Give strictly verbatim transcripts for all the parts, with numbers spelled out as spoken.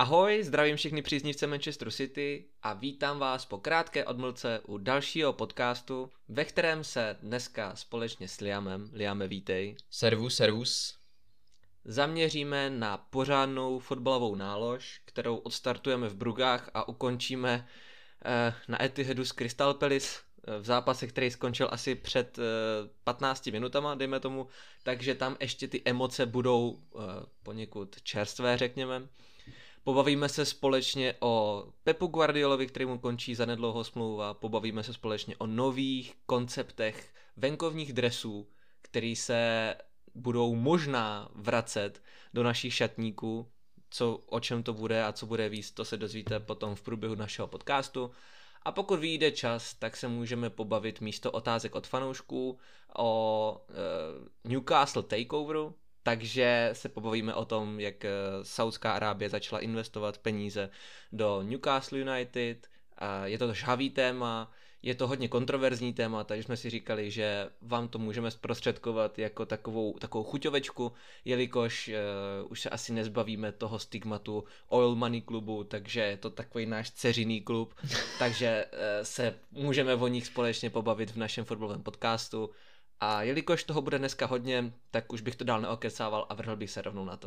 Ahoj, zdravím všechny příznivce Manchesteru City a vítám vás po krátké odmlce u dalšího podcastu, ve kterém se dneska společně s Liamem, Liame, vítej. Servus, servus. Zaměříme na pořádnou fotbalovou nálož, kterou odstartujeme v Brugách a ukončíme eh, na Etihadu s Crystal Palace v zápase, který skončil asi před eh, patnácti minutama, dejme tomu, takže tam ještě ty emoce budou eh, poněkud čerstvé, řekněme. Pobavíme se společně o Pepu Guardiolovi, který mu končí zanedlouho smlouva, pobavíme se společně o nových konceptech venkovních dresů, který se budou možná vracet do našich šatníků, co, o čem to bude a co bude víc, to se dozvíte potom v průběhu našeho podcastu. A pokud vyjde čas, tak se můžeme pobavit místo otázek od fanoušků o e, Newcastle takeoveru, takže se pobavíme o tom, jak Saudská Arábie začala investovat peníze do Newcastle United. Je to žhavý téma, je to hodně kontroverzní téma, takže jsme si říkali, že vám to můžeme zprostředkovat jako takovou, takovou chuťovečku, jelikož uh, už se asi nezbavíme toho stigmatu Oil Money klubu, takže je to takový náš dceřiný klub, takže uh, se můžeme o nich společně pobavit v našem fotbalovém podcastu. A jelikož toho bude dneska hodně, tak už bych to dál neokecával a vrhl bych se rovnou na to.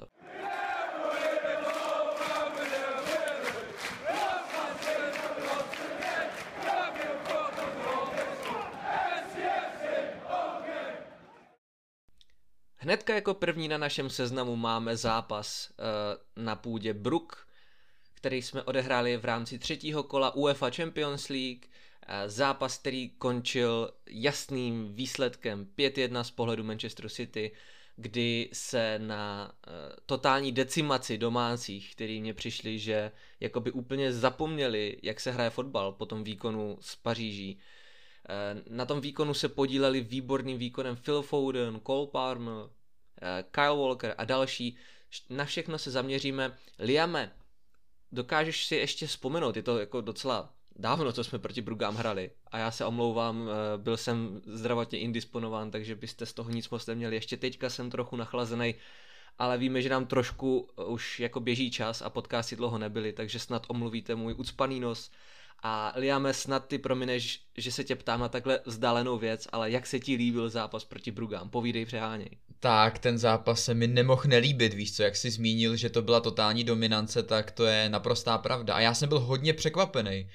Hnedka jako první na našem seznamu máme zápas uh, na půdě Brug, který jsme odehráli v rámci třetího kola UEFA Champions League. Zápas, který končil jasným výsledkem pět jedna z pohledu Manchesteru City, kdy se na uh, totální decimaci domácích, který mě přišli, že jakoby úplně zapomněli, jak se hraje fotbal po tom výkonu z Paříží. Uh, na tom výkonu se podíleli výborným výkonem Phil Foden, Cole Palmer, uh, Kyle Walker a další. Na všechno se zaměříme. Liame, dokážeš si ještě vzpomenout, je to jako docela dávno, co jsme proti Brugám hrali a já se omlouvám, byl jsem zdravotně indisponován, takže byste z toho nic moc neměli. Ještě teďka jsem trochu nachlazený, ale víme, že nám trošku už jako běží čas a podcasty dlouho nebyly, takže snad omluvíte můj ucpaný nos. A Liame, snad ty promineš, že se tě ptám na takhle vzdálenou věc, ale jak se ti líbil zápas proti Brugám? Povídej, přeháněj. Tak, ten zápas se mi nemohl nelíbit, víš co, jak jsi zmínil, že to byla totální dominance, tak to je naprostá pravda. A já jsem byl hodně překvapený,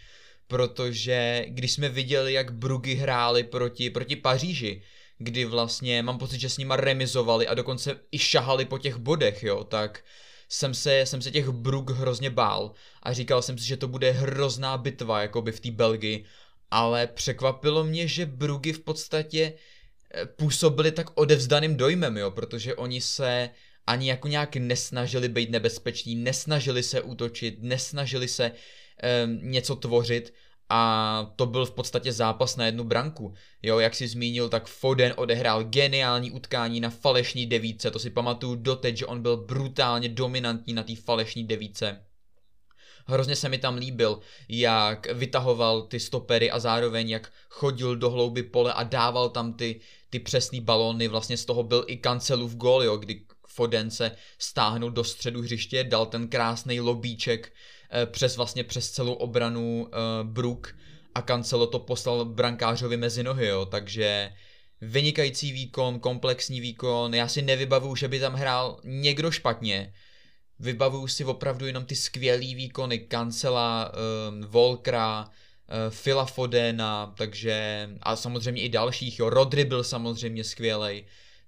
protože když jsme viděli, jak Brugy hráli proti, proti Paříži, kdy vlastně mám pocit, že s nima remizovali a dokonce i šahali po těch bodech, jo, tak jsem se, jsem se těch Brug hrozně bál a říkal jsem si, že to bude hrozná bitva, jakoby v té Belgii, ale překvapilo mě, že Brugy v podstatě působili tak odevzdaným dojmem, jo, protože oni se ani jako nějak nesnažili být nebezpeční, nesnažili se útočit, nesnažili se něco tvořit a to byl v podstatě zápas na jednu branku. Jo, jak jsi zmínil, tak Foden odehrál geniální utkání na falešní devítce, to si pamatuju doteď, že on byl brutálně dominantní na té falešní devítce. Hrozně se mi tam líbil, jak vytahoval ty stopery a zároveň jak chodil do hlouby pole a dával tam ty, ty přesný balóny, vlastně z toho byl i Cancelův gól, jo, kdy Foden se stáhnul do středu hřiště, dal ten krásný lobíček přes vlastně přes celou obranu uh, Brug a Cancelo to poslal brankářovi mezi nohy, jo, takže vynikající výkon, komplexní výkon, já si nevybavuju, že by tam hrál někdo špatně, vybavuju si opravdu jenom ty skvělý výkony Cancela, um, Walkera, uh, Phila Fodena, takže a samozřejmě i dalších, jo, Rodri byl samozřejmě skvělej,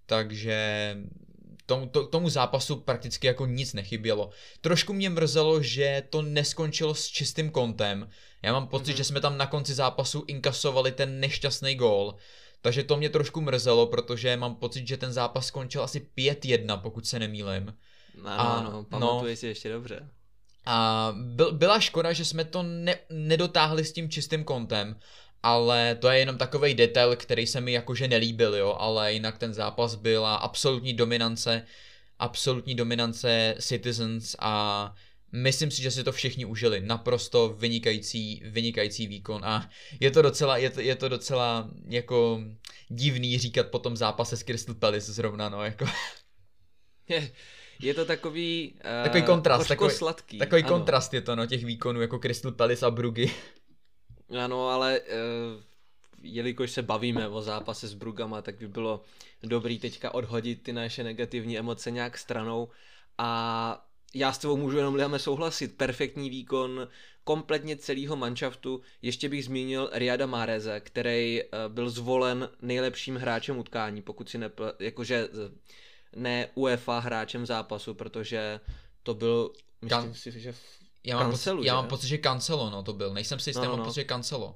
takže Tomu, to, tomu zápasu prakticky jako nic nechybělo. Trošku mě mrzelo, že to neskončilo s čistým kontem. Já mám pocit, mm-hmm. že jsme tam na konci zápasu inkasovali ten nešťastný gól. Takže to mě trošku mrzelo, protože mám pocit, že ten zápas skončil asi pět jedna, pokud se nemýlím. Ano, ano, pamatuji no, si ještě dobře. A byl, byla škoda, že jsme to ne, nedotáhli s tím čistým kontem. Ale to je jenom takovej detail, který se mi jakože nelíbil, jo, ale jinak ten zápas byla absolutní dominance, absolutní dominance Citizens a myslím si, že si to všichni užili, naprosto vynikající, vynikající výkon a je to docela, je to, je to docela jako divný říkat po tom zápase s Crystal Palace zrovna, no, jako. Je, je to takový, uh, takový kontrast, takový, sladký. takový ano. kontrast je to, no, těch výkonů jako Crystal Palace a Bruggy. Ano, ale uh, jelikož se bavíme o zápase s Brugama, tak by bylo dobrý teďka odhodit ty naše negativní emoce nějak stranou a já s tebou můžu jenom Liame souhlasit. Perfektní výkon kompletně celého manšaftu. Ještě bych zmínil Riyada Mahreze, který uh, byl zvolen nejlepším hráčem utkání, pokud si nepl... jakože ne UEFA hráčem zápasu, protože to byl, myslím Kan... si, že v já mám, Cancelu, pocit, já mám pocit, že Cancelo, no to byl, nejsem si jistý, no, mám no. pocit, že Cancelo.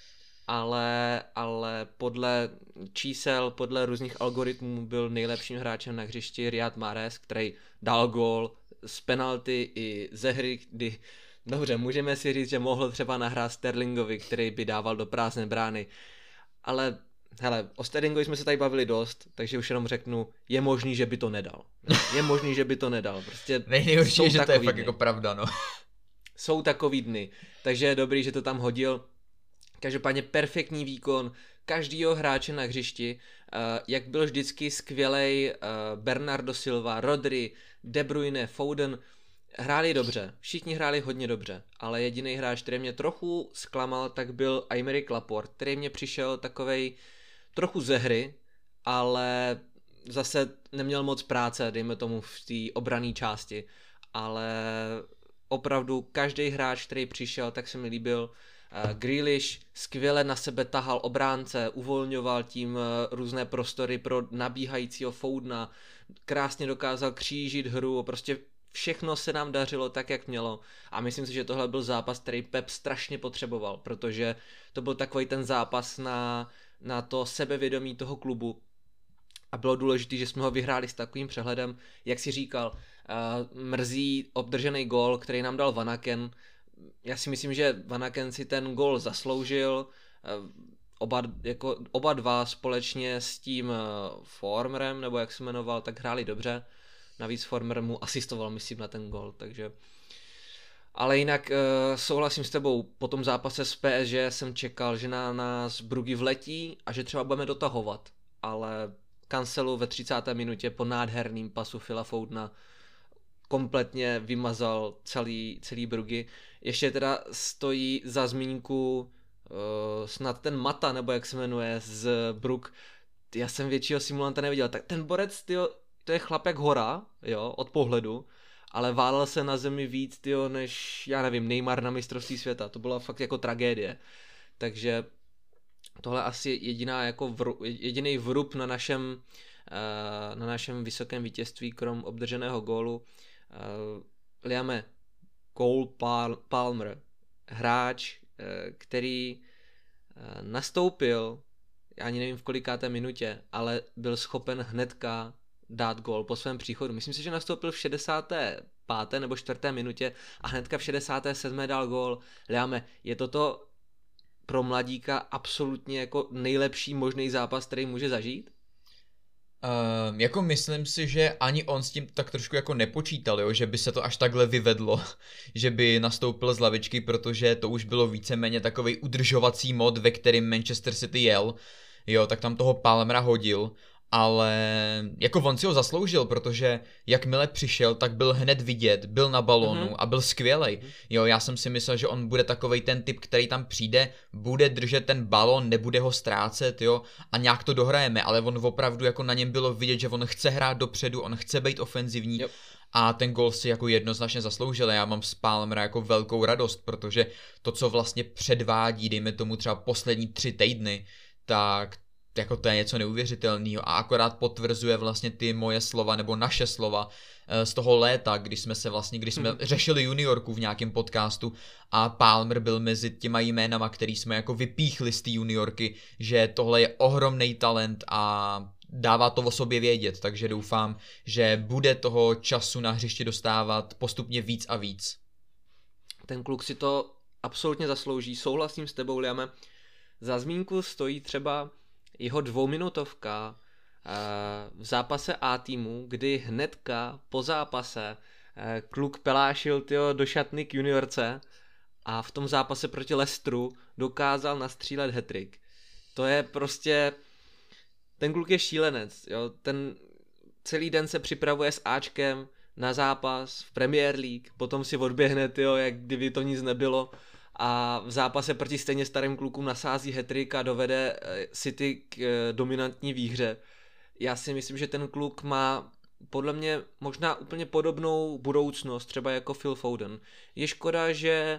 Ale, ale podle čísel, podle různých algoritmů byl nejlepším hráčem na hřišti Riyad Mahrez, který dal gól z penalty i ze hry, kdy, dobře, můžeme si říct, že mohl třeba nahrát Sterlingovi, který by dával do prázdné brány, ale hele, o Sterlingovi jsme se tady bavili dost, takže už jenom řeknu, je možný, že by to nedal. Je možný, že by to nedal. Prostě nejhorší, že to je fakt dny. Jako pravda, no. Jsou takový dny, takže je dobrý, že to tam hodil. Každopádně perfektní výkon každýho hráče na hřišti, uh, jak byl vždycky skvělej uh, Bernardo Silva, Rodri, De Bruyne, Foden, hráli dobře, všichni hráli hodně dobře, ale jediný hráč, který mě trochu zklamal, tak byl Aymeric Laporte, který mě přišel takovej trochu ze hry, ale zase neměl moc práce, dejme tomu v té obranné části, ale opravdu každý hráč, který přišel, tak se mi líbil. Uh, Grealish skvěle na sebe tahal obránce, uvolňoval tím uh, různé prostory pro nabíhajícího Fodena, krásně dokázal křížit hru, prostě všechno se nám dařilo tak, jak mělo a myslím si, že tohle byl zápas, který Pep strašně potřeboval, protože to byl takový ten zápas na, na to sebevědomí toho klubu a bylo důležité, že jsme ho vyhráli s takovým přehledem, jak si říkal, uh, mrzí obdržený gól, který nám dal Van Aken. Já si myslím, že Van Aken si ten gól zasloužil, oba, jako, oba dva společně s tím Formerem, nebo jak se jmenoval, tak hráli dobře, navíc Former mu asistoval, myslím, na ten gól, takže ale jinak souhlasím s tebou, po tom zápase s P S G jsem čekal, že na nás Bruggy vletí a že třeba budeme dotahovat, ale Cancelu ve třicáté minutě po nádherným pasu Phila Fodena kompletně vymazal celý, celý Bruggy. Ještě teda stojí za zmínku uh, snad ten Mata, nebo jak se jmenuje, z Brugg. Já jsem většího simulanta neviděl. Tak ten borec, tyjo, to je chlap jak hora, jo, od pohledu, ale válel se na zemi víc, tyjo, než, já nevím, Neymar na mistrovství světa. To byla fakt jako tragédie. Takže tohle asi jediná jako vru, jediný vrub na našem, uh, na našem vysokém vítězství, krom obdrženého gólu. Uh, Liame, Cole Pal- Palmer, hráč, uh, který uh, nastoupil, já ani nevím v kolikáté minutě, ale byl schopen hnedka dát gól po svém příchodu. Myslím si, že nastoupil v šedesáté páté nebo čtvrté minutě a hnedka v šedesáté sedmé dal gól. Liame, je toto pro mladíka absolutně jako nejlepší možný zápas, který může zažít? Uh, jako myslím si, že ani on s tím tak trošku jako nepočítal, jo? Že by se to až takhle vyvedlo, že by nastoupil z lavičky, protože to už bylo víceméně takovej udržovací mod, ve kterým Manchester City jel, jo, tak tam toho Palmera hodil, ale jako on si ho zasloužil, protože jakmile přišel, tak byl hned vidět, byl na balónu mm-hmm. a byl skvělej. Jo, já jsem si myslel, že on bude takovej ten typ, který tam přijde, bude držet ten balón, nebude ho ztrácet, jo, a nějak to dohrajeme, ale on opravdu jako na něm bylo vidět, že on chce hrát dopředu, on chce být ofenzivní. Yep. A ten gol si jako jednoznačně zasloužil. Já mám z Palmera jako velkou radost, protože to, co vlastně předvádí, dejme tomu třeba poslední tři týdny, tak jako to je něco neuvěřitelného a akorát potvrzuje vlastně ty moje slova nebo naše slova z toho léta, když jsme se vlastně, když jsme hmm. řešili juniorku v nějakém podcastu a Palmer byl mezi těma jménama, který jsme jako vypíchli z té juniorky, že tohle je ohromný talent a dává to o sobě vědět, takže doufám, že bude toho času na hřišti dostávat postupně víc a víc. Ten kluk si to absolutně zaslouží, souhlasím s tebou, Liame. Za zmínku stojí třeba jeho dvouminutovka v zápase A týmu, kdy hnedka po zápase kluk pelášil tyjo, do šatny k juniorce a v tom zápase proti Leicesteru dokázal nastřílet hat-trick. To je prostě, ten kluk je šílenec, jo? Ten celý den se připravuje s Ačkem, na zápas v Premier League, potom si odběhne, tyjo, jak kdyby to nic nebylo a v zápase proti stejně starým klukům nasází hat-trick a dovede City k dominantní výhře. Já si myslím, že ten kluk má podle mě možná úplně podobnou budoucnost, třeba jako Phil Foden. Je škoda, že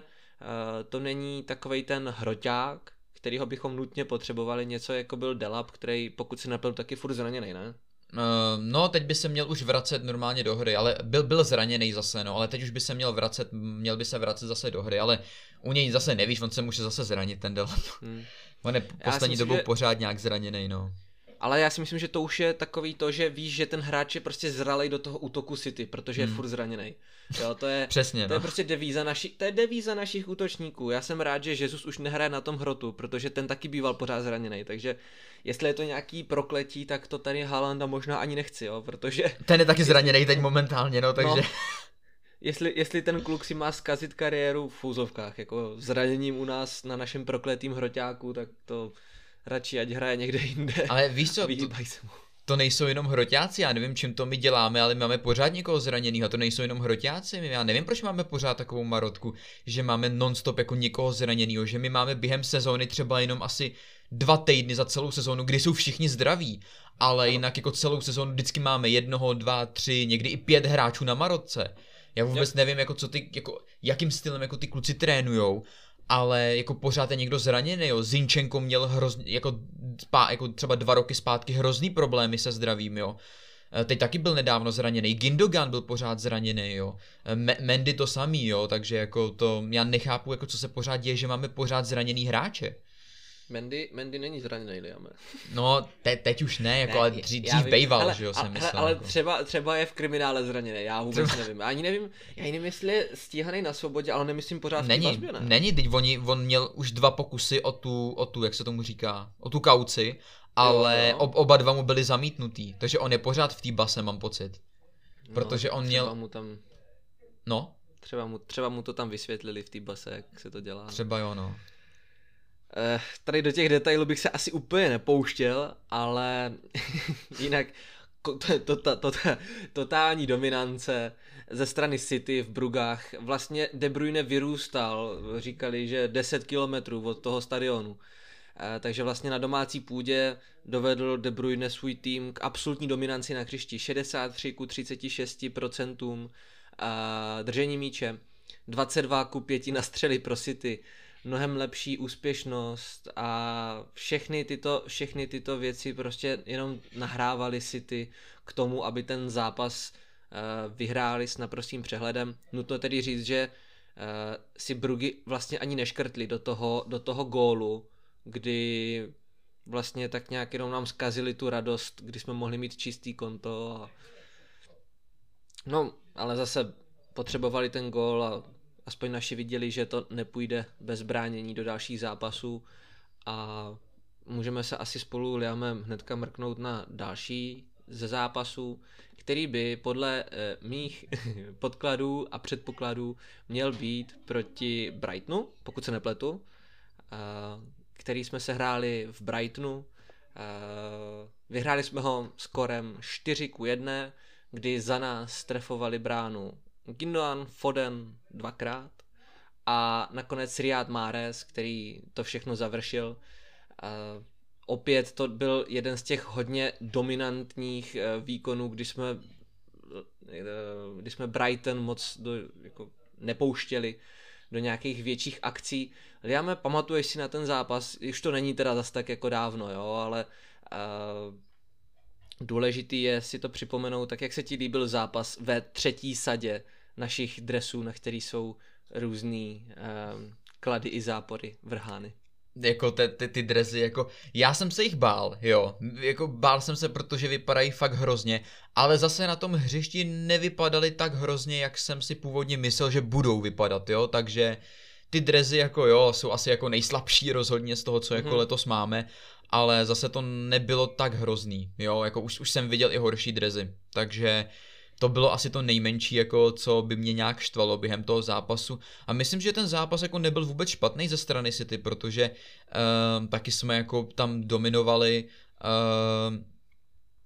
to není takovej ten hroťák, kterýho bychom nutně potřebovali, něco jako byl Delap, který pokud si nepletu taky furt zraněnej, ne? Uh, no, teď by se měl už vracet normálně do hry, ale byl, byl zraněný zase, no, ale teď už by se měl vracet, měl by se vracet zase do hry, ale u něj zase nevíš, on se může zase zranit, ten Delap. Hmm. On je poslední dobou že... pořád nějak zraněný, no. Ale já si myslím, že to už je takový to, že víš, že ten hráč je prostě zralej do toho útoku City, protože hmm. je furt zraněnej. Jo, to je, Přesně, to je no. prostě devíza naši, to je devíza našich útočníků. Já jsem rád, že Jesus už nehraje na tom hrotu, protože ten taky býval pořád zraněnej, takže jestli je to nějaký prokletí, tak to tady Haalanda možná ani nechci, jo, protože... Ten je taky zraněnej teď momentálně, no, takže... No, jestli, jestli ten kluk si má zkazit kariéru v fúzovkách, jako zraněním u nás na našem prokletým hroťáku, tak to... Radši ať hraje někde jinde. Ale víš co, to, to nejsou jenom hroťáci, já nevím, čím to my děláme, ale my máme pořád někoho zraněného, to nejsou jenom hroťáci, já nevím, proč máme pořád takovou marotku, že máme non-stop jako někoho zraněného, že my máme během sezóny třeba jenom asi dva týdny za celou sezónu, kdy jsou všichni zdraví, ale jinak jako celou sezónu vždycky máme jednoho, dva, tři, někdy i pět hráčů na marotce. Já vůbec yep. nevím, jako co ty, jako, jakým stylem jako ty kluci trénujou, ale jako pořád je někdo zraněný, jo. Zinchenko měl hrozný, jako, spá, jako třeba dva roky zpátky hrozný problémy se zdravím, jo. Teď taky byl nedávno zraněný, Gündogan byl pořád zraněný, jo. M- Mendy to samý, jo, takže jako to, já nechápu, jako co se pořád děje, že máme pořád zraněný hráče. Mendy, Mendy není zraněný, Liame. No, te, teď už ne, jako, ne, ale dřív, dřív bejval, ale, že jo, jsem myslel. Ale jako. třeba, třeba je v kriminále zraněný, já vůbec třeba... nevím. Ani nevím, já nevím, jestli je stíhaný na svobodě, ale nemyslím pořád v není, vazbě, ne? Není, teď oni, on měl už dva pokusy o tu, o tu, jak se tomu říká, o tu kauci, ale jo, jo. Ob, oba dva mu byli zamítnutý, takže on je pořád v té base, mám pocit. Protože no, on měl... Mu tam... No? Třeba mu, třeba mu to tam vysvětlili v té base, jak se to dělá. Třeba jo, no. Tady do těch detailů bych se asi úplně nepouštěl, ale jinak to, to, to, to, totální dominance ze strany City v Brugách. Vlastně De Bruyne vyrůstal, říkali, že deset kilometrů od toho stadionu. Takže vlastně na domácí půdě dovedl De Bruyne svůj tým k absolutní dominanci na hřišti. šedesát tři ku třiceti šesti procentům držení míče, dvacet dva ku pěti na střely pro City. Mnohem lepší úspěšnost a všechny tyto, všechny tyto věci prostě jenom nahrávaly City k tomu, aby ten zápas uh, vyhráli s naprostým přehledem. Nutno tedy říct, že uh, si Brugy vlastně ani neškrtli do toho, do toho gólu, kdy vlastně tak nějak jenom nám zkazili tu radost, kdy jsme mohli mít čistý konto. A... No, ale zase potřebovali ten gól a aspoň naši viděli, že to nepůjde bez bránění do dalších zápasů a můžeme se asi spolu Liamem hnedka mrknout na další ze zápasů, který by podle e, mých podkladů a předpokladů měl být proti Brightonu, pokud se nepletu, a, který jsme se hráli v Brightonu. A, vyhráli jsme ho skorem čtyři ku jedné, kdy za nás trefovali bránu Gündogan, Foden dvakrát a nakonec Riyad Mahrez, který to všechno završil. Uh, opět to byl jeden z těch hodně dominantních uh, výkonů, kdy jsme, uh, kdy jsme Brighton moc do, jako, nepouštěli do nějakých větších akcí. Liame, pamatuješ si na ten zápas? Už to není teda zas tak jako dávno, jo, ale uh, důležitý je si to připomenout, tak jak se ti líbil zápas ve třetí sadě našich dresů, na který jsou různý um, klady i zápory vrhány. Jako ty, ty, ty dresy, jako já jsem se jich bál, jo, jako bál jsem se, protože vypadají fakt hrozně, ale zase na tom hřišti nevypadaly tak hrozně, jak jsem si původně myslel, že budou vypadat, jo, takže ty dresy jako jo, jsou asi jako nejslabší rozhodně z toho, co jako hmm. letos máme, ale zase to nebylo tak hrozný, jo, jako už, už jsem viděl i horší dresy, takže to bylo asi to nejmenší, jako co by mě nějak štvalo během toho zápasu a myslím, že ten zápas jako nebyl vůbec špatný ze strany City, protože uh, taky jsme jako tam dominovali, uh,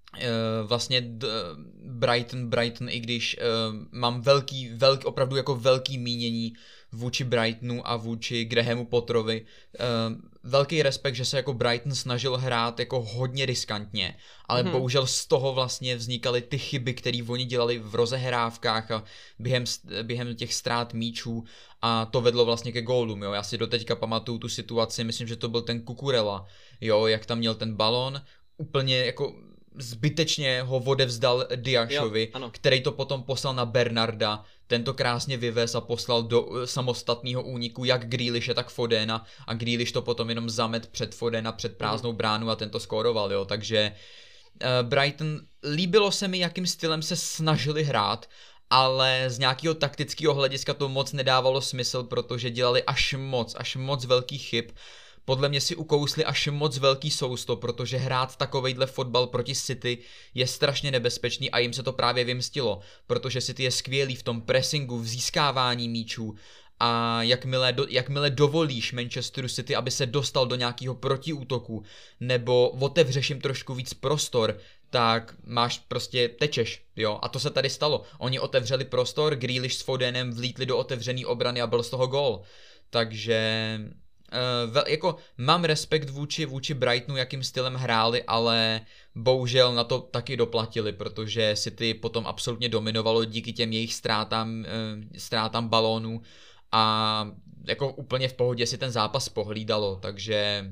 vlastně Brighton, Brighton, i když mám velký, velký, opravdu jako velký mínění vůči Brightonu a vůči Grahamu Potterovi. Velký respekt, že se jako Brighton snažil hrát jako hodně riskantně, ale hmm. bohužel z toho vlastně vznikaly ty chyby, které oni dělali v rozehrávkách a během, během těch ztrát míčů a to vedlo vlastně ke gólům, jo. Já si doteďka pamatuju tu situaci, myslím, že to byl ten Cucurella, jo, jak tam měl ten balon, úplně jako zbytečně ho odevzdal Diashovi, jo, který to potom poslal na Bernarda, ten to krásně vyvez a poslal do samostatného úniku jak Grealishe, tak Fodena a Grealish to potom jenom zamet před Fodena, před prázdnou bránu a ten to skóroval, jo, takže uh, Brighton, líbilo se mi, jakým stylem se snažili hrát, ale z nějakého taktického hlediska to moc nedávalo smysl, protože dělali až moc, až moc velkých chyb. Podle mě si ukousli až moc velký sousto, protože hrát takovejhle fotbal proti City je strašně nebezpečný a jim se to právě vymstilo, protože City je skvělý v tom pressingu, v získávání míčů a jakmile, do, jakmile dovolíš Manchesteru City, aby se dostal do nějakého protiútoku nebo otevřeš jim trošku víc prostor, tak máš prostě tečeš, jo, a to se tady stalo. Oni otevřeli prostor, Grealish s Fodenem vlítli do otevřený obrany a byl z toho gól. Takže Uh, vel, jako mám respekt vůči, vůči Brightonu, jakým stylem hráli, ale bohužel na to taky doplatili, protože City potom absolutně dominovalo díky těm jejich ztrátám, uh, ztrátám balónů a jako úplně v pohodě si ten zápas pohlídalo, takže,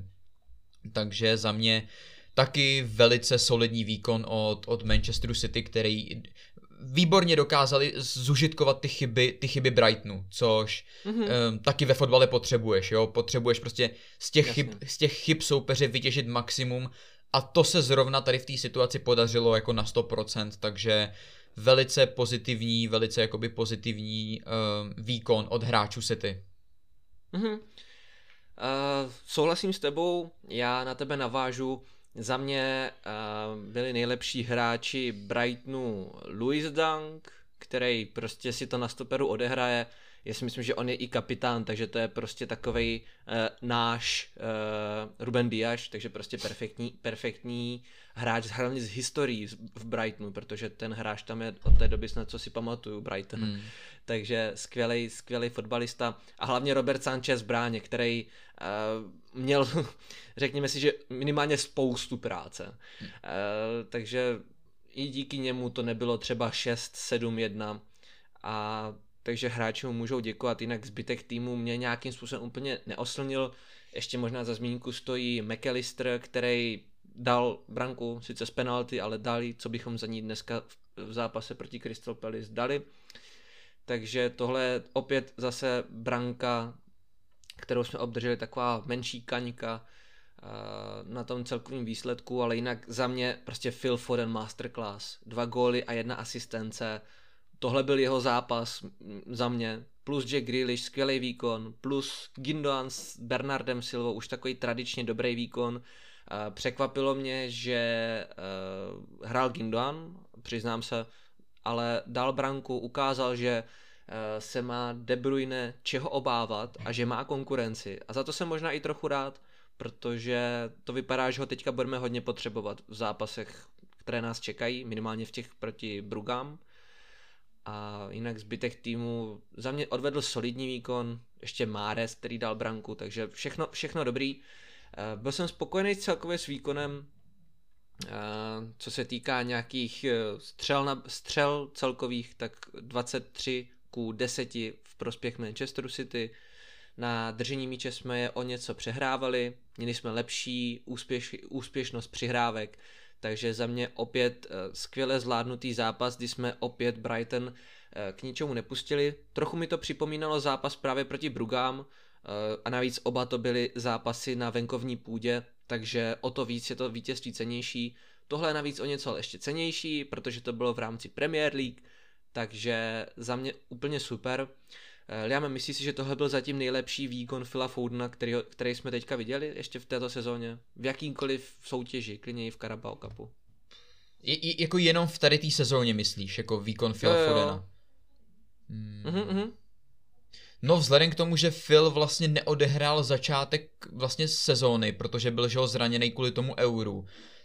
takže za mě taky velice solidní výkon od, od Manchesteru City, který výborně dokázali zužitkovat ty chyby, ty chyby Brightonu, což mm-hmm. um, taky ve fotbale potřebuješ, jo, potřebuješ prostě z těch, chyb, z těch chyb soupeře vytěžit maximum a to se zrovna tady v té situaci podařilo jako na sto procent, takže velice pozitivní, velice jakoby pozitivní um, výkon od hráčů City. Mm-hmm. Uh, souhlasím s tebou, já na tebe navážu. Za mě uh, byli nejlepší hráči Brightonu Louis Dunk, který prostě si to na stoperu odehraje. Já si myslím, že on je i kapitán, takže to je prostě takovej uh, náš uh, Ruben Dias, takže prostě perfektní, perfektní hráč, hlavně z historií v Brightonu, protože ten hráč tam je od té doby snad, co si pamatuju, Brighton. Hmm. Takže skvělej, skvělej fotbalista a hlavně Robert Sanchez v bráně, který uh, měl, řekněme si, že minimálně spoustu práce. Hmm. Uh, takže i díky němu to nebylo třeba šest sedm jedna a takže hráči mu můžou děkovat, jinak zbytek týmu mě nějakým způsobem úplně neoslnil. Ještě možná za zmínku stojí McAllister, který dal branku, sice z penalty, ale dali, co bychom za ní dneska v zápase proti Crystal Palace dali. Takže tohle je opět zase branka, kterou jsme obdrželi, taková menší kaňka uh, na tom celkovém výsledku, ale jinak za mě prostě Phil Foden masterclass. Dva góly a jedna asistence. Tohle byl jeho zápas za mě. Plus Jack Grealish, skvělý výkon. Plus Gündoğan s Bernardem Silvou, už takový tradičně dobrý výkon. Uh, překvapilo mě, že uh, hrál Gündoğan, přiznám se, ale dal branku, ukázal, že uh, se má De Bruyne čeho obávat a že má konkurenci. A za to jsem možná i trochu rád, protože to vypadá, že ho teďka budeme hodně potřebovat v zápasech, které nás čekají, minimálně v těch proti Brugám. A jinak zbytek týmu za mě odvedl solidní výkon, ještě Mahrez, který dal branku, takže všechno, všechno dobrý. Uh, byl jsem spokojený celkově s výkonem, uh, co se týká nějakých střel, na, střel celkových, tak dvacet tři ku deseti v prospěch Manchesteru City. Na držení míče jsme je o něco přehrávali, měli jsme lepší úspěš, úspěšnost přihrávek, takže za mě opět uh, skvěle zvládnutý zápas, kdy jsme opět Brighton uh, k ničemu nepustili. Trochu mi to připomínalo zápas právě proti Brugám, a navíc oba to byly zápasy na venkovní půdě, takže o to víc je to vítězství cennější. Tohle je navíc o něco ještě cennější, protože to bylo v rámci Premier League, takže za mě úplně super. Liame, myslíš si, že tohle byl zatím nejlepší výkon Phila Fodena, který, který jsme teďka viděli ještě v této sezóně? V jakýmkoliv soutěži, klidně i v Carabao Cupu. Je, jako jenom v tady té sezóně myslíš, jako výkon Phila jo, jo. Fodena? Hmm. Mhm, mhm. No vzhledem k tomu, že Phil vlastně neodehrál začátek vlastně sezóny, protože byl že ho zraněný kvůli tomu euru,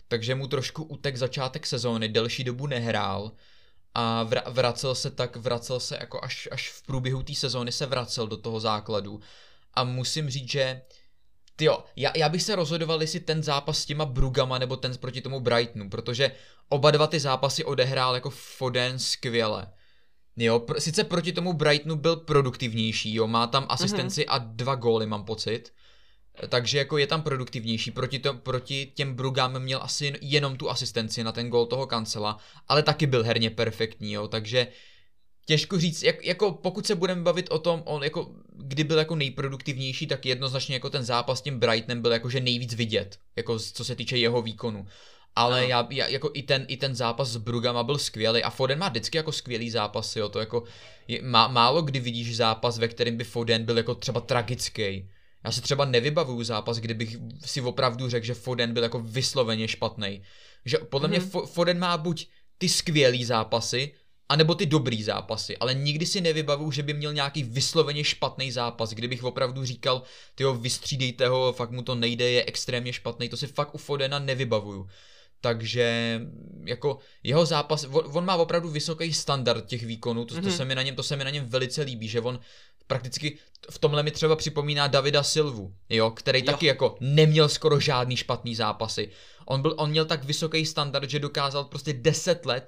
takže mu trošku utek začátek sezóny, delší dobu nehrál a vra- vracel se tak, vracel se jako až, až v průběhu té sezóny se vracel do toho základu a musím říct, že tyjo, já, já bych se rozhodoval, jestli ten zápas s těma Brugama nebo ten proti tomu Brightonu, protože oba dva ty zápasy odehrál jako Foden skvěle. Jo, pr- sice proti tomu Brightonu byl produktivnější, jo, má tam asistenci mm-hmm. a dva góly, mám pocit, takže jako je tam produktivnější, proti, to, proti těm Brugám měl asi jenom tu asistenci na ten gól toho Cancela, ale taky byl herně perfektní, jo, takže těžko říct, jak, jako pokud se budeme bavit o tom, on jako, kdy byl jako nejproduktivnější, tak jednoznačně jako ten zápas s tím Brightonem byl jakože nejvíc vidět, jako co se týče jeho výkonu. Ale no. já, já, jako i ten, i ten zápas s Brugama byl skvělý a Foden má vždycky jako skvělý zápasy, jo, to jako, je, má, málo kdy vidíš zápas, ve kterém by Foden byl jako třeba tragický. Já si třeba nevybavuju zápas, kdybych si opravdu řekl, že Foden byl jako vysloveně špatný. Že podle mm-hmm. mě Foden má buď ty skvělý zápasy, anebo ty dobrý zápasy, ale nikdy si nevybavuju, že by měl nějaký vysloveně špatný zápas, kdybych opravdu říkal, tyjo, vystřídejte ho, fakt mu to nejde, je extrémně špatný, to si fakt u Fodena nevybavuju. Takže jako jeho zápas, on, on má opravdu vysoký standard těch výkonů, to, mm-hmm. to, se mi na něm, to se mi na něm velice líbí, že on prakticky v tomhle mi třeba připomíná Davida Silvu, jo, který jo. taky jako neměl skoro žádný špatný zápasy. On, byl, on měl tak vysoký standard, že dokázal prostě deset let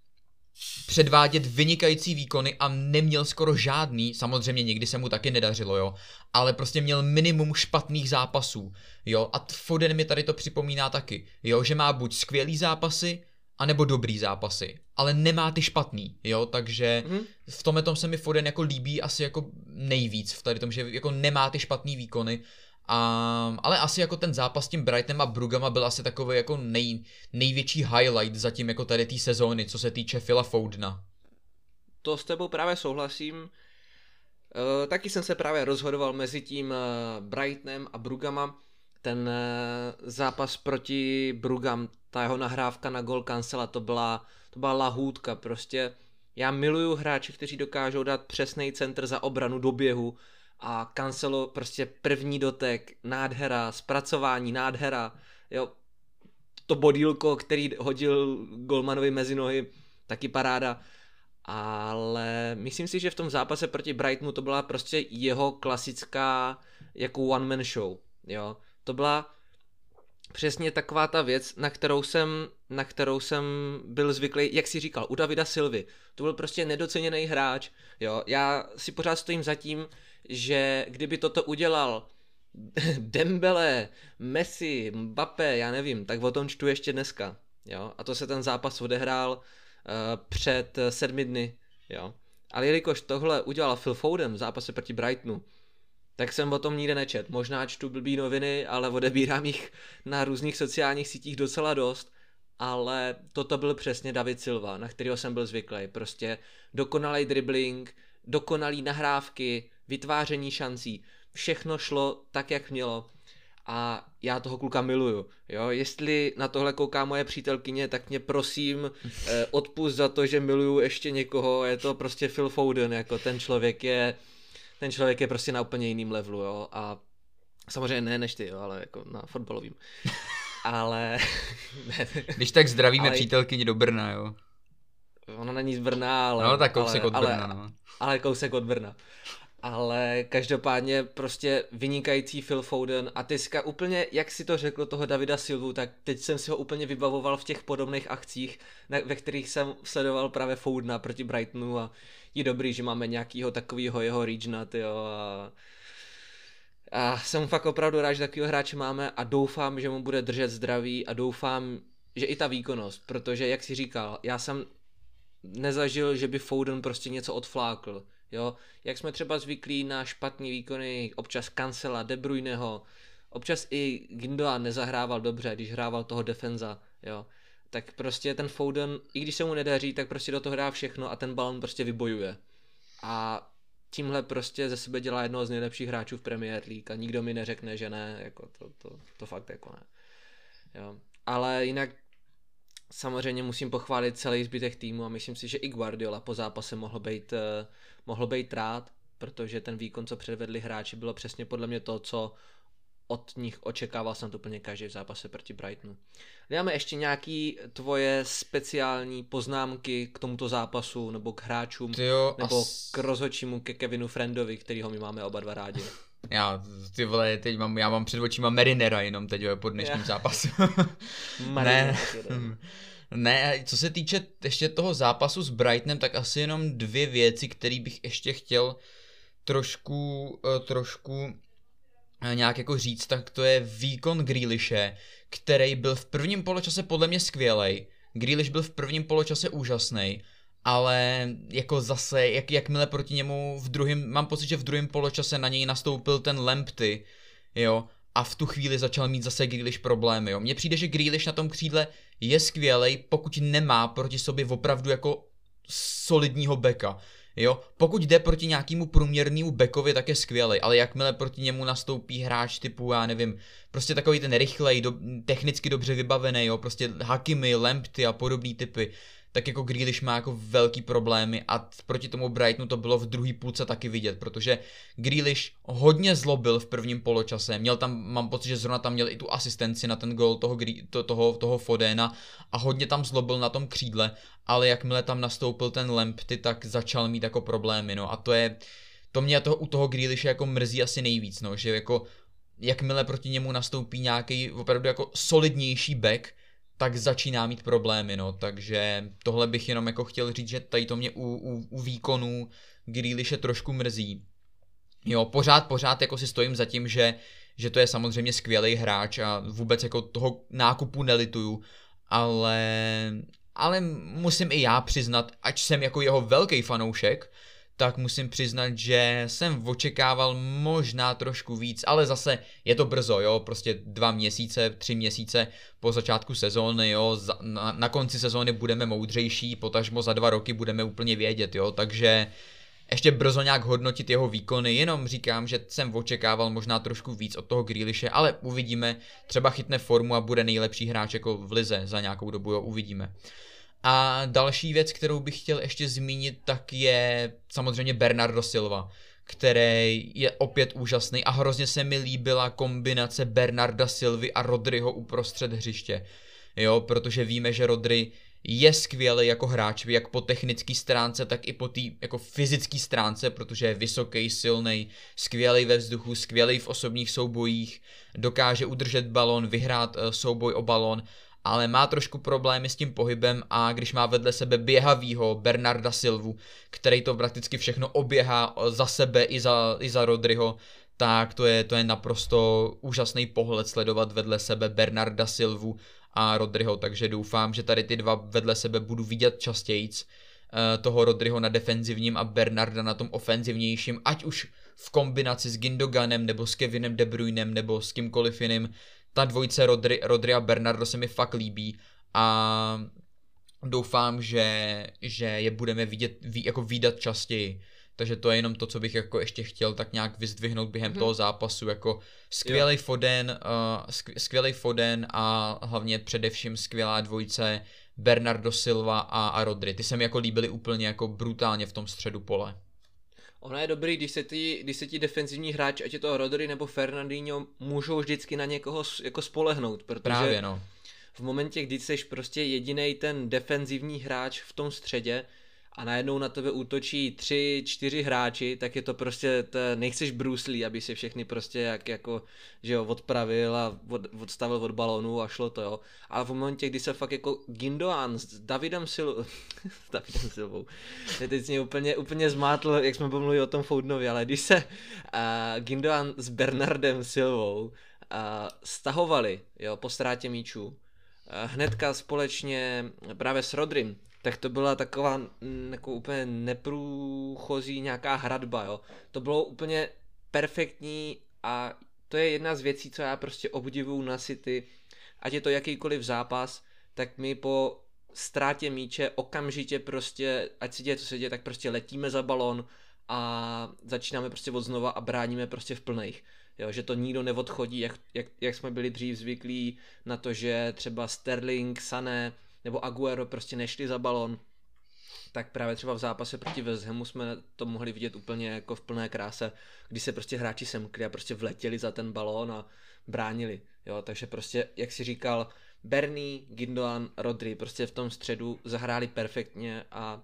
předvádět vynikající výkony a neměl skoro žádný, samozřejmě někdy se mu taky nedařilo, jo, ale prostě měl minimum špatných zápasů, jo, a Foden mi tady to připomíná taky, jo, že má buď skvělý zápasy, anebo dobrý zápasy, ale nemá ty špatný, jo, takže mm. v tomhle tom se mi Foden jako líbí asi jako nejvíc, v tady tom, že jako nemá ty špatný výkony. A, ale asi jako ten zápas s tím Brightonem a Brugama byl asi takový jako nej, největší highlight zatím jako tady té sezóny, co se týče Phila Fodena. To s tebou právě souhlasím. E, taky jsem se právě rozhodoval mezi tím Brightonem a Brugama. Ten zápas proti Brugam, ta jeho nahrávka na gól Cancela, to byla, to byla lahůdka. Prostě já miluju hráče, kteří dokážou dát přesný centr za obranu do běhu. A Cancelo prostě první dotek, nádhera, zpracování, nádhera, jo, to bodílko, který hodil golmanovi mezi nohy, taky paráda, ale myslím si, že v tom zápase proti Brightonu to byla prostě jeho klasická jako one man show, jo, to byla přesně taková ta věc, na kterou jsem, na kterou jsem byl zvyklý, jak si říkal, u Davida Silvy, to byl prostě nedoceněný hráč, jo, já si pořád stojím za tím, že kdyby toto udělal Dembele, Messi, Mbappé, já nevím, tak o tom čtu ještě dneska, jo, a to se ten zápas odehrál uh, před uh, sedmi dny, jo, ale jelikož tohle udělal Phil Foden v zápase proti Brightonu, tak jsem o tom nikde nečet, možná čtu blbý noviny, ale odebírám jich na různých sociálních sítích docela dost, ale toto byl přesně David Silva, na kterého jsem byl zvyklý, prostě dokonalý dribbling, dokonalý nahrávky, vytváření šancí, všechno šlo tak, jak mělo a já toho kluka miluju, jo, jestli na tohle kouká moje přítelkyně, tak mě prosím eh, odpust za to, že miluju ještě někoho, je to prostě Phil Foden, jako ten člověk je, ten člověk je prostě na úplně jiným levelu, jo, a samozřejmě ne než ty, jo, ale jako na fotbalovým, ale... Když tak zdravíme ale... přítelkyni do Brna, jo. Ona není z Brna, ale... No tak kousek ale, od Brna, ale, no. Ale kousek od Brna. Ale každopádně prostě vynikající Phil Foden a teďka úplně, jak si to řekl toho Davida Silvu, tak teď jsem si ho úplně vybavoval v těch podobných akcích, ve kterých jsem sledoval právě Fodena proti Brightonu a je dobrý, že máme nějakýho takovýho jeho regiona, tyjo, a... a jsem fakt opravdu rád, že takovýho hráče máme a doufám, že mu bude držet zdraví a doufám, že i ta výkonnost, protože jak si říkal, já jsem nezažil, že by Foden prostě něco odflákl, jo, jak jsme třeba zvyklí na špatný výkony, občas Cancela, De Bruyneho, občas i Gündogan nezahrával dobře, když hrával toho defenza, jo, tak prostě ten Foden, i když se mu nedaří, tak prostě do toho dá všechno a ten balon prostě vybojuje a tímhle prostě ze sebe dělá jednoho z nejlepších hráčů v Premier League a nikdo mi neřekne, že ne, jako to, to, to fakt jako ne, jo, ale jinak samozřejmě musím pochválit celý zbytek týmu a myslím si, že i Guardiola po zápase mohl být, uh, mohl být rád, protože ten výkon, co předvedli hráči, bylo přesně podle mě to, co od nich očekával jsem to úplně každý v zápase proti Brightonu. Máme ještě nějaký tvoje speciální poznámky k tomuto zápasu, nebo k hráčům, Tyjo, nebo as... k rozhodčímu, ke Kevinu Friendovi, kterýho my máme oba dva rádi. Já, ty vole, teď mám, já mám před očima Marinera jenom teď, jo, po dnešním já. zápasu. ne, ne, co se týče ještě toho zápasu s Brightonem, tak asi jenom dvě věci, které bych ještě chtěl trošku, trošku nějak jako říct, tak to je výkon Grealishe, který byl v prvním poločase podle mě skvělej. Grealish byl v prvním poločase úžasný, ale jako zase, jak, jakmile proti němu v druhém, mám pocit, že v druhém poločase na něj nastoupil ten Lamptey, jo, a v tu chvíli začal mít zase Grealish problémy, jo. Mně přijde, že Grealish na tom křídle je skvělej, pokud nemá proti sobě opravdu jako solidního beka. Jo, pokud jde proti nějakému průměrnému bekovi, tak je skvělej, ale jakmile proti němu nastoupí hráč typu, já nevím, prostě takový ten rychlej, do, technicky dobře vybavený, jo, prostě Hakimi, Lamptey a podobný typy, tak jako Grealish má jako velký problémy a proti tomu Brightonu to bylo v druhé půlce taky vidět, protože Grealish hodně zlobil v prvním poločase, měl tam, mám pocit, že zrovna tam měl i tu asistenci na ten gol toho, to, toho, toho Fodena a hodně tam zlobil na tom křídle, ale jakmile tam nastoupil ten Lamptey, tak začal mít jako problémy, no a to je, to mě to, u toho Grealishe jako mrzí asi nejvíc, no, že jako jakmile proti němu nastoupí nějaký opravdu jako solidnější back, tak začíná mít problémy, no, takže tohle bych jenom jako chtěl říct, že tady to mě u, u, u výkonů Grealishe trošku mrzí. Jo, pořád, pořád jako si stojím za tím, že, že to je samozřejmě skvělý hráč a vůbec jako toho nákupu nelituju, ale, ale musím i já přiznat, ač jsem jako jeho velký fanoušek, tak musím přiznat, že jsem očekával možná trošku víc, ale zase je to brzo, jo, prostě dva měsíce, tři měsíce po začátku sezóny, jo, za, na, na konci sezóny budeme moudřejší, potažmo za dva roky budeme úplně vědět, jo, takže ještě brzo nějak hodnotit jeho výkony, jenom říkám, že jsem očekával možná trošku víc od toho Grealishe, ale uvidíme, třeba chytne formu a bude nejlepší hráč jako v lize za nějakou dobu, jo, uvidíme. A další věc, kterou bych chtěl ještě zmínit, tak je samozřejmě Bernardo Silva, který je opět úžasný a hrozně se mi líbila kombinace Bernarda Silvy a Rodryho uprostřed hřiště. Jo, protože víme, že Rodry je skvělý jako hráč, jak po technické stránce, tak i po té jako fyzické stránce, protože je vysoký, silný, skvělý ve vzduchu, skvělý v osobních soubojích, dokáže udržet balon, vyhrát uh, souboj o balon, ale má trošku problémy s tím pohybem a když má vedle sebe běhavýho Bernarda Silvu, který to prakticky všechno oběhá za sebe i za, i za Rodryho, tak to je, to je naprosto úžasný pohled sledovat vedle sebe Bernarda Silvu a Rodryho, takže doufám, že tady ty dva vedle sebe budu vidět častějc, toho Rodryho na defenzivním a Bernarda na tom ofenzivnějším, ať už v kombinaci s Gündoganem nebo s Kevinem De Bruynem nebo s kýmkoliv jiným. Ta dvojice Rodry, Rodry a Bernardo se mi fakt líbí a doufám, že, že je budeme vidět, jako vídat častěji. Takže to je jenom to, co bych jako ještě chtěl tak nějak vyzdvihnout během hmm. toho zápasu, jako skvělý Foden, uh, skvělý Foden a hlavně především skvělá dvojice Bernardo Silva a, a Rodry. Ty se mi jako líbily úplně jako brutálně v tom středu pole. Ono je dobrý, když se ti, když se ti defenzivní hráč, ať je to Rodry nebo Fernandinho, můžou vždycky na někoho jako spolehnout, protože právě, no. V momentě, kdy jsi prostě jedinej ten defenzivní hráč v tom středě a najednou na tebe útočí tři, čtyři hráči, tak je to prostě, to, nechceš Bruce Lee, aby si všechny prostě jak, jako, že jo, odpravil a od, odstavil od balónu a šlo to, jo. Ale v momentě, kdy se fakt jako Gündogan s Davidem Silvou, s Davidem Silvou, teď mě úplně, úplně zmátl, jak jsme mluvili o tom Foudnovi, ale když se uh, Gündogan s Bernardem Silvou uh, stahovali, jo, po ztrátě míčů, uh, hnedka společně právě s Rodrym, tak to byla taková m, jako úplně neprůchozí nějaká hradba, jo. To bylo úplně perfektní a to je jedna z věcí, co já prostě obdivuju na City, ať je to jakýkoliv zápas, tak my po ztrátě míče okamžitě prostě, ať se děje, co se děje, tak prostě letíme za balón a začínáme prostě od znova a bráníme prostě v plných. Jo, že to nikdo neodchodí, jak, jak, jak jsme byli dřív zvyklí na to, že třeba Sterling, Sané nebo Aguero prostě nešli za balón. tak právě třeba v zápase proti West Hamu jsme to mohli vidět úplně jako v plné kráse, kdy se prostě hráči semkli a prostě vletěli za ten balón a bránili, jo, takže prostě, jak si říkal, Bernie, Gundogan, Rodri prostě v tom středu zahráli perfektně a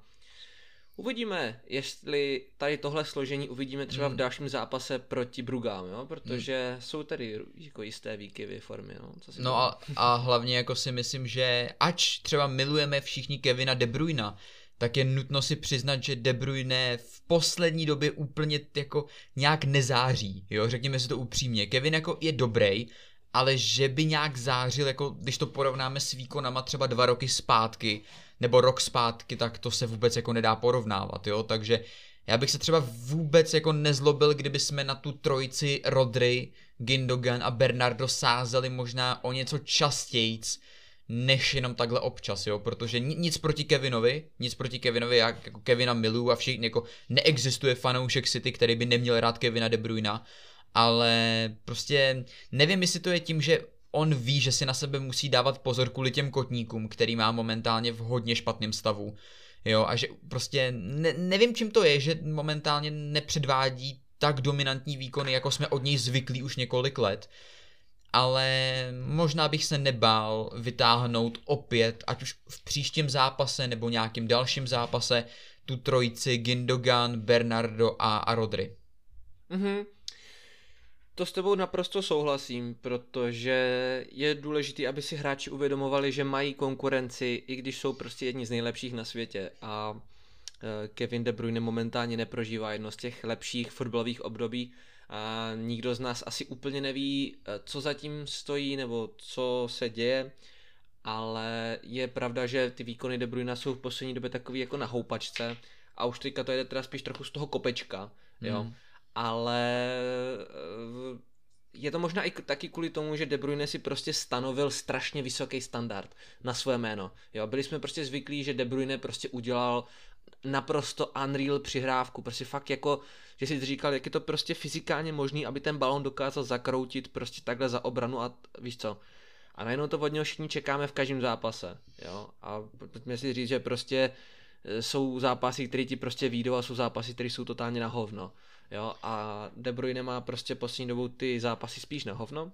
uvidíme, jestli tady tohle složení uvidíme třeba v dalším zápase proti Brugám, jo, protože hmm. jsou tady jako jisté výkyvy formy, no. Co si no a, a hlavně jako si myslím, že ač třeba milujeme všichni Kevina De Bruyna, tak je nutno si přiznat, že De Bruyne v poslední době úplně jako nějak nezáří, jo, řekněme si to upřímně. Kevin jako je dobrý, ale že by nějak zářil, jako když to porovnáme s výkonama třeba dva roky zpátky, nebo rok zpátky, tak to se vůbec jako nedá porovnávat, jo, takže já bych se třeba vůbec jako nezlobil, kdyby jsme na tu trojici Rodri, Gundogan a Bernardo sázeli možná o něco častějc, než jenom takhle občas, jo, protože nic proti Kevinovi, nic proti Kevinovi, já jako Kevina miluju a všichni, jako neexistuje fanoušek City, který by neměl rád Kevina De Bruyna, ale prostě nevím, jestli to je tím, že on ví, že si na sebe musí dávat pozor kvůli těm kotníkům, který má momentálně v hodně špatném stavu, jo, a že prostě ne, nevím, čím to je, že momentálně nepředvádí tak dominantní výkony, jako jsme od něj zvyklí už několik let, ale možná bych se nebál vytáhnout opět, ať už v příštím zápase nebo nějakým dalším zápase, tu trojici Gundogan, Bernardo a, a Rodri. Mhm. To s tebou naprosto souhlasím, protože je důležité, aby si hráči uvědomovali, že mají konkurenci, i když jsou prostě jedni z nejlepších na světě a Kevin De Bruyne momentálně neprožívá jedno z těch lepších fotbalových období a nikdo z nás asi úplně neví, co zatím stojí nebo co se děje, ale je pravda, že ty výkony De Bruyne jsou v poslední době takový jako na houpačce a už teďka to jde teda spíš trochu z toho kopečka, jo. Mm. Ale je to možná i taky kvůli tomu, že De Bruyne si prostě stanovil strašně vysoký standard na své jméno. Jo, byli jsme prostě zvyklí, že De Bruyne prostě udělal naprosto unreal přihrávku, prostě fakt jako, že si říkal, jak je to prostě fyzikálně možný, aby ten balón dokázal zakroutit prostě takhle za obranu a víš co. A najednou to od něho všichni čekáme v každém zápase, jo. A pojďme si říct, že prostě jsou zápasy, které ti prostě vyjdou a jsou zápasy, které jsou totálně na hovno. Jo, a De Bruyne má prostě poslední dobou ty zápasy spíš na hovno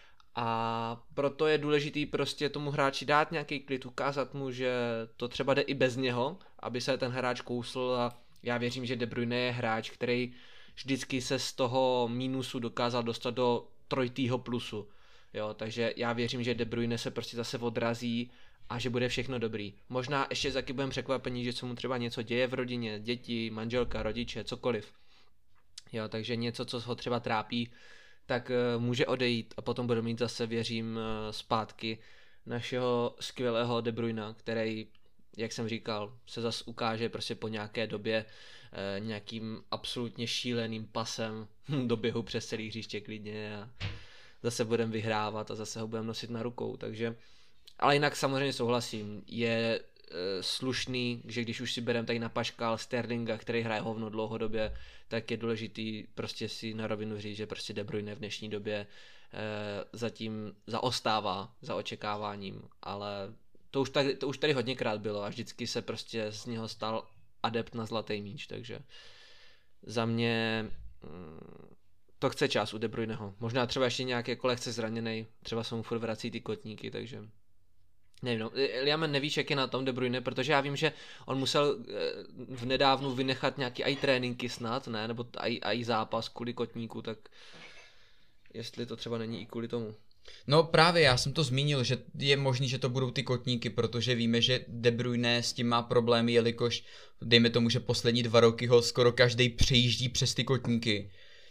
a proto je důležitý prostě tomu hráči dát nějaký klid, ukázat mu, že to třeba jde i bez něho, aby se ten hráč kousl a já věřím, že De Bruyne je hráč, který vždycky se z toho mínusu dokázal dostat do trojitýho plusu, jo, takže já věřím, že De Bruyne se prostě zase odrazí a že bude všechno dobrý. Možná ještě taky budeme překvapení, že se mu třeba něco děje v rodině, děti, manželka, rodiče, cokoliv. Jo, takže něco, co ho třeba trápí, tak uh, může odejít a potom bude mít zase, věřím, uh, zpátky našeho skvělého De Bruyna, který, jak jsem říkal, se zase ukáže prostě po nějaké době uh, nějakým absolutně šíleným pasem do běhu přes celý hřiště klidně a zase budeme vyhrávat a zase ho budeme nosit na rukou, takže, ale jinak samozřejmě souhlasím, je slušný, že když už si bereme tady na paškal Sterlinga, který hraje hovno dlouhodobě, tak je důležitý prostě si na rovinu říct, že prostě De Bruyne v dnešní době e, zatím zaostává za očekáváním, ale to už, tady, to už tady hodněkrát bylo a vždycky se prostě z něho stal adept na zlatý míč, takže za mě mm, to chce čas u De Bruyneho. Možná třeba ještě nějak jako lehce zraněnej, třeba se mu furt vrací ty kotníky, takže nevím, no, Liamen nevíš, jak je na tom De Bruyne, protože já vím, že on musel v nedávnu vynechat nějaký aj tréninky snad, ne, nebo aj, aj zápas kvůli kotníku, tak jestli to třeba není i kvůli tomu. No právě, já jsem to zmínil, že je možný, že to budou ty kotníky, protože víme, že De Bruyne s tím má problémy, jelikož dejme tomu, že poslední dva roky ho skoro každý přejíždí přes ty kotníky.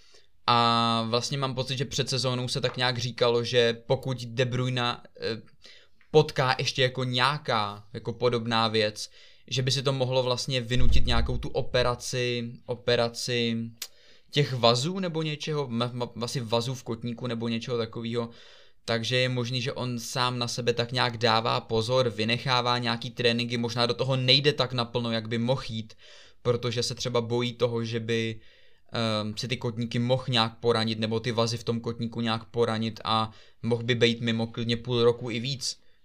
A vlastně mám pocit, že před sezónou se tak nějak říkalo, že pokud De Bruyne eh, potká ještě jako nějaká jako podobná věc, že by si to mohlo vlastně vynutit nějakou tu operaci, operaci těch vazů nebo něčeho, asi vazů v kotníku nebo něčeho takového, takže je možný, že on sám na sebe tak nějak dává pozor, vynechává nějaký tréninky, možná do toho nejde tak naplno, jak by mohl jít, protože se třeba bojí toho, že by um, si ty kotníky mohl nějak poranit, nebo ty vazy v tom kotníku nějak poranit a mohl by být mimo klidně půl roku i víc.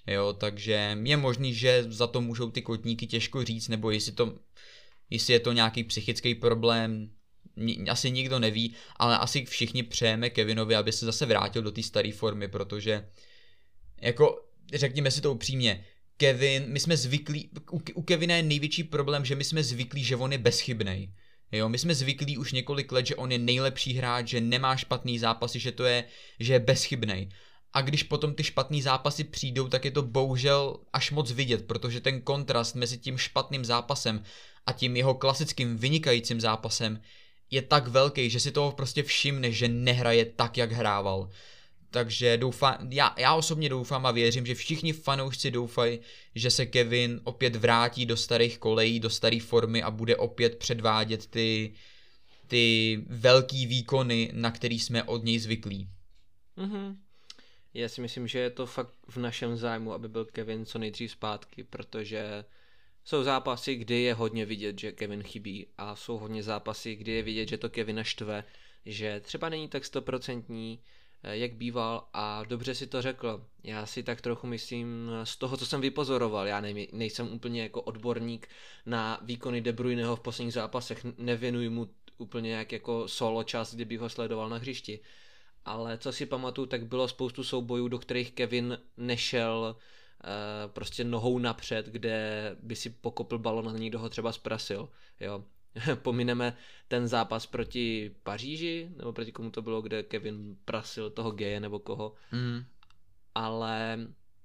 jo, takže je možný, že za to můžou ty kotníky těžko říct, nebo jestli to, jestli je to nějaký psychický problém, asi nikdo neví, ale asi všichni přejeme Kevinovi, aby se zase vrátil do té staré formy, protože jako řekněme si to upřímně, Kevin, my jsme zvyklí, u, u Kevina je největší problém, že my jsme zvyklí, že on je bezchybnej. Jo, my jsme zvyklí už několik let, že on je nejlepší hráč, že nemá špatný zápasy, že to je, že je bezchybnej. A když potom ty špatný zápasy přijdou, tak je to bohužel až moc vidět, protože ten kontrast mezi tím špatným zápasem a tím jeho klasickým vynikajícím zápasem je tak velký, že si toho prostě všimne, že nehraje tak, jak hrával. Takže doufám, já, já osobně doufám a věřím, že všichni fanoušci doufají, že se Kevin opět vrátí do starých kolejí, do staré formy a bude opět předvádět ty, ty velký výkony, na který jsme od něj zvyklí. Mm-hmm. Já si myslím, že je to fakt v našem zájmu, aby byl Kevin co nejdřív zpátky, protože jsou zápasy, kdy je hodně vidět, že Kevin chybí, a jsou hodně zápasy, kdy je vidět, že to Kevina štve, že třeba není tak stoprocentní, jak býval, a dobře si to řekl. Já si tak trochu myslím z toho, co jsem vypozoroval. Já ne, nejsem úplně jako odborník na výkony De Bruyneho v posledních zápasech, nevěnuji mu úplně jak jako solo čas, kdybych ho sledoval na hřišti. Ale co si pamatuju, tak bylo spoustu soubojů, do kterých Kevin nešel uh, prostě nohou napřed, kde by si pokopl balon a někdo ho třeba zprasil. Jo. Pomineme ten zápas proti Paříži, nebo proti komu to bylo, kde Kevin prasil toho geje nebo koho. Mm. Ale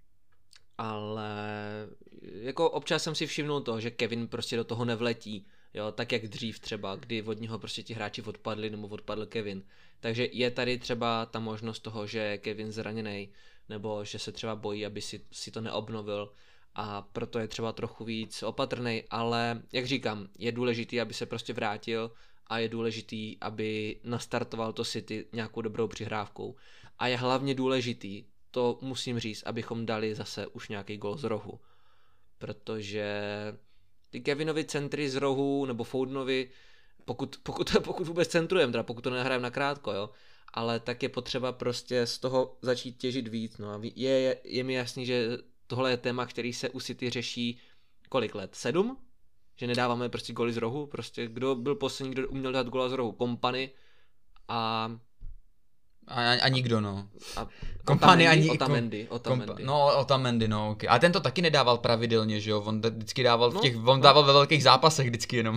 ale jako občas jsem si všimnul toho, že Kevin prostě do toho nevletí. Jo, tak jak dřív třeba, kdy od něho prostě ti hráči odpadli, nebo odpadl Kevin. Takže je tady třeba ta možnost toho, že je Kevin zraněný, nebo že se třeba bojí, aby si, si to neobnovil, a proto je třeba trochu víc opatrný, ale jak říkám, je důležitý, aby se prostě vrátil, a je důležitý, aby nastartoval to City nějakou dobrou přihrávkou. A je hlavně důležitý, to musím říct, abychom dali zase už nějaký gol z rohu. Protože ty Kevinovi centry z rohu, nebo Foudenovi, pokud, pokud, pokud vůbec centrujeme, teda pokud to nehrajeme na krátko, jo, ale tak je potřeba prostě z toho začít těžit víc. No a je, je, je mi jasný, že tohle je téma, který se u City řeší kolik let? Sedm? Že nedáváme prostě goly z rohu? Prostě kdo byl poslední, kdo uměl dát gola z rohu? Kompany a... A, a nikdo, no. A Kompany ani... Otamendi, Otamendi. Kompa, no, Otamendi, no, ok. A ten to taky nedával pravidelně, že jo? On vždycky dával v těch... No, on dával no. ve velkých zápasech vždycky jenom.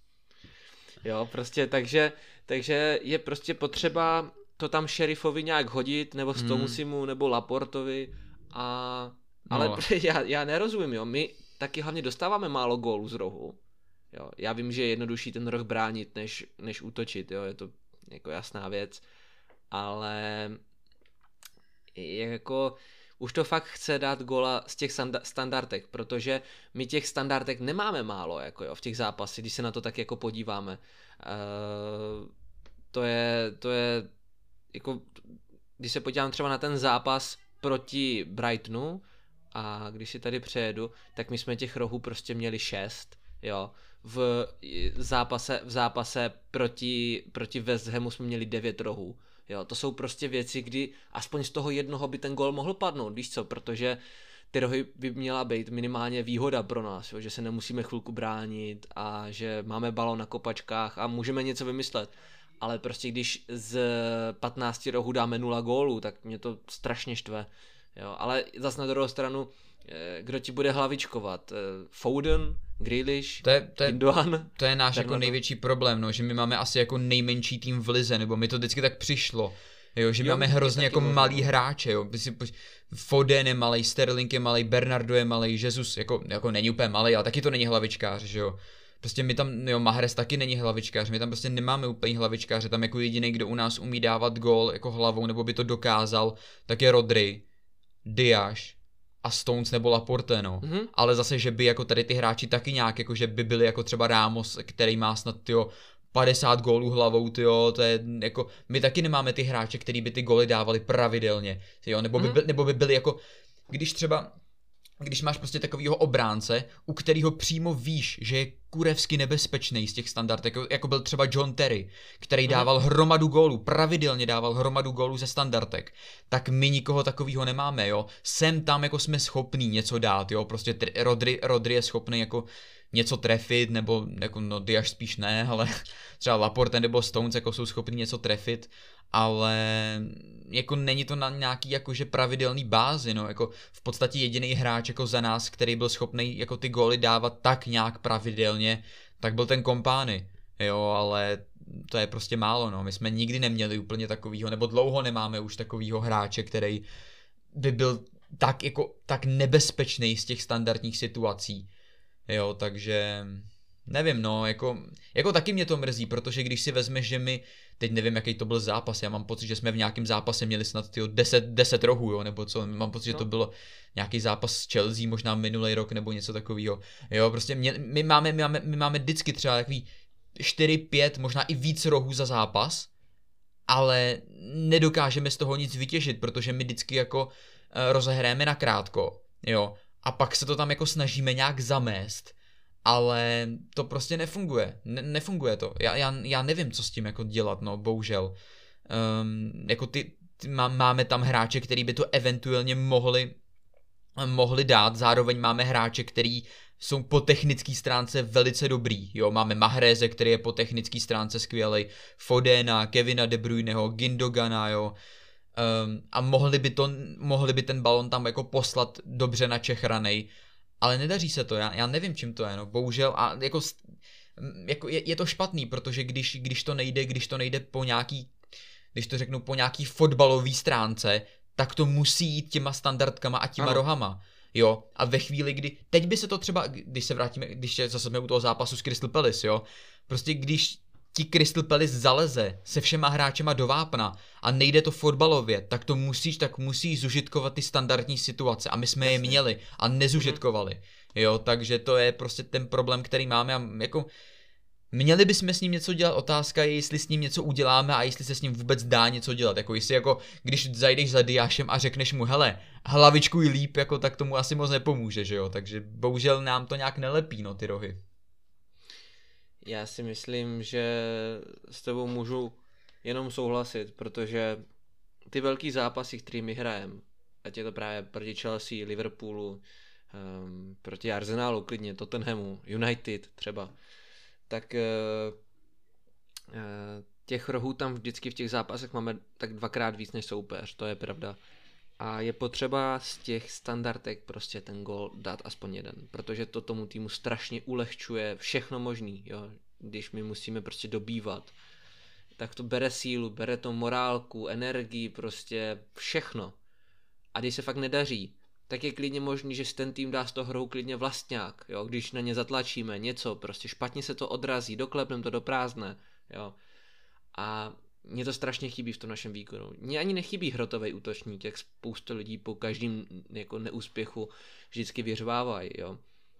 Jo, prostě, takže, takže je prostě potřeba to tam Šerifovi nějak hodit, nebo Stomusimu, hmm. nebo Laportovi, a... Ale no. já, já nerozumím, jo, my taky hlavně dostáváme málo gólů z rohu. Jo, já vím, že je jednodušší ten roh bránit, než, než útočit, jo, je to jako jasná věc, ale jako už to fakt chce dát góla z těch standardek, protože my těch standardek nemáme málo, jako jo, v těch zápasech, když se na to tak jako podíváme. Uh, to je, to je, jako, když se podívám třeba na ten zápas proti Brightonu, a když si tady přejedu, tak my jsme těch rohů prostě měli šest, jo. V zápase, v zápase proti, proti West Hamu jsme měli devět rohů, jo. To jsou prostě věci, kdy aspoň z toho jednoho by ten gól mohl padnout, víš co, protože ty rohy by měla být minimálně výhoda pro nás, jo? Že se nemusíme chvilku bránit a že máme balón na kopačkách a můžeme něco vymyslet. Ale prostě když z patnácti rohů dáme nula gólů, tak mě to strašně štve. Jo, ale zas na druhou stranu, kdo ti bude hlavičkovat? Foden, Grealish, to je, to je, Gundogan? To je náš jako největší problém, no, že my máme asi jako nejmenší tým v lize, nebo mi to vždycky tak přišlo. Jo, že jo, máme hrozně jako možná malý hráče, jo. Foden je malej, Sterling je malej, Bernardo je malej, Jesus jako, jako není úplně malej, ale taky to není hlavičkář, že jo. Prostě my tam, jo, Mahrez taky není hlavičkář, my tam prostě nemáme úplně hlavičkáře, tam jako jediný, kdo u nás umí dávat gól jako hlavou, nebo by to dokázal, tak je Rodri, Diaz a Stones nebo Laporte, no. Mm-hmm. Ale zase, že by jako tady ty hráči taky nějak, jako že by byli jako třeba Ramos, který má snad, tyjo, padesát gólů hlavou, tyjo, to je jako, my taky nemáme ty hráče, který by ty góly dávali pravidelně, tyjo, nebo, mm-hmm. by, nebo by byli jako, když třeba když máš prostě takovýho obránce, u kterého přímo víš, že je kurevsky nebezpečný z těch standardů, jako, jako byl třeba John Terry, který dával hromadu gólů, pravidelně dával hromadu gólů ze standardek, tak my nikoho takového nemáme, jo. Sem tam jako jsme schopní něco dát, jo, prostě tr- Rodri, Rodri je schopný jako něco trefit, nebo jako, no Diaz spíš ne, ale třeba Laporte nebo Stones jako jsou schopní něco trefit, ale jako není to na nějaký jakože pravidelný bázi, no, jako v podstatě jediný hráč jako za nás, který byl schopný jako ty góly dávat tak nějak pravidelně, tak byl ten Kompány, jo, ale to je prostě málo, no, my jsme nikdy neměli úplně takovýho, nebo dlouho nemáme už takovýho hráče, který by byl tak jako, tak nebezpečný z těch standardních situací, jo, takže nevím, no, jako, jako taky mě to mrzí, protože když si vezmeš, že my, teď nevím, jaký to byl zápas, já mám pocit, že jsme v nějakém zápase měli snad tyjo, deset, deset rohů, jo, nebo co, mám pocit, no. Že to bylo nějaký zápas s Chelsea, možná minulý rok, nebo něco takového, jo, prostě mě, my, máme, my, máme, my máme vždycky třeba takový čtyři, pět, možná i víc rohů za zápas, ale nedokážeme z toho nic vytěžit, protože my vždycky jako uh, rozehráme na krátko, jo, a pak se to tam jako snažíme nějak zamést, ale to prostě nefunguje, ne- nefunguje to, já, já, já nevím, co s tím jako dělat, no, bohužel, um, jako ty, ty má, máme tam hráče, který by to eventuálně mohli, mohli dát, zároveň máme hráče, který jsou po technické stránce velice dobrý, jo, máme Mahreze, který je po technické stránce skvělej, Fodena, Kevina De Bruyneho, Gündogana, jo, um, a mohli by, to, mohli by ten balon tam jako poslat dobře na Čechranej, ale nedaří se to, já, já nevím, čím to je, no, bohužel, a jako, jako je, je to špatný, protože když, když to nejde, když to nejde po nějaký, když to řeknu, po nějaký fotbalový stránce, tak to musí jít těma standardkama a těma ano. rohama, jo, a ve chvíli, kdy, teď by se to třeba, když se vrátíme, když zase jsme u toho zápasu s Crystal Palace, jo, prostě když ti Crystal Palace zaleze se všema hráčema do vápna a nejde to fotbalově, tak to musíš, tak musíš zužitkovat ty standardní situace a my jsme Jasně. je měli a nezužitkovali, jo, takže to je prostě ten problém, který máme a jako měli bychom s ním něco dělat, otázka je, jestli s ním něco uděláme a jestli se s ním vůbec dá něco dělat, jako jestli jako, když zajdeš za Diášem a řekneš mu, hele, hlavičkuj líp, jako tak tomu asi moc nepomůže, že jo, takže bohužel nám to nějak nelepí, no, ty rohy. Já si myslím, že s tebou můžu jenom souhlasit, protože ty velký zápasy, který my hrajeme, ať je to právě proti Chelsea, Liverpoolu, um, proti Arsenalu, klidně, Tottenhamu, United třeba, tak uh, uh, těch rohů tam vždycky v těch zápasech máme tak dvakrát víc než soupeř, to je pravda. A je potřeba z těch standardek prostě ten gól dát aspoň jeden, protože to tomu týmu strašně ulehčuje všechno možný, jo. Když my musíme prostě dobývat, tak to bere sílu, bere to morálku, energii, prostě všechno. A když se fakt nedaří, tak je klidně možný, že si ten tým dá z toho hrou klidně vlastňák, jo. Když na ně zatlačíme něco, prostě špatně se to odrazí, doklepneme to do prázdne, jo. A mně to strašně chybí v tom našem výkonu. Mně ani nechybí hrotový útočník, jak spousta lidí po každém jako neúspěchu vždycky vyřvávají, jo.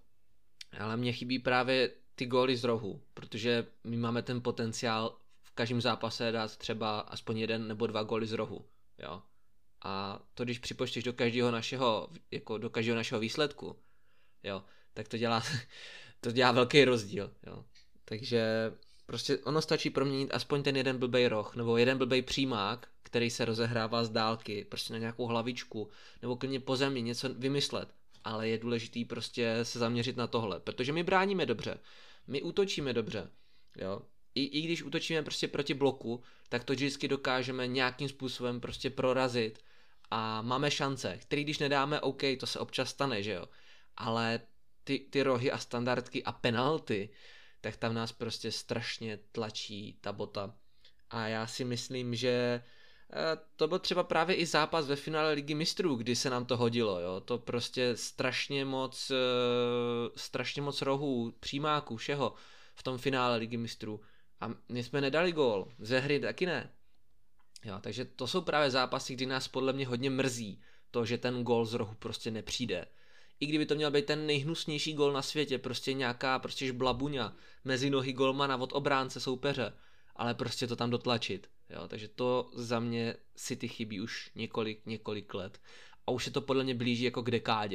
Ale mně chybí právě ty góly z rohu, protože my máme ten potenciál v každém zápase dát třeba aspoň jeden nebo dva góly z rohu, jo. A to, když připočteš do každého našeho, jako do každého našeho výsledku, jo, tak to dělá, to dělá velký rozdíl, jo. Takže prostě ono stačí proměnit aspoň ten jeden blbej roh, nebo jeden blbej přímák, který se rozehrává z dálky, prostě na nějakou hlavičku, nebo klidně po zemi něco vymyslet. Ale je důležitý prostě se zaměřit na tohle, protože my bráníme dobře, my útočíme dobře, jo. I, i když útočíme prostě proti bloku, tak to vždycky dokážeme nějakým způsobem prostě prorazit a máme šance, který když nedáme, OK, to se občas stane, že jo. Ale ty, ty rohy a standardky a penalty, tak tam nás prostě strašně tlačí ta bota. A já si myslím, že to byl třeba právě i zápas ve finále Ligy mistrů, kdy se nám to hodilo, jo. To prostě strašně moc, strašně moc rohů, přímáků, všeho v tom finále Ligy mistrů. A my jsme nedali gól, ze hry taky ne. Jo, takže to jsou právě zápasy, kdy nás podle mě hodně mrzí to, že ten gól z rohu prostě nepřijde. I kdyby to měl být ten nejhnusnější gól na světě, prostě nějaká prostě žblabuňa mezi nohy golmana od obránce soupeře, ale prostě to tam dotlačit, jo, takže to za mě City chybí už několik, několik let a už se to podle mě blíží jako k dekádě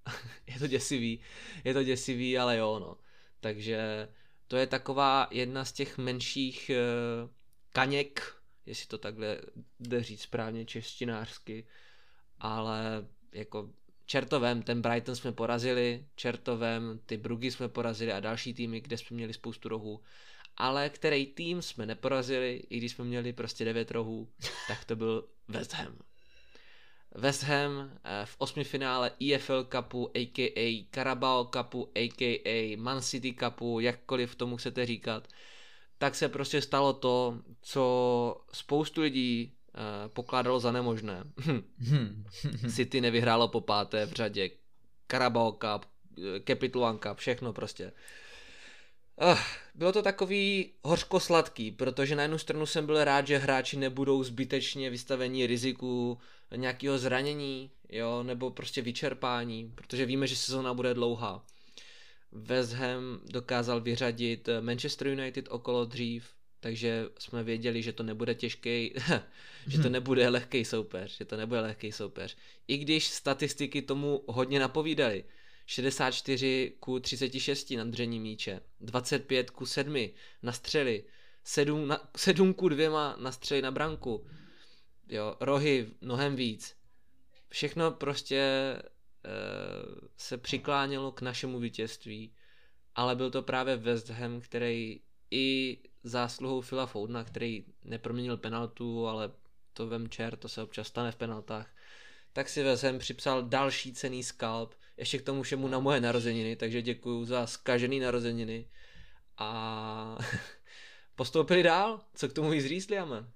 je to děsivý, je to děsivý, ale jo, no. Takže to je taková jedna z těch menších uh, kaněk, jestli to takhle jde říct správně češtinářsky, ale jako čertovém, ten Brighton jsme porazili, čertovém, ty Brugy jsme porazili a další týmy, kde jsme měli spoustu rohů, ale který tým jsme neporazili, i když jsme měli prostě devět rohů, tak to byl West Ham. West Ham v osmifinále E F L Cupu, a k a. Carabao Cupu, a k a. Man City Cupu, jakkoliv tomu chcete říkat, tak se prostě stalo to, co spoustu lidí uh, pokládalo za nemožné. City nevyhrálo po páté v řadě, Carabao Cup, Capital One Cup, všechno prostě. Uh, bylo to takový hořko-sladký, protože na jednu stranu jsem byl rád, že hráči nebudou zbytečně vystaveni riziku nějakého zranění, jo, nebo prostě vyčerpání, protože víme, že sezóna bude dlouhá. West Ham dokázal vyřadit Manchester United okolo dřív, takže jsme věděli, že to nebude těžký, že to nebude lehký soupeř, že to nebude lehký soupeř. I když statistiky tomu hodně napovídaly. šedesát čtyři ku třiceti šesti na držení míče, dvacet pět ku sedmi na střely, sedm, na, sedm ku dvěma na střely na branku, jo, rohy mnohem víc. Všechno prostě e, se přiklánělo k našemu vítězství, ale byl to právě West Ham, který i zásluhou Phila Foudena, který neproměnil penaltu, ale to vem čer, to se občas stane v penaltách, tak si West Ham připsal další cenný skalp, ještě k tomu všemu na moje narozeniny, takže děkuju za zkažený narozeniny a postoupili dál, co k tomu víc říct, Liame?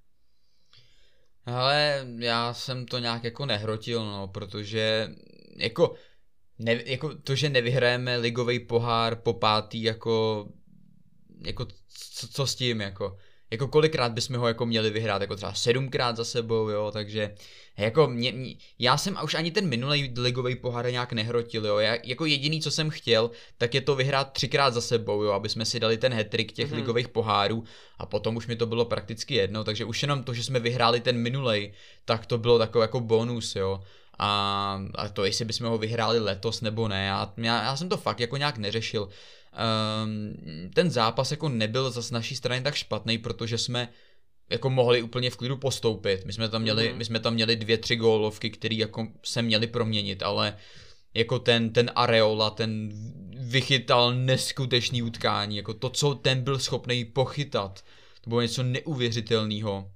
Ale já jsem to nějak jako nehrotil, no, protože jako, ne, jako to, že nevyhrajeme ligový pohár po pátý, jako, jako co, co s tím, jako, jako kolikrát bychom ho jako měli vyhrát, jako třeba sedmkrát za sebou, jo, takže jako mě, mě, já jsem už ani ten minulý ligový pohár nějak nehrotil, jo, já, jako jediný, co jsem chtěl, tak je to vyhrát třikrát za sebou, jo, aby jsme si dali ten hat-trick těch mm-hmm. ligových pohárů a potom už mi to bylo prakticky jedno, takže už jenom to, že jsme vyhráli ten minulej, tak to bylo takový jako bonus, jo. A, a to, jestli bychom ho vyhráli letos nebo ne, já, já, já jsem to fakt jako nějak neřešil. Um, ten zápas jako nebyl zas z naší strany tak špatný, protože jsme jako mohli úplně v klidu postoupit. My jsme tam měli, mm-hmm. my jsme tam měli dvě, tři gólovky, které jako se měli proměnit, ale jako ten, ten Areola, ten vychytal neskutečný utkání, jako to, co ten byl schopný pochytat, to bylo něco neuvěřitelného.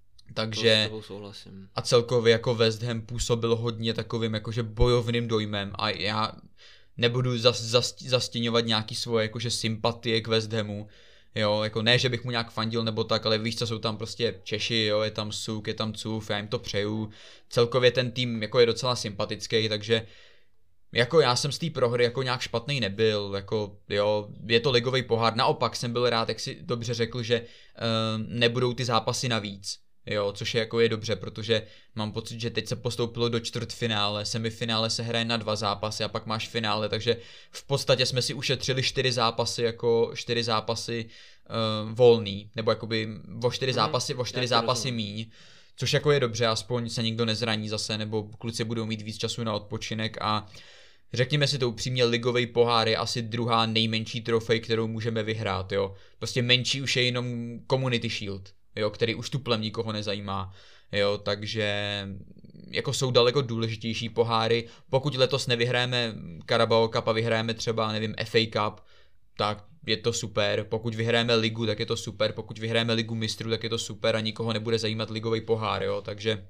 Takže a celkově jako West Ham působil hodně takovým jakože bojovným dojmem a já nebudu zas, zas, zastěňovat nějaký svoje jakože sympatie k West Hamu, jo, jako ne, že bych mu nějak fandil nebo tak, ale víš co, jsou tam prostě Češi, jo, je tam Suk, je tam Cuf, já jim to přeju, celkově ten tým jako je docela sympatický, takže jako já jsem z té prohry jako nějak špatný nebyl, jako jo, je to ligový pohár, naopak jsem byl rád, jak si dobře řekl, že uh, nebudou ty zápasy navíc. Jo, což je jako je dobře, protože mám pocit, že teď se postoupilo do čtvrtfinále, semifinále se hraje na dva zápasy a pak máš finále, takže v podstatě jsme si ušetřili čtyři zápasy jako čtyři zápasy uh, volný, nebo jakoby o čtyři mm, zápasy, o čtyři zápasy míň, což jako je dobře, aspoň se nikdo nezraní zase, nebo kluci budou mít víc času na odpočinek a řekněme si to upřímně, ligový pohár je asi druhá nejmenší trofej, kterou můžeme vyhrát, jo, prostě menší už je jenom Community Shield. Jo, který už tuplem nikoho nezajímá, jo, takže jako jsou daleko důležitější poháry, pokud letos nevyhrajeme Carabao Cup a vyhrajeme třeba, nevím, F A Cup, tak je to super, pokud vyhrajeme ligu, tak je to super, pokud vyhrajeme ligu mistrů, tak je to super a nikoho nebude zajímat ligový pohár, jo, takže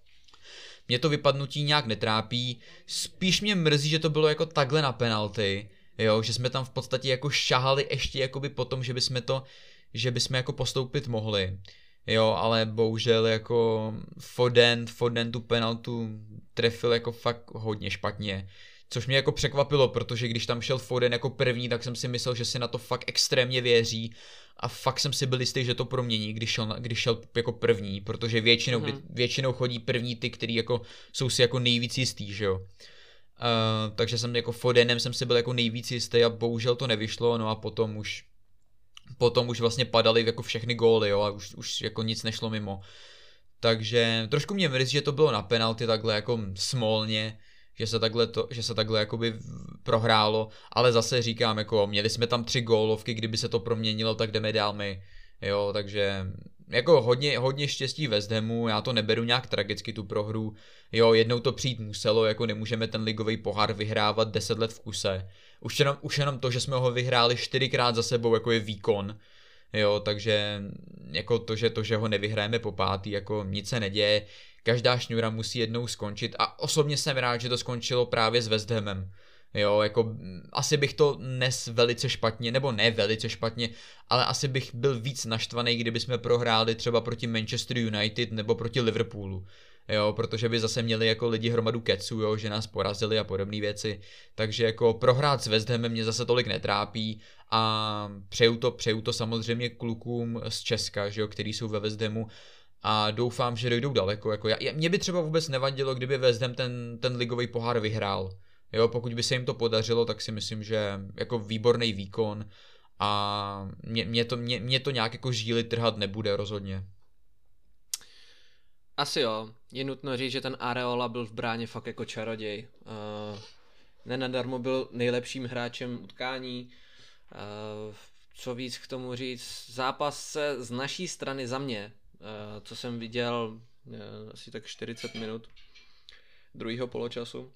mě to vypadnutí nějak netrápí, spíš mě mrzí, že to bylo jako takhle na penalty, jo, že jsme tam v podstatě jako šahali ještě jakoby potom, že bychom to že bychom jako postoupit mohli, jo, ale bohužel jako Foden, Foden tu penaltu trefil jako fakt hodně špatně, což mě jako překvapilo, protože když tam šel Foden jako první, tak jsem si myslel, že si na to fakt extrémně věří a fakt jsem si byl jistý, že to promění, když šel, když šel jako první, protože většinou, mm-hmm. většinou chodí první ty, který jako jsou si jako nejvíc jistý, že jo. Uh, takže jsem jako Fodenem jsem si byl jako nejvíc jistý a bohužel to nevyšlo, no a potom už Potom už vlastně padaly jako všechny góly, jo, a už, už jako nic nešlo mimo. Takže trošku mě mrzí, že to bylo na penalty takhle jako smolně, že se takhle, to, že se takhle jakoby prohrálo, ale zase říkám, jako měli jsme tam tři gólovky, kdyby se to proměnilo, tak jdeme dál my, jo, takže jako hodně, hodně štěstí West Hamu, já to neberu nějak tragicky tu prohru, jo, jednou to přijít muselo, jako nemůžeme ten ligový pohár vyhrávat deset let v kuse, už jenom, už jenom to, že jsme ho vyhráli čtyřikrát za sebou, jako je výkon, jo, takže jako to, že to, že ho nevyhrajeme po pátý, jako nic se neděje, každá šňůra musí jednou skončit a osobně jsem rád, že to skončilo právě s West Hamem. Jo, jako asi bych to nes velice špatně, nebo ne velice špatně, ale asi bych byl víc naštvaný, kdyby jsme prohráli třeba proti Manchester United nebo proti Liverpoolu. Jo, protože by zase měli jako lidi hromadu keců, jo, že nás porazili a podobné věci. Takže jako prohrát s West Hamem mě zase tolik netrápí a přeju to, přeju to samozřejmě klukům z Česka, že jo, který jsou ve West Hamu. A doufám, že dojdou daleko. Jako já, mě by třeba vůbec nevadilo, kdyby West Ham ten, ten ligový pohár vyhrál. Jo, pokud by se jim to podařilo, tak si myslím, že jako výborný výkon a mě, mě, to, mě, mě to nějak jako žíly trhat nebude rozhodně. Asi jo. Je nutno říct, že ten Areola byl v bráně fakt jako čaroděj. Uh, nenadarmo byl nejlepším hráčem utkání. Uh, co víc k tomu říct? Zápas se z naší strany za mě, uh, co jsem viděl uh, asi tak čtyřicet minut druhého poločasu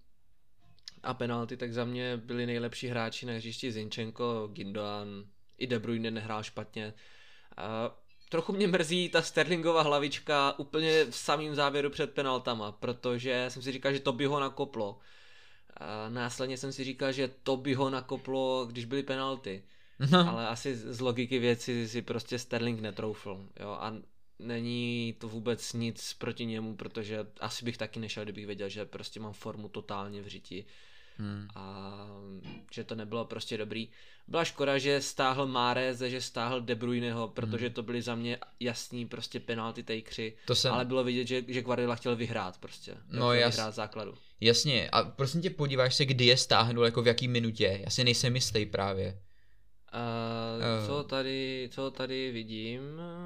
a penalty, tak za mě byli nejlepší hráči na hřišti Zinchenko, Gündoğan, i De Bruyne nehrál špatně. Uh, trochu mě mrzí ta Sterlingova hlavička úplně v samém závěru před penaltama, protože jsem si říkal, že to by ho nakoplo. Uh, následně jsem si říkal, že to by ho nakoplo, když byly penalty. No. Ale asi z logiky věci si prostě Sterling netroufl. Jo? A není to vůbec nic proti němu, protože asi bych taky nešel, kdybych věděl, že prostě mám formu totálně v řiti. Hmm. A že to nebylo prostě dobrý. Byla škoda, že stáhl Mahreze, že stáhl De Bruyneho, protože hmm. to byly za mě jasný prostě penalty takeři, jsem... ale bylo vidět, že, že Guardiola chtěl vyhrát prostě. No chtěl jas... vyhrát základu. Jasně, a prosím tě podíváš se, kdy je stáhnul, jako v jaký minutě, já si nejsem jistý právě. Uh, uh. Co tady, co tady vidím...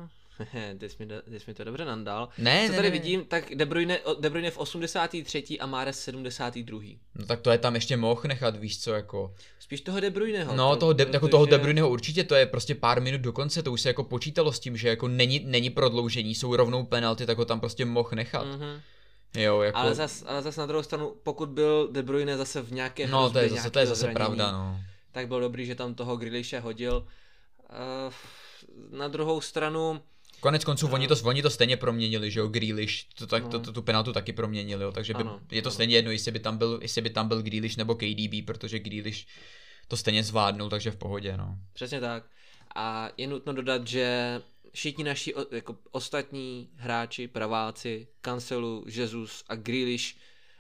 Ty jsi, mi, ty jsi mi to dobře nandal. Ne, Co ne, tady ne. vidím, tak De Bruyne, De Bruyne v osmdesátý třetí a Mahrez sedmdesátý druhý No tak to je tam ještě mohl nechat, víš co, jako. Spíš toho De Bruyneho. No, to, toho, de, protože... jako toho De Bruyneho určitě, to je prostě pár minut do konce, to už se jako počítalo s tím, že jako není, není prodloužení, jsou rovnou penalty, tak ho tam prostě mohl nechat. Mm-hmm. Jo, jako... Ale zas, ale zas na druhou stranu, pokud byl De Bruyne zase v nějaké no, hrozbě, to je zase, to je zase pravda, no. Tak bylo dobrý, že tam toho Grealishe hodil. Uh, na druhou stranu... Konec konců, uh, oni, to, oni to stejně proměnili, že jo, Grealish, to, tak, no. to, to, tu penaltu taky proměnili, jo, takže by, ano, je to ano. stejně jedno, jestli by tam byl, jestli by tam byl Grealish nebo K D B, protože Grealish to stejně zvládnul, takže v pohodě, no. Přesně tak. A je nutno dodat, že všichni naši jako ostatní hráči, praváci, Cancelo, Jesus a Grealish,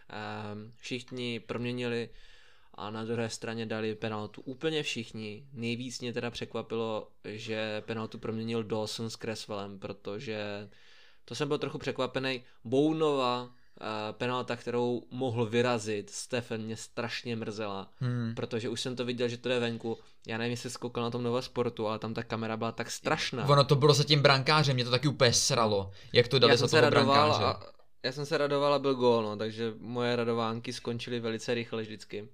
um, všichni proměnili a na druhé straně dali penaltu úplně všichni. Nejvíc mě teda překvapilo, že penaltu proměnil Dawson s Cresswellem, protože to jsem byl trochu překvapený. Bounova uh, penalta, kterou mohl vyrazit, Stefan mě strašně mrzela, hmm. protože už jsem to viděl, že to jde venku. Já nevím, jestli skoukal na tom Nova Sportu, ale tam ta kamera byla tak strašná. Ono to bylo za tím brankářem, mě to taky úplně sralo, jak to dali za toho brankáře. A já jsem se radoval a byl gól, no, takže moje radovánky skončily velice rychle vždycky.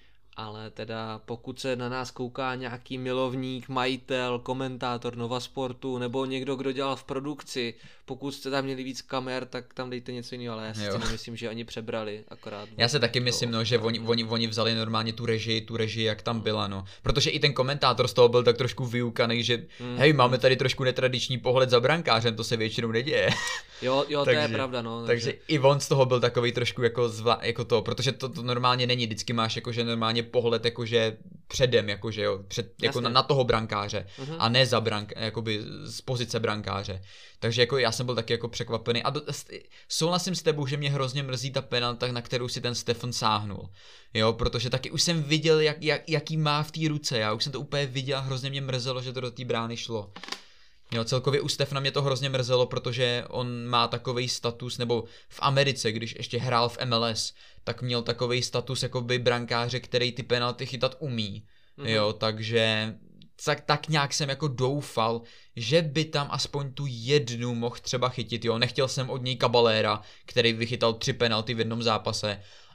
Ale teda pokud se na nás kouká nějaký milovník, majitel, komentátor Nova Sportu nebo někdo, kdo dělal v produkci, pokud jste tam měli víc kamer, tak tam dejte něco jiného, ale já si nemyslím, že oni přebrali akorát. Já se taky myslím, no, že oni, oni, oni vzali normálně tu režii, tu režii, jak tam byla, no. Protože i ten komentátor z toho byl tak trošku vyukaný, že mm. hej, máme tady trošku netradiční pohled za brankářem, to se většinou neděje. Jo, jo, takže, to je pravda, no. Takže, takže i on z toho byl takový trošku jako, zvla, jako to, protože to, to normálně není, vždycky máš jakože normálně pohled jakože předem, jakože jo, před, jako na, na toho brankáře uh-huh. a ne za brank, jakoby z pozice brankáře. Takže jako já jsem byl taky jako překvapený a do, souhlasím s tebou, že mě hrozně mrzí ta penalta, na kterou si ten Stefan sáhnul. Jo, protože taky už jsem viděl, jak, jak, jaký má v té ruce, já už jsem to úplně viděl a hrozně mě mrzelo, že to do té brány šlo. Jo, celkově u Stefana mě to hrozně mrzelo, protože on má takovej status, nebo v Americe, když ještě hrál v M L S, tak měl takovej status jako by brankáře, který ty penalty chytat umí. Mm-hmm. Jo, takže tak, tak nějak jsem jako doufal, že by tam aspoň tu jednu mohl třeba chytit, jo. Nechtěl jsem od něj Caballera, který vychytal tři penalty v jednom zápase,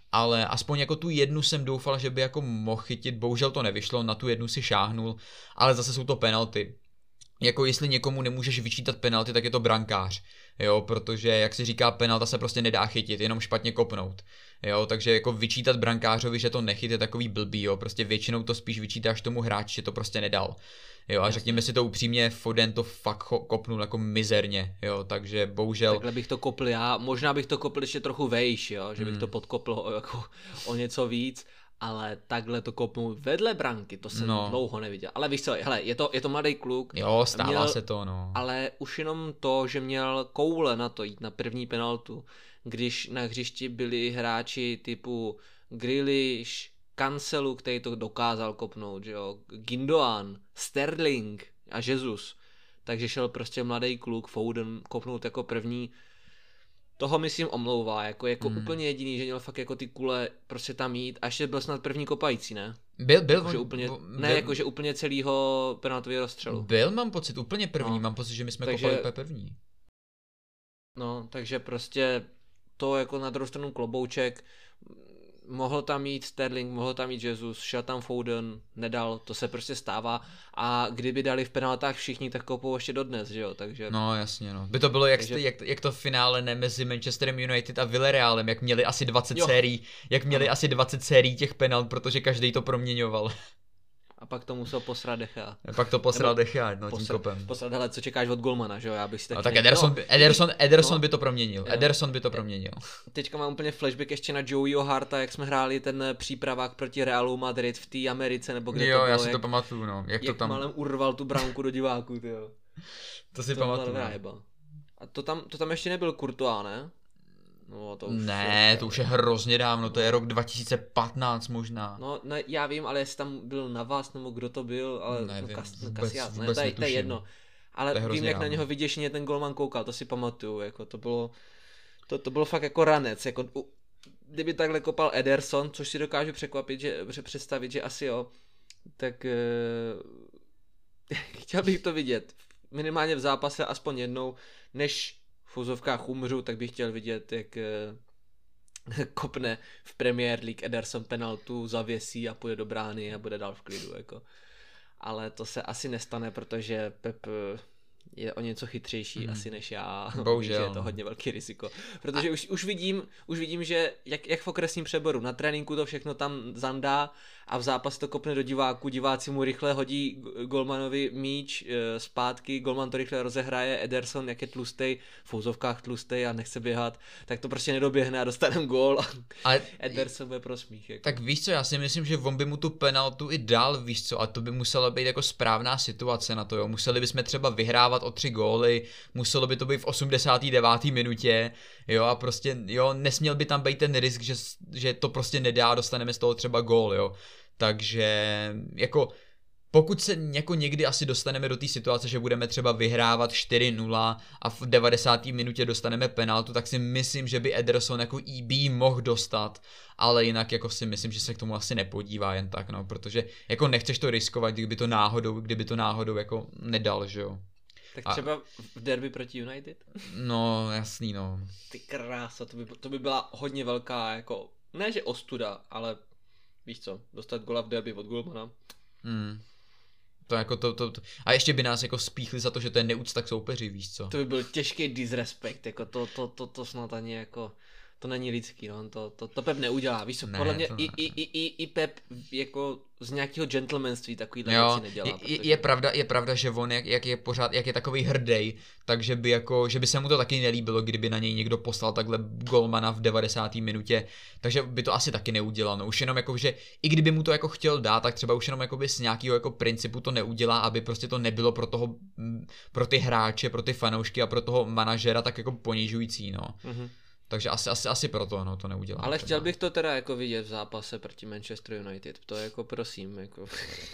ale aspoň jako tu jednu jsem doufal, že by jako mohl chytit, bohužel to nevyšlo, na tu jednu si šáhnul, ale zase jsou to penalty. Jako jestli někomu nemůžeš vyčítat penalty, tak je to brankář, jo, protože jak se říká, penalta se prostě nedá chytit, jenom špatně kopnout, jo, takže jako vyčítat brankářovi, že to nechyt, je takový blbý, jo, prostě většinou to spíš vyčítáš tomu hráči, že to prostě nedal, jo, a řekněme si to upřímně, Foden to fakt kopnul jako mizerně, jo, takže bohužel. Takhle bych to kopl já, možná bych to kopl ještě trochu vejš, jo, že bych hmm. to podkopl o, jako, o něco víc. Ale takhle to kopnul vedle branky, to jsem no. dlouho neviděl. Ale víš co, hele, je to, je to mladý kluk. Jo, stává měl, se to, no. Ale už jenom to, že měl koule na to jít na první penaltu, když na hřišti byli hráči typu Grealish, Cancelu, který to dokázal kopnout, že jo, Gundogan, Sterling a Jesus. Takže šel prostě mladý kluk, Foden, kopnout jako první. Toho myslím omlouvá, jako, jako hmm. úplně jediný, že měl fakt jako ty kule prostě tam jít a ještě byl snad první kopající, ne? Byl, byl. Jako, že úplně, byl, ne, jakože úplně celýho penaltového rozstřelu. Byl, mám pocit, úplně první, no. Mám pocit, že my jsme takže, kopali první. No, takže prostě to jako na druhou stranu klobouček, mohl tam jít Sterling, mohl tam jít Jesus, šel tam Foden, nedal, to se prostě stává a kdyby dali v penaltách všichni, tak kopou ještě dodnes, že jo, takže. No jasně, no. By to bylo jak, takže... jak, jak to finále ne mezi Manchesterem United a Villarrealem, jak měli asi dvacet jo. sérií, jak měli no. asi dvacet sérií těch penalt, protože každý to proměňoval. A pak to musel posrat Decha. A pak to posral Decha, no posrat, tím kopem. Posrat, hele, co čekáš od golmana, že jo, já bych si tak... No tak Ederson, no, Ederson, Ederson no, by to proměnil, jo. Ederson by to proměnil. Teďka mám úplně flashback ještě na Joeyho Harta, jak jsme hráli ten přípravák proti Realu Madrid v té Americe, nebo kde jo, to bylo. já si jak, to pamatuju, no. Jak, jak to tam... malem urval tu branku do diváků, tyjo. To si to pamatuju. A to tam, to tam ještě nebyl Courtois, ne? No, to už ne, je, to už je hrozně dávno, to je rok dva tisíce patnáct možná. No, ne, já vím, ale jestli tam byl Navas, nebo kdo to byl, ale nevím, no, kas, vůbec, Kasias, vůbec ne, to je, to je jedno. Ale to je vím, jak dávno. Na něho vyděšeně ten golman koukal, to si pamatuju, jako to bylo, to, to bylo fakt jako ranec, jako kdyby takhle kopal Ederson, což si dokážu překvapit, že, představit, že asi jo, tak e, chtěl bych to vidět, minimálně v zápase aspoň jednou, než v úzovkách umřu, tak bych chtěl vidět, jak e, kopne v Premier League Ederson penaltu, zavěsí a půjde do brány a bude dál v klidu, jako. Ale to se asi nestane, protože Pep je o něco chytřejší hmm. asi než já. Bohužel. Je to hodně velký riziko. Protože a... už, už, vidím, už vidím, že jak, jak v okresním přeboru, na tréninku to všechno tam zandá a v zápase to kopne do diváků, diváci mu rychle hodí golmanovi míč e, zpátky, golman to rychle rozehraje, Ederson, jak je tlustej, v fouzovkách tlustej a nechce běhat, tak to prostě nedoběhne a dostanem gól a ale... Ederson bude pro smích. Jako. Tak víš co, já si myslím, že on by mu tu penaltu i dal, víš co, a to by musela být jako správná situace na to, jo. Museli bychom třeba vyhrávat o tři góly, muselo by to být v osmdesáté deváté minutě, jo, a prostě, jo, nesměl by tam být ten risk, že, že to prostě nedá, dostaneme z toho třeba gól, jo. Takže jako pokud se jako někdy asi dostaneme do té situace, že budeme třeba vyhrávat čtyři nula a v devadesáté minutě dostaneme penaltu, tak si myslím, že by Ederson jako E B mohl dostat, ale jinak jako si myslím, že se k tomu asi nepodívá jen tak, no, protože jako nechceš to riskovat, kdyby to náhodou, kdyby to náhodou jako nedal, že jo. Tak třeba v derby proti United? No, jasný, no. Ty krása, to by, to by byla hodně velká, jako, ne že ostuda, ale víš co, dostat gola v derby od golmana. Hmm. To jako to, to, to, a ještě by nás jako spíchli za to, že to je neúcta k soupeři, víš co. To by byl těžký disrespekt, jako to, to, to, to snad ani jako, to není lidský, no, to, to, to Pep neudělá, víš co, ne, podle mě i, i, i, i, i Pep jako z nějakého gentlemanství takovýhle věci nedělá. Je, protože... je, pravda, je pravda, že on jak, jak je pořád, jak je takový hrdej, takže by jako, že by se mu to taky nelíbilo, kdyby na něj někdo poslal takhle golmana v devadesáté minutě, takže by to asi taky neudělal, no už jenom jako, že i kdyby mu to jako chtěl dát, tak třeba už jenom jako by z nějakého jako principu to neudělá, aby prostě to nebylo pro toho, pro ty hráče, pro ty fanoušky a pro toho manažera tak jako ponižující, no. Mm-hmm. Takže asi, asi, asi proto, no, to neudělá. Ale chtěl bych to teda jako vidět v zápase proti Manchester United, to jako prosím, jako.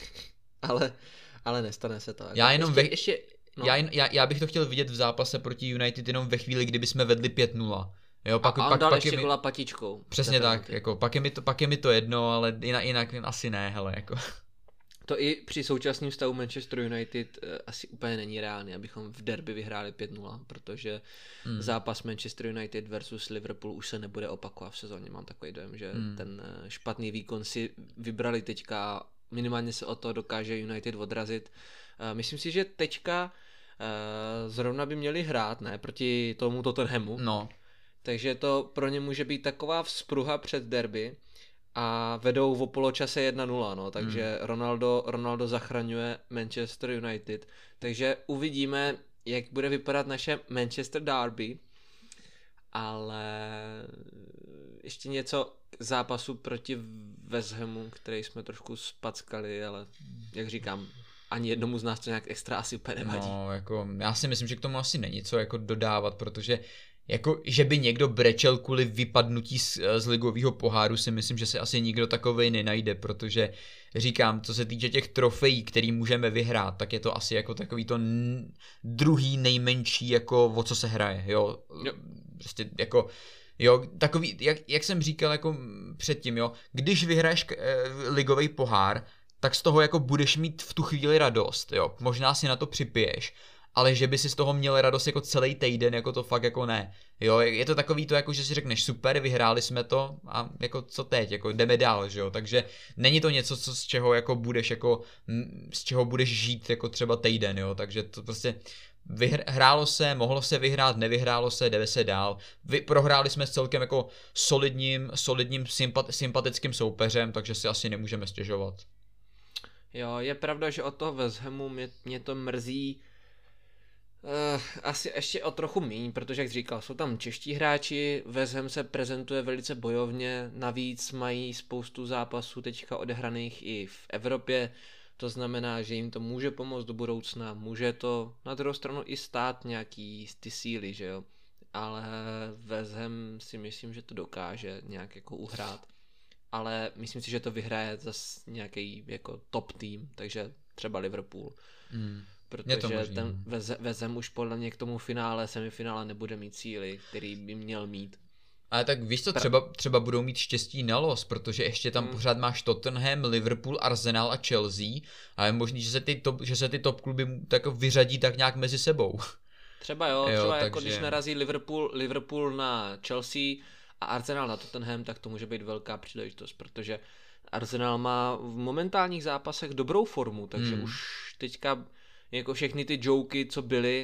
ale, ale nestane se to. Jako. Já jenom ještě, ve... ještě, no. já, já, já bych to chtěl vidět v zápase proti United jenom ve chvíli, kdyby jsme vedli pět nula. Jo, pak, a, a pak, dal pak ještě mi... gola patičkou. Přesně tak, jako, pak, je mi to, pak je mi to jedno, ale jinak, jinak asi ne, hele, jako. To i při současném stavu Manchester United uh, asi úplně není reálné, abychom v derby vyhráli pět nula, protože hmm. zápas Manchester United versus Liverpool už se nebude opakovat v sezóně. Mám takový dojem, že hmm. ten uh, špatný výkon si vybrali teďka a minimálně se o to dokáže United odrazit. Uh, myslím si, že teďka uh, zrovna by měli hrát, ne, proti tomu Tottenhamu. No. Takže to pro ně může být taková vzpruha před derby a vedou v poločase jedna nula, no, takže hmm. Ronaldo, Ronaldo zachraňuje Manchester United. Takže uvidíme, jak bude vypadat naše Manchester Derby, ale ještě něco k zápasu proti West Hamu, který jsme trošku spackali, ale jak říkám, ani jednomu z nás to nějak extra asi úplně nevadí. No, jako, já si myslím, že k tomu asi není co jako dodávat, protože jako, že by někdo brečel kvůli vypadnutí z, z ligového poháru, si myslím, že se asi nikdo takovej nenajde, protože říkám, co se týče těch trofejí, který můžeme vyhrát, tak je to asi jako takový to n- druhý nejmenší, jako o co se hraje, jo. jo. Prostě jako, jo, takový, jak, jak jsem říkal jako předtím, jo, když vyhraješ eh, ligový pohár, tak z toho jako budeš mít v tu chvíli radost, jo, možná si na to připiješ, ale že by si z toho měl radost jako celý týden, jako to fakt jako ne. Jo, je to takový to, jako že si řekneš super, vyhráli jsme to a jako co teď, jako jdeme dál, že jo, takže není to něco, co z čeho jako budeš jako, z čeho budeš žít jako třeba týden, jo, takže to prostě vyhr- hrálo se, mohlo se vyhrát, nevyhrálo se, jde se dál. Vy, prohráli jsme s celkem jako solidním, solidním sympat- sympatickým soupeřem, takže si asi nemůžeme stěžovat. Jo, je pravda, že od toho West Hamu mě, mě to mrzí Uh, asi ještě o trochu míň, protože jak jsi říkal, jsou tam čeští hráči, West Ham se prezentuje velice bojovně, navíc mají spoustu zápasů teďka odehraných i v Evropě, to znamená, že jim to může pomoct do budoucna, může to na druhou stranu i stát nějaký ty síly, že jo, ale West Ham si myslím, že to dokáže nějak jako uhrát, ale myslím si, že to vyhraje zase nějaký jako top tým, takže třeba Liverpool. Hmm. Protože ten West Ham už podle mě k tomu finále, semifinále nebude mít síly, který by měl mít. Ale tak víš co, třeba, třeba budou mít štěstí na los, protože ještě tam hmm. pořád máš Tottenham, Liverpool, Arsenal a Chelsea a je možný, že se ty top, že se ty top kluby tak vyřadí tak nějak mezi sebou. Třeba jo, jo třeba takže... jako když narazí Liverpool, Liverpool na Chelsea a Arsenal na Tottenham, tak to může být velká příležitost, protože Arsenal má v momentálních zápasech dobrou formu, takže hmm. už teďka jako všechny ty joky, co byly,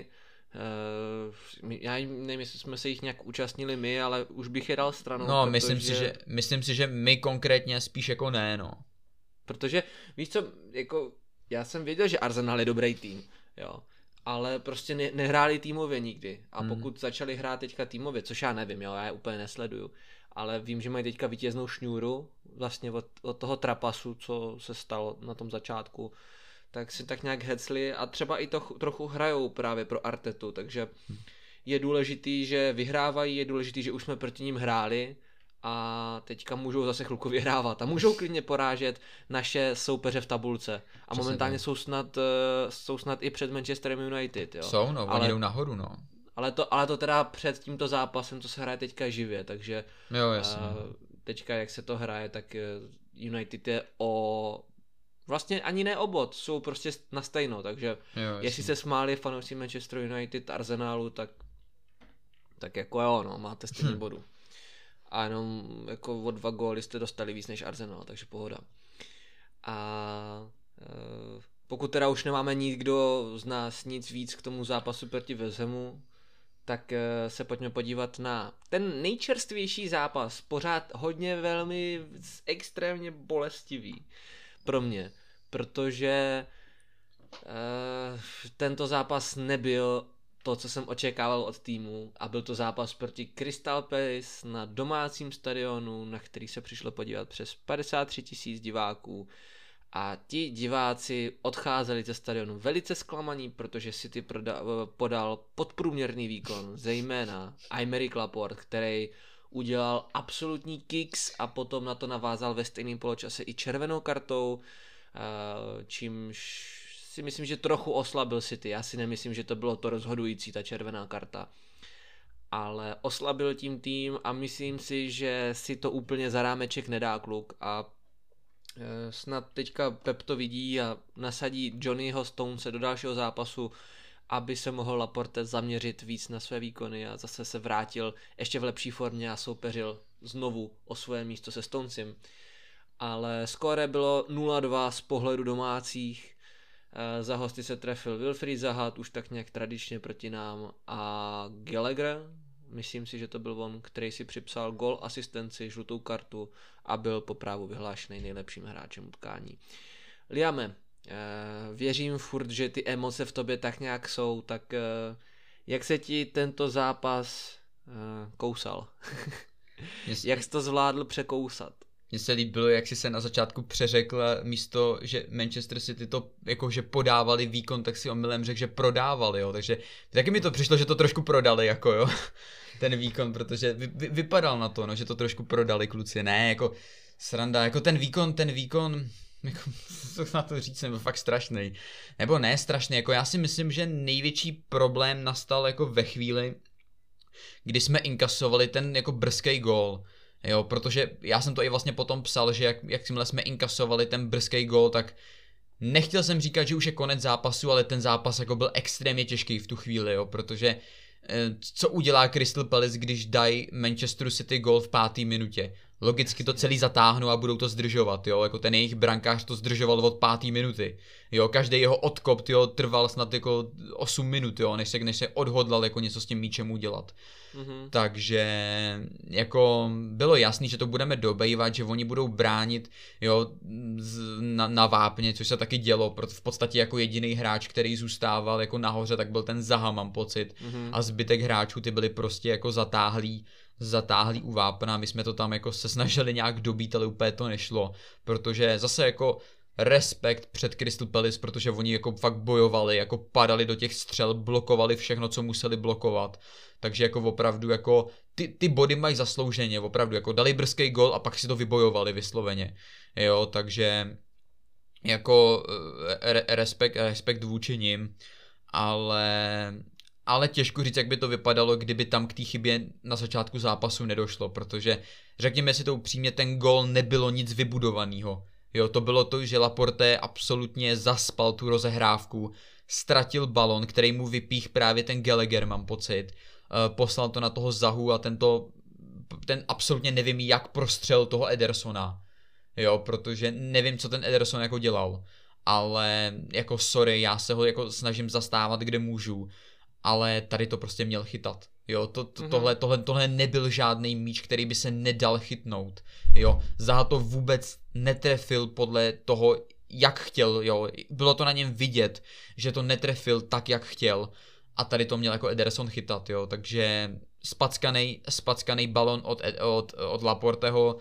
uh, já nevím, jestli jsme se jich nějak účastnili my, ale už bych je dal stranou. No, protože... myslím, si, že, myslím si, že my konkrétně spíš jako ne, no. Protože, víš co, jako, já jsem věděl, že Arsenal je dobrý tým, jo, ale prostě ne, nehráli týmově nikdy. A hmm. pokud začali hrát teďka týmově, což já nevím, jo, já je úplně nesleduju, ale vím, že mají teďka vítěznou šňůru, vlastně od, od toho trapasu, co se stalo na tom začátku, tak si tak nějak hecli a třeba i to trochu hrajou právě pro Artetu, takže je důležitý, že vyhrávají, je důležitý, že už jsme proti ním hráli a teďka můžou zase chvilku vyhrávat a můžou klidně porážet naše soupeře v tabulce a přesně momentálně jsou snad, jsou snad i před Manchesterem United, jo. Jsou, no, oni jdou nahoru, no. Ale to, ale to teda před tímto zápasem, to se hraje teďka živě, takže jo, jasně. Uh, teďka jak se to hraje, tak United je o vlastně ani ne o bod, jsou prostě na stejno, takže jo, jestli se smáli fanoušci Manchester United, Arsenalu, tak tak jako jo, no, máte stejný hm. bodu. A jenom jako o dva góly jste dostali víc než Arsenal, takže pohoda. A e, pokud teda už nemáme nikdo z nás nic víc k tomu zápasu proti West Hamu, tak e, se pojďme podívat na ten nejčerstvější zápas, pořád hodně velmi extrémně bolestivý pro mě, protože uh, tento zápas nebyl to, co jsem očekával od týmu a byl to zápas proti Crystal Palace na domácím stadionu, na který se přišlo podívat přes padesát tři tisíc diváků a ti diváci odcházeli ze stadionu velice zklamaní, protože City proda- podal podprůměrný výkon, zejména Aymeric Laporte, který udělal absolutní kicks a potom na to navázal ve stejném poločase i červenou kartou, čímž si myslím, že trochu oslabil City. Já si nemyslím, že to bylo to rozhodující, ta červená karta. Ale oslabil tím tým a myslím si, že si to úplně za rámeček nedá kluk a Snad teďka Pep to vidí a nasadí Johnnyho Stonese do dalšího zápasu, aby se mohl Laporte zaměřit víc na své výkony a zase se vrátil ještě v lepší formě a soupeřil znovu o svoje místo se Stonesem. Ale skóre bylo nula dva z pohledu domácích. Za hosty se trefil Wilfried Zaha, už tak nějak tradičně proti nám, a Gallagher, myslím si, že to byl on, který si připsal gol, asistenci, žlutou kartu a byl po právu vyhlášený nejlepším hráčem utkání. Liame, věřím furt, že ty emoce v tobě tak nějak jsou, tak jak se ti tento zápas kousal? Jak jsi to zvládl překousat? Mně se líbilo, jak si se na začátku přeřekla, místo, že Manchester City to jakože podávali výkon, tak si omylem řekl, že prodávali, jo, takže taky mi to přišlo, že to trošku prodali, jako jo, ten výkon, protože vy, vy, vypadal na to, no, že to trošku prodali kluci, ne, jako sranda, jako ten výkon, ten výkon, jako, co na to říct, byl fakt strašný, nebo ne strašný, jako já si myslím, že největší problém nastal jako ve chvíli, kdy jsme inkasovali ten jako brzký gól. Jo, protože já jsem to i vlastně potom psal, že jak, jakmile jsme inkasovali ten brzký gól, tak nechtěl jsem říkat, že už je konec zápasu, ale ten zápas jako byl extrémně těžký v tu chvíli, jo, protože co udělá Crystal Palace, když dají Manchesteru City gól v páté minutě? Logicky to celý zatáhnou a budou to zdržovat, jo, jako ten jejich brankář to zdržoval od páté minuty, jo, každý jeho odkop, jo, trval snad jako osm minut, jo, než se, než se odhodlal jako něco s tím míčem udělat. Mm-hmm. Takže jako bylo jasný, že to budeme dobejvat, že oni budou bránit, jo, z, na, na vápně, což se taky dělo, protože v podstatě jako jediný hráč, který zůstával jako nahoře, tak byl ten Zaha, mám pocit, mm-hmm. a zbytek hráčů ty byli prostě jako zatáhlí, zatáhlí u vápna, my jsme to tam jako se snažili nějak dobít, ale úplně to nešlo, protože zase jako respekt před Crystal Palace, protože oni jako fakt bojovali, jako padali do těch střel, blokovali všechno, co museli blokovat, takže jako opravdu jako ty, ty body mají zaslouženě, opravdu jako dali brzký gol a pak si to vybojovali vysloveně, jo, takže jako re, respekt, respekt vůči nim, ale ale těžko říct, jak by to vypadalo, kdyby tam k té chybě na začátku zápasu nedošlo, protože řekněme si to upřímně, ten gól nebylo nic vybudovaného. Jo, to bylo to, že Laporte absolutně zaspal tu rozehrávku, ztratil balon, který mu vypích právě ten Gallagher, mám pocit, poslal to na toho Zahu a tento, ten absolutně nevím, jak prostřel toho Edersona, jo, protože nevím, co ten Ederson jako dělal, ale jako sorry, já se ho jako snažím zastávat, kde můžu, ale tady to prostě měl chytat. Jo, to, to, tohle, tohle, tohle nebyl žádný míč, který by se nedal chytnout. Jo, Zaha to vůbec netrefil podle toho, jak chtěl, jo. Bylo to na něm vidět, že to netrefil tak, jak chtěl. A tady to měl jako Ederson chytat, jo. Takže spackanej, spackanej balon od, od, od Laporteho,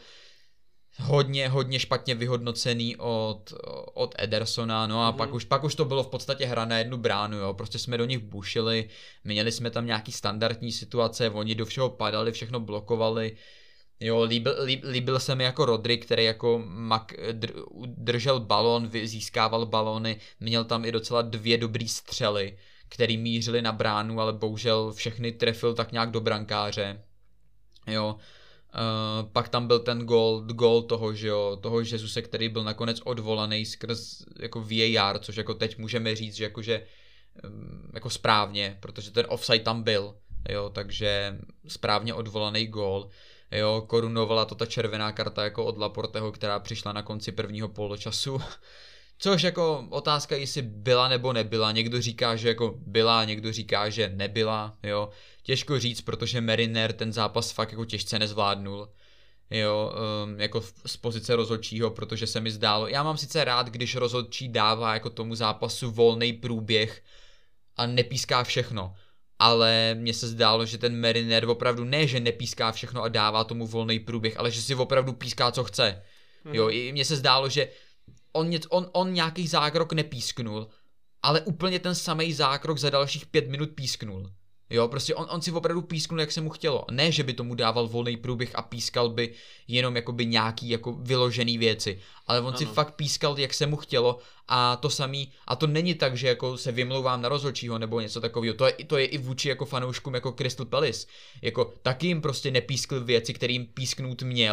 hodně, hodně špatně vyhodnocený od, od Edersona, no a mm. pak, už, pak už to bylo v podstatě hra na jednu bránu, jo, prostě jsme do nich bušili, měli jsme tam nějaký standardní situace, oni do všeho padali, všechno blokovali, jo, líbil, líbil, líbil se mi jako Rodri, který jako mak, dr, držel balon, získával balony, měl tam i docela dvě dobrý střely, který mířili na bránu, ale bohužel všechny trefil tak nějak do brankáře, jo. Uh, pak tam byl ten gól, gól toho, že jo, toho Jesuse, který byl nakonec odvolaný skrz jako V A R, což jako teď můžeme říct, že jakože um, jako správně, protože ten offside tam byl, jo, takže správně odvolaný gól, jo, korunovala to ta červená karta jako od Laporteho, která přišla na konci prvního poločasu, což jako otázka, jestli byla nebo nebyla, někdo říká, že jako byla, někdo říká, že nebyla, jo, těžko říct, protože Mariner ten zápas fakt jako těžce nezvládnul, jo, um, jako z pozice rozhodčího, protože se mi zdálo, já mám sice rád, když rozhodčí dává jako tomu zápasu volný průběh a nepíská všechno, ale mně se zdálo, že ten Mariner opravdu ne, že nepíská všechno a dává tomu volný průběh, ale že si opravdu píská, co chce, jo, i mně se zdálo, že on, on, on nějaký zákrok nepísknul, ale úplně ten samej zákrok za dalších pět minut písknul. Jo, prostě on, on si opravdu písknul, jak se mu chtělo. Ne, že by tomu dával volný průběh a pískal by jenom jakoby nějaký jako vyložený věci. Ale on ano. si fakt pískal, jak se mu chtělo a to samý, a to není tak, že jako se vymlouvám na rozhodčího nebo něco takového. To je, to je i vůči jako fanouškům jako Crystal Palace. Jako taky jim prostě nepískl věci, kterým písknout měl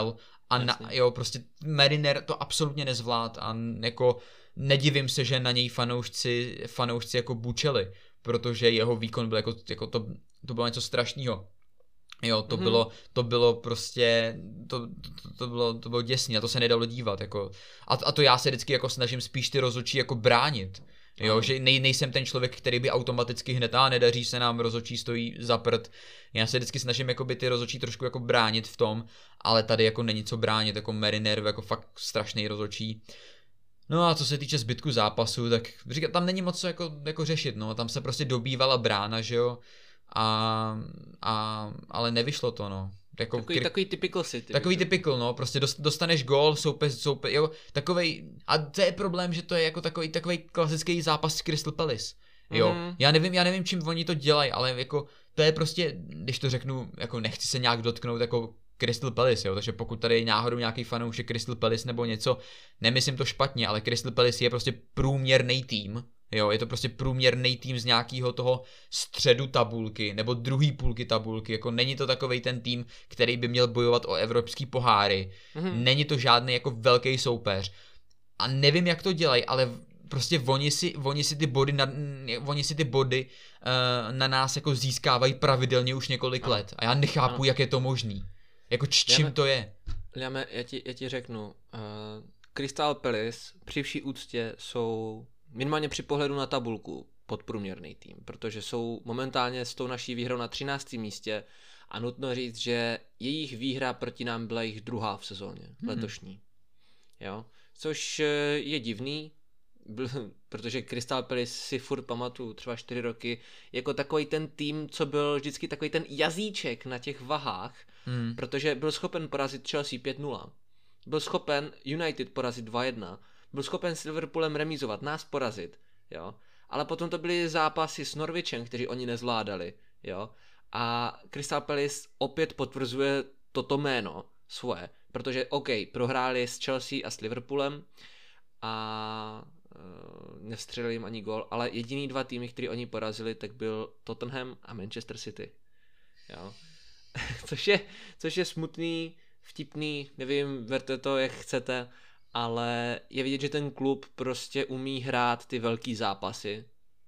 A na, jo, prostě Mariner to absolutně nezvlád a jako nedivím se, že na něj fanoušci, fanoušci jako bučeli, protože jeho výkon byl jako, jako to, to bylo něco strašného. Jo, to mm-hmm. bylo, to bylo prostě, to, to, to bylo, to bylo děsný a to se nedalo dívat, jako. A, a to já se vždycky jako snažím spíš ty rozhodčí jako bránit. Jo, že nej, nejsem ten člověk, který by automaticky hned, a nedaří se nám, rozhodčí stojí za prd. Já se vždycky snažím jakoby ty rozhodčí trošku jako bránit v tom, ale tady jako není co bránit, jako Mariner, jako fakt strašný rozhodčí. No a co se týče zbytku zápasu, tak říkám, tam není moc co jako, jako řešit, no, tam se prostě dobývala brána, že jo, a, a ale nevyšlo to, no. Jako takový, kri... takový typical City. Takový typical, no, prostě dostaneš gól, soupeř, soupeř, jo, takovej, a to je problém, že to je jako takový, takový klasický zápas s Crystal Palace, jo, mm. já nevím, já nevím, čím oni to dělají, ale jako, to je prostě, když to řeknu, jako nechci se nějak dotknout, jako Crystal Palace, jo, takže pokud tady je náhodou nějaký fanoušek Crystal Palace nebo něco, nemyslím to špatně, ale Crystal Palace je prostě průměrný tým, jo, je to prostě průměrný tým z nějakého toho středu tabulky, nebo druhý půlky tabulky, jako není to takovej ten tým, který by měl bojovat o evropský poháry, mm-hmm. není to žádný jako velký soupeř a nevím, jak to dělají, ale prostě oni si, oni si ty body, na, oni si ty body uh, na nás jako získávají pravidelně už několik ano. let a já nechápu, ano. jak je to možný. Jako č- čím to je? Liame, já ti, já ti řeknu, uh, Crystal Palace při vší úctě jsou minimálně při pohledu na tabulku podprůměrný tým, protože jsou momentálně s tou naší výhrou na třináctém místě a nutno říct, že jejich výhra proti nám byla jejich druhá v sezóně, hmm. letošní. Jo? Což je divný, protože Crystal Palace si furt pamatuju třeba čtyři roky jako takový ten tým, co byl vždycky takový ten jazyček na těch vahách, hmm. protože byl schopen porazit Chelsea pět nula, byl schopen United porazit dva jedna, byl schopen s Liverpoolem remízovat, nás porazit, jo, ale potom to byly zápasy s Norwichem, kteří oni nezvládali, jo, a Crystal Palace opět potvrzuje toto jméno svoje, protože OK, prohráli s Chelsea a s Liverpoolem a uh, nevstřelili jim ani gól, ale jediný dva týmy, který oni porazili, tak byl Tottenham a Manchester City, jo, což je, což je smutný, vtipný, nevím, berte to jak chcete, ale je vidět, že ten klub prostě umí hrát ty velký zápasy.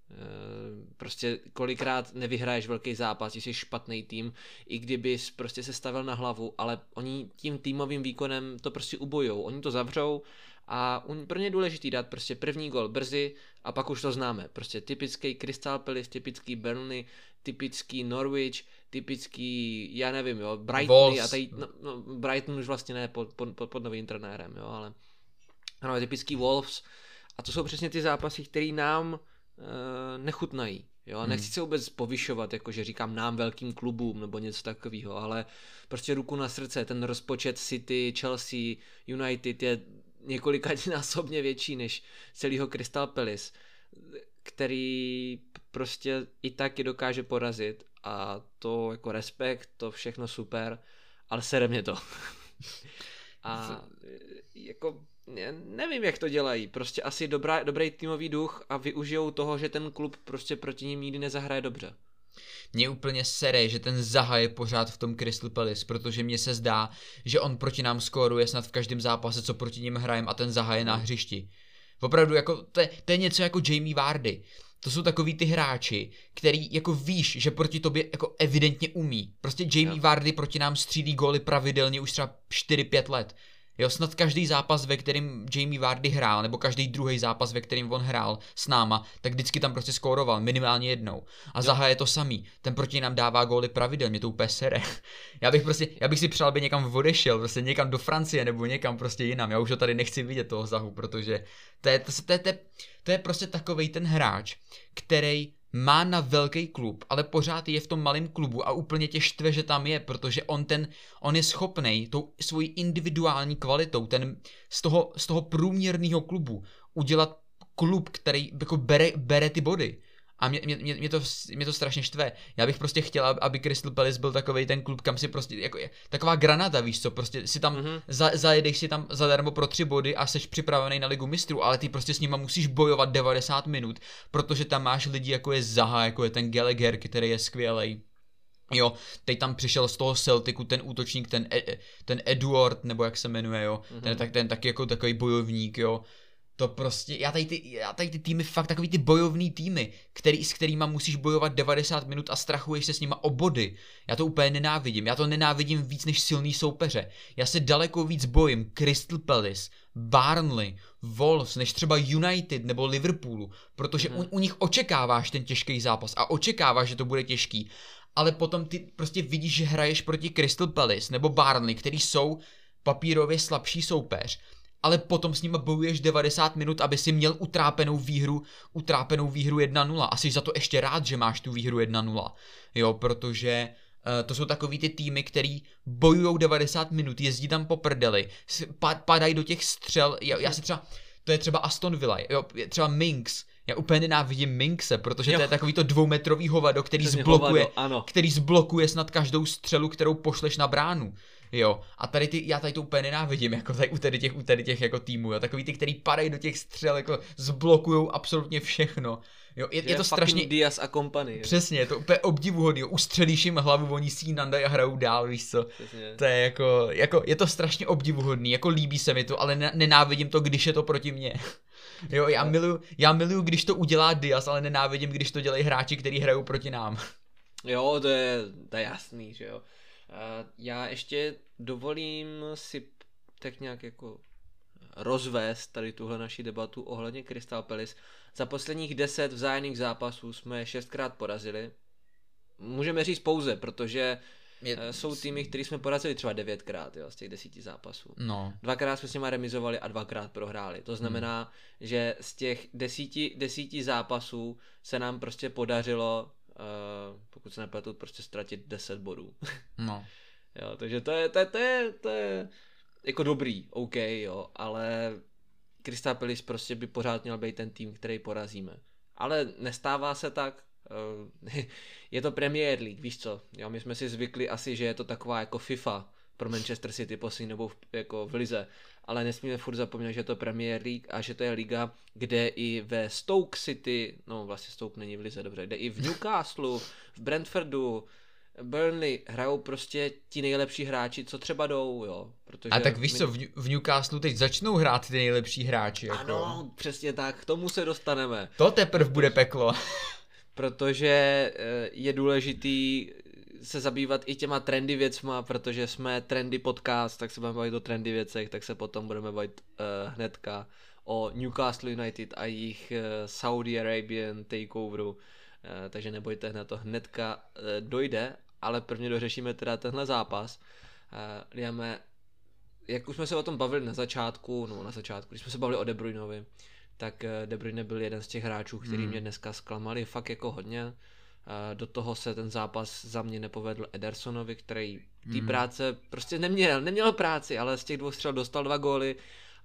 Prostě kolikrát nevyhraješ velký zápas, jsi špatný tým, i kdybys prostě se stavil na hlavu, ale oni tím týmovým výkonem to prostě ubojou, oni to zavřou a pro ně je důležitý dát prostě první gol brzy a pak už to známe. Prostě typický Crystal Palace, typický Burnley, typický Norwich, typický, já nevím, jo, Brighton a tady, no, no, Brighton už vlastně ne pod, pod, pod novým trenérem, jo, ale ano, typický Wolves a to jsou přesně ty zápasy, které nám e, nechutnají, jo, a nechci se vůbec povyšovat, jakože říkám nám velkým klubům nebo něco takového, ale prostě ruku na srdce, ten rozpočet City, Chelsea, United je několikanásobně větší než celého Crystal Palace, který prostě i tak je dokáže porazit a to jako respekt, to všechno super, ale sere mě to. A jako nevím, jak to dělají, prostě asi dobrá, dobrý týmový duch a využijou toho, že ten klub prostě proti ním nikdy nezahraje dobře. Mně úplně sere, že ten Zaha je pořád v tom Crystal Palace, protože mně se zdá, že on proti nám skóruje snad v každém zápase, co proti ním hrajem a ten Zaha je na hřišti. Opravdu, jako, to, je, to je něco jako Jamie Vardy. To jsou takový ty hráči, který jako víš, že proti tobě jako evidentně umí. Prostě Jamie Vardy proti nám střílí góly pravidelně už třeba čtyři pět let. Jo, snad každý zápas, ve kterým Jamie Vardy hrál, nebo každý druhý zápas, ve kterým on hrál s náma, tak vždycky tam prostě skóroval, minimálně jednou. A Zaha je to samý, ten proti nám dává góly pravidelně, to úplně sere. Já bych prostě, já bych si přál, aby někam odešel, prostě někam do Francie, nebo někam prostě jinam, já už ho tady nechci vidět toho Zahu, protože to je, to, to, je, to, je, to je prostě takovej ten hráč, který má na velký klub, ale pořád je v tom malém klubu a úplně tě štve, že tam je, protože on ten, on je schopnej tou svojí individuální kvalitou, ten z toho, z toho průměrného klubu udělat klub, který jako bere, bere ty body. A mě, mě, mě, to, mě to strašně štve. Já bych prostě chtěl, aby Crystal Palace byl takovej ten klub, kam si prostě, jako je, taková Granada, víš co, prostě si tam, mm-hmm. za, zajedeš si tam zadarmo pro tři body a seš připravený na Ligu mistrů, ale ty prostě s nima musíš bojovat devadesát minut, protože tam máš lidi, jako je Zaha, jako je ten Gallagher, který je skvělej. Jo, teď tam přišel z toho Celticu ten útočník, ten, e, ten Edward, nebo jak se jmenuje, jo, mm-hmm. ten, tak, ten taky jako takový bojovník, jo. To prostě, já tady, ty, já tady ty týmy, fakt takový ty bojovný týmy, který, s kterýma musíš bojovat devadesát minut a strachuješ se s nima o body. Já to úplně nenávidím, já to nenávidím víc než silný soupeře. Já se daleko víc bojím Crystal Palace, Burnley, Wolves, než třeba United nebo Liverpoolu, protože mm. u, u nich očekáváš ten těžký zápas a očekáváš, že to bude těžký, ale potom ty prostě vidíš, že hraješ proti Crystal Palace nebo Burnley, který jsou papírově slabší soupeř, ale potom s nima bojuješ devadesát minut, aby si měl utrápenou výhru, utrápenou výhru jedna nula a jsi za to ještě rád, že máš tu výhru jedna nula, jo, protože uh, to jsou takový ty týmy, který bojujou devadesát minut, jezdí tam po prdeli, padají do těch střel, já, já si třeba, to je třeba Aston Villa, jo, třeba Minks, já úplně nenávidím Minkse, protože jo. to je takový to dvoumetrový hovado, který zblokuje, hovado, který zblokuje snad každou střelu, kterou pošleš na bránu. Jo, a tady ty, já tady to úplně nenávidím, jako tady u tady těch, u tady těch jako týmů, jo, takový ty, který padají do těch střel, jako zblokujou absolutně všechno, jo, je, je to strašně, Diaz a company, přesně, je to úplně obdivuhodný, jo, ustřelíš jim hlavu, oni si ji nandají a hrajou dál, víš co, přesně. To je jako, jako, je to strašně obdivuhodný, jako líbí se mi to, ale nenávidím to, když je to proti mně. Jo, já miluju, já miluju, když to udělá Diaz, ale nenávidím, když to dělají hráči, kteří hrajou proti nám. Jo, to je, to je jasný, že jo. Uh, já ještě dovolím si tak nějak jako rozvést tady tuhle naši debatu ohledně Crystal Palace. Za posledních deset vzájemných zápasů jsme šestkrát porazili. Můžeme říct pouze, protože je... uh, jsou týmy, který jsme porazili třeba devětkrát, jo, z těch desíti zápasů. No. Dvakrát jsme s nima remizovali a dvakrát prohráli. To znamená, hmm. že z těch desíti, desíti zápasů se nám prostě podařilo Uh, pokud se nepletu, prostě ztratit deset bodů. No. Jo, takže to je, to je, to je, to je jako dobrý, OK, jo, ale Crystal Palace prostě by pořád měl být ten tým, který porazíme. Ale nestává se tak, uh, je to Premier League, víš co, jo, my jsme si zvykli asi, že je to taková jako FIFA pro Manchester City poslední dobou v, jako v lize, ale nesmíme furt zapomínat, že je to Premier League a že to je liga, kde i ve Stoke City, no vlastně Stoke není v lize, dobře, kde i v Newcastlu, v Brentfordu, Burnley hrajou prostě ti nejlepší hráči, co třeba jdou, jo. Protože a tak víš my... co, v, v Newcastlu teď začnou hrát ty nejlepší hráči. Jako. Ano, přesně tak, k tomu se dostaneme. To teprve bude peklo. Protože je důležitý se zabývat i těma trendy věcma, protože jsme trendy podcast, tak se budeme bavit o trendy věcech, tak se potom budeme bavit uh, hnedka o Newcastle United a jejich uh, Saudi Arabian takeoveru, uh, takže nebojte, na to hnedka uh, dojde, ale prvně dořešíme teda tenhle zápas. Uh, Liame, jak už jsme se o tom bavili na začátku, no na začátku, když jsme se bavili o De Bruynovi, tak uh, De Bruyne byl jeden z těch hráčů, který hmm. mě dneska zklamali fakt jako hodně. Do toho se ten zápas za mě nepovedl Edersonovi, který té mm. práce prostě neměl, neměl práci, ale z těch dvou střel dostal dva góly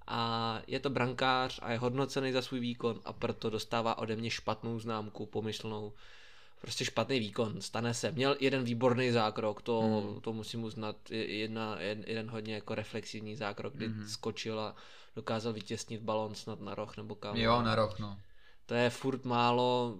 a je to brankář a je hodnocený za svůj výkon a proto dostává ode mě špatnou známku, pomyslnou. Prostě špatný výkon, stane se. Měl jeden výborný zákrok, to, mm. to musím uznat, jedna, jeden, jeden hodně jako reflexivní zákrok, kdy mm. skočil a dokázal vytěsnit balón snad na roh nebo kam. Jo, na roh, no. To je furt málo,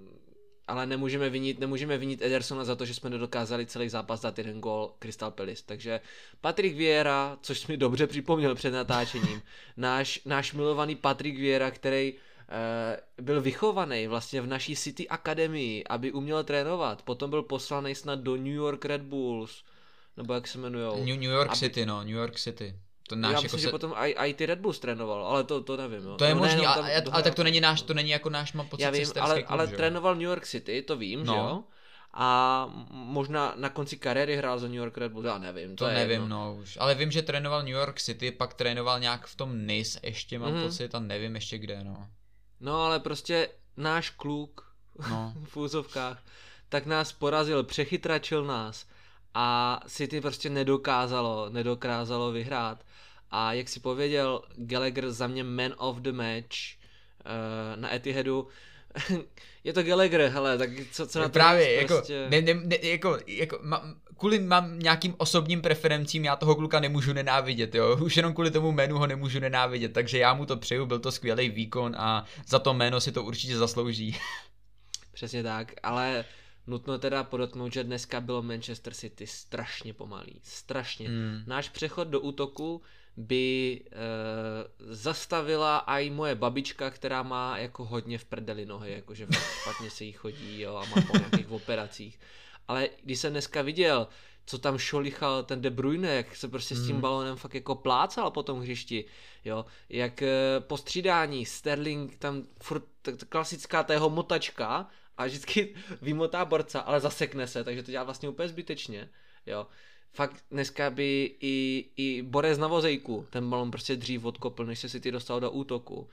ale nemůžeme vinit, nemůžeme vinit Edersona za to, že jsme nedokázali celý zápas dát jeden gól Crystal Palace. Takže Patrick Vieira, což jsi mi dobře připomněl před natáčením, náš, náš milovaný Patrick Vieira, který uh, byl vychovaný vlastně v naší City Akademii, aby uměl trénovat. Potom byl poslaný snad do New York Red Bulls, nebo jak se jmenujou. New, New York aby... City, no, New York City. To náš já myslím, jako že se... potom i, i ty Red Bulls trénoval, ale to, to nevím. Jo. To je no, možný, ne, a, tam, a, ale tak to není náš, to není jako náš, mám pocit, já vím, ale, klub, ale že? trénoval New York City, to vím, no. Že jo? A možná na konci kariéry hrál za New York Red Bulls, já nevím. To, to nevím, jedno. no už, ale vím, že trénoval New York City, pak trénoval nějak v tom Nice, ještě mám mm-hmm. pocit a nevím ještě kde, no. No ale prostě náš kluk no. v úzovkách, tak nás porazil, přechytračil nás a City prostě nedokázalo, nedokázalo vyhrát. A jak si pověděl Gallagher, za mě man of the match uh, na Etihadu. Je to Gallagher, hele, tak co, co na to právě, jako, prostě... ne, ne, ne, jako, jako mám, kvůli mám nějakým osobním preferencím, já toho kluka nemůžu nenávidět, jo, už jenom kvůli tomu jménu ho nemůžu nenávidět, takže já mu to přeju, byl to skvělý výkon a za to jméno si to určitě zaslouží. Přesně tak, ale Nutno teda podotknout, že dneska bylo Manchester City strašně pomalý, strašně. Hmm. Náš přechod do útoku by e, zastavila i moje babička, která má jako hodně v prdeli nohy, jakože špatně se jí chodí, jo, a má po nějakých operacích. Ale když jsem dneska viděl, co tam šolichal ten De Bruyne, jak se prostě mm. s tím balónem fakt jako plácal po tom hřišti, jo, jak e, po střídání Sterling tam furt t- t- klasická ta jeho motačka a vždycky vymotá borca, ale zasekne se, takže to dělá vlastně úplně zbytečně, jo. Fakt dneska by i, i borec na vozejku ten balon prostě dřív odkopl, než se City dostal do útoku.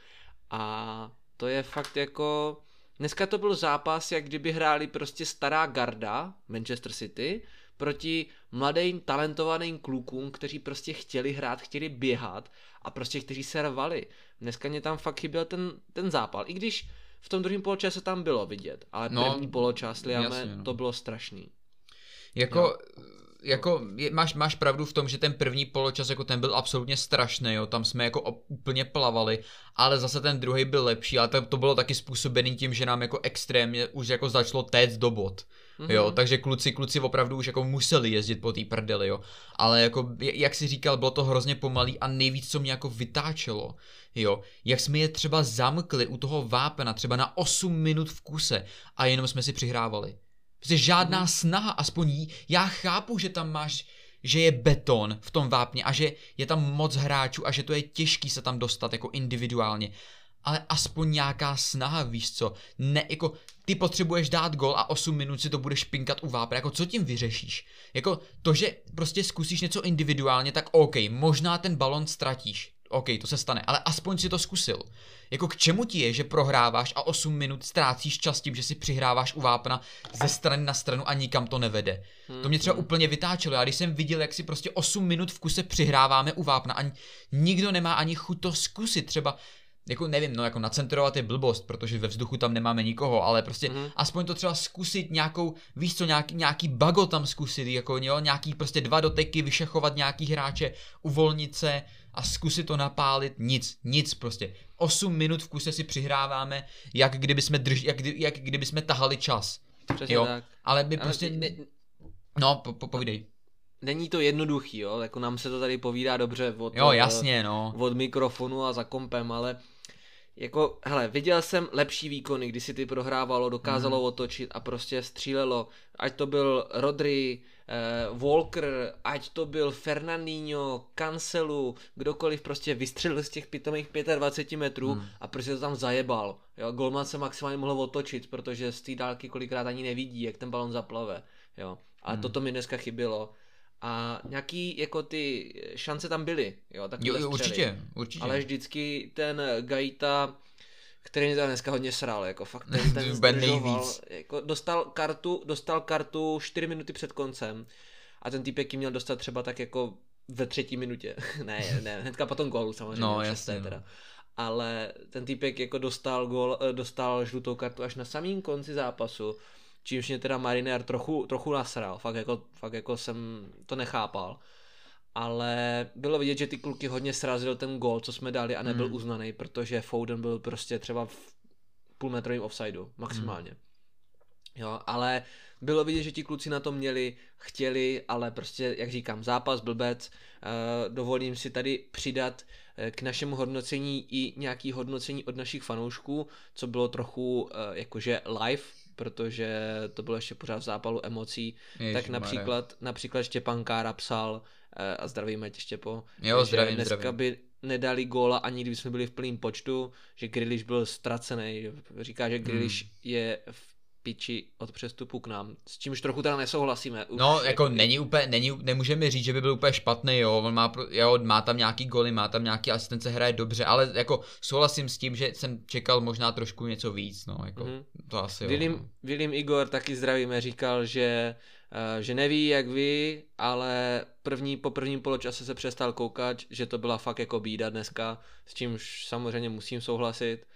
A to je fakt jako... Dneska to byl zápas, jak kdyby hráli prostě stará garda Manchester City proti mladým talentovaným klukům, kteří prostě chtěli hrát, chtěli běhat a prostě kteří se rvali. Dneska mě tam fakt chyběl ten, ten zápal, i když v tom druhém poločase tam bylo vidět, ale no, první poločas, Liame, no. To bylo strašný. Jako... Jo. Jako je, máš, máš pravdu v tom, že ten první poločas jako ten byl absolutně strašný, jo, tam jsme jako úplně plavali, ale zase ten druhý byl lepší, ale to, to bylo taky způsobený tím, že nám jako extrémně už jako začalo téct do bod, mm-hmm. jo, takže kluci, kluci opravdu už jako museli jezdit po té prdeli, jo, ale jako, jak jsi říkal, bylo to hrozně pomalý a nejvíc, co mě jako vytáčelo, jo, jak jsme je třeba zamkli u toho vápna třeba na osm minut v kuse a jenom jsme si přihrávali. Prostě žádná mm. snaha, aspoň jí, já chápu, že tam máš, že je beton v tom vápně a že je tam moc hráčů a že to je těžký se tam dostat jako individuálně, ale aspoň nějaká snaha, víš co, ne, jako ty potřebuješ dát gol a osm minut si to budeš pinkat u vápna, jako co tím vyřešíš, jako to, že prostě zkusíš něco individuálně, tak OK, možná ten balon ztratíš, OK, to se stane, ale aspoň si to zkusil. Jako k čemu ti je, že prohráváš a osm minut ztrácíš čas tím, že si přihráváš u vápna ze strany na stranu a nikam to nevede. Hmm, to mě třeba hmm. úplně vytáčelo. Já když jsem viděl, jak si prostě osm minut v kuse přihráváme u vápna a nikdo nemá ani chuť to zkusit, třeba jako nevím, no jako nacentrovat je blbost, protože ve vzduchu tam nemáme nikoho, ale prostě mm. aspoň to třeba zkusit nějakou, víš co, nějaký, nějaký bago tam zkusit, jako jo, nějaký prostě dva doteky, vyšachovat nějaký hráče, uvolnit se a zkusit to napálit, nic, nic prostě. osm minut v kuse si přihráváme, jak kdyby jsme, drž, jak, kdy, jak kdyby jsme tahali čas. Přesně jo, tak. Ale my ale prostě, ne... no po, po, povídej. Není to jednoduchý, jo, jako nám se to tady povídá dobře od, jo, jasně, no. od mikrofonu a za kompem, ale jako, hele, viděl jsem lepší výkony, kdy si ty prohrávalo, dokázalo mm. otočit a prostě střílelo, ať to byl Rodri, eh, Walker, ať to byl Fernandinho, Cancelu, kdokoliv prostě vystřelil z těch pitomých dvacet pět metrů mm. a prostě to tam zajebal, jo, golman se maximálně mohl otočit, protože z té dálky kolikrát ani nevidí, jak ten balon zaplave, jo, ale mm. toto mi dneska chybělo. A nějaký jako ty šance tam byly, jo, tak jo, určitě, určitě. Ale vždycky ten Guaita, který mě tam dneska hodně sral, jako fakt ten, ten zdržoval, jako dostal kartu, dostal kartu čtyři minuty před koncem a ten týpek ji měl dostat třeba tak jako ve třetí minutě, ne, ne, hnedka po tom gólu samozřejmě, no, jasně, teda. No. Ale ten týpek jako dostal gól, dostal žlutou kartu až na samém konci zápasu, čímž mě teda Marinér trochu, trochu nasral, fakt jako, fakt jako jsem to nechápal, ale bylo vidět, že ty kluky hodně srazil ten gól, co jsme dali a nebyl mm. uznaný, protože Foden byl prostě třeba v půlmetrovém offsideu, maximálně. Mm. Jo, ale bylo vidět, že ti kluci na to měli, chtěli, ale prostě, jak říkám, zápas blbec, uh, dovolím si tady přidat uh, k našemu hodnocení i nějaký hodnocení od našich fanoušků, co bylo trochu uh, jakože live, protože to bylo ještě pořád v zápalu emocí, Ježiš, tak například, například Štěpán Kára psal, a zdravíme tě Štěpo, jo, že zdravím, dneska zdravím. by nedali góla ani když jsme byli v plném počtu, že Grealish byl ztracený, říká, že Grealish hmm. je v piči od přestupu k nám, s čímž trochu teda nesouhlasíme. No, jako, jako není úplně, není, nemůžeme říct, že by byl úplně špatný, jo, on má, jo, má tam nějaký goly, má tam nějaký asistence, hraje dobře, ale jako souhlasím s tím, že jsem čekal možná trošku něco víc, no, jako mm-hmm. to asi William, jo. No. William Igor taky zdravíme, říkal, že, uh, že neví jak vy, ale první, po prvním poločase se přestal koukat, že to byla fakt jako bída dneska, s čímž samozřejmě musím souhlasit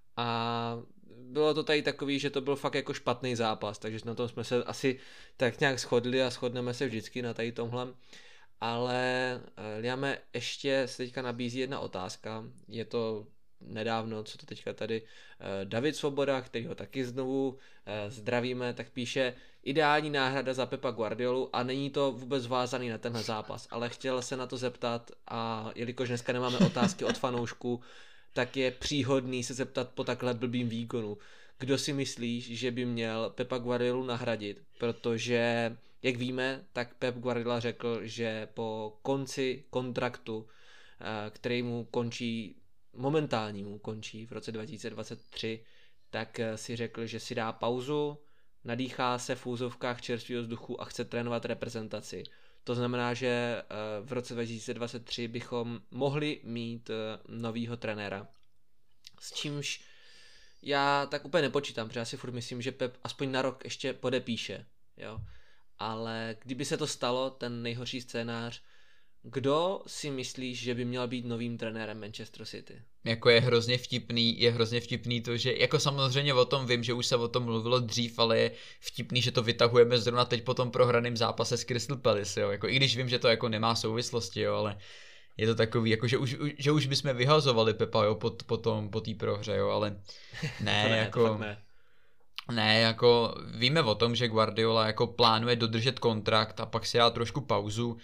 a bylo to tady takový, že to byl fakt jako špatný zápas, takže na tom jsme se asi tak nějak shodli a shodneme se vždycky na tady tomhle. Ale Liame, ještě se teďka nabízí jedna otázka, je to nedávno, co to teďka tady David Svoboda, který ho taky znovu zdravíme, tak píše ideální náhrada za Pepa Guardiolu a není to vůbec vázaný na tenhle zápas, ale chtěl se na to zeptat a jelikož dneska nemáme otázky od fanoušků, tak je příhodný se zeptat po takhle blbým výkonu. Kdo si myslíš, že by měl Pepa Guardiolu nahradit, protože jak víme, tak Pep Guardiola řekl, že po konci kontraktu, který mu končí, momentálně mu končí v roce dva tisíce dvacet tři, tak si řekl, že si dá pauzu, nadýchá se v úzovkách čerstvého vzduchu a chce trénovat reprezentaci. To znamená, že v roce dva tisíce dvacet tři bychom mohli mít novýho trenéra. S čímž já tak úplně nepočítám, protože já si furt myslím, že Pep aspoň na rok ještě podepíše, jo. Ale kdyby se to stalo, ten nejhorší scénář, kdo si myslíš, že by měl být novým trenérem Manchester City? Jako je hrozně vtipný, je hrozně vtipný to, že jako samozřejmě o tom vím, že už se o tom mluvilo dřív, ale je vtipný, že to vytahujeme zrovna teď po tom prohraném zápase s Crystal Palace, jo. Jako i když vím, že to jako nemá souvislosti, jo, ale je to takový, jako že už, že už bychom vyhazovali Pepa, jo, po, po tom, po té prohře, jo, ale ne, ne jako... ne. Ne, jako víme o tom, že Guardiola jako plánuje dodržet kontrakt a pak si dá trošku pauzu.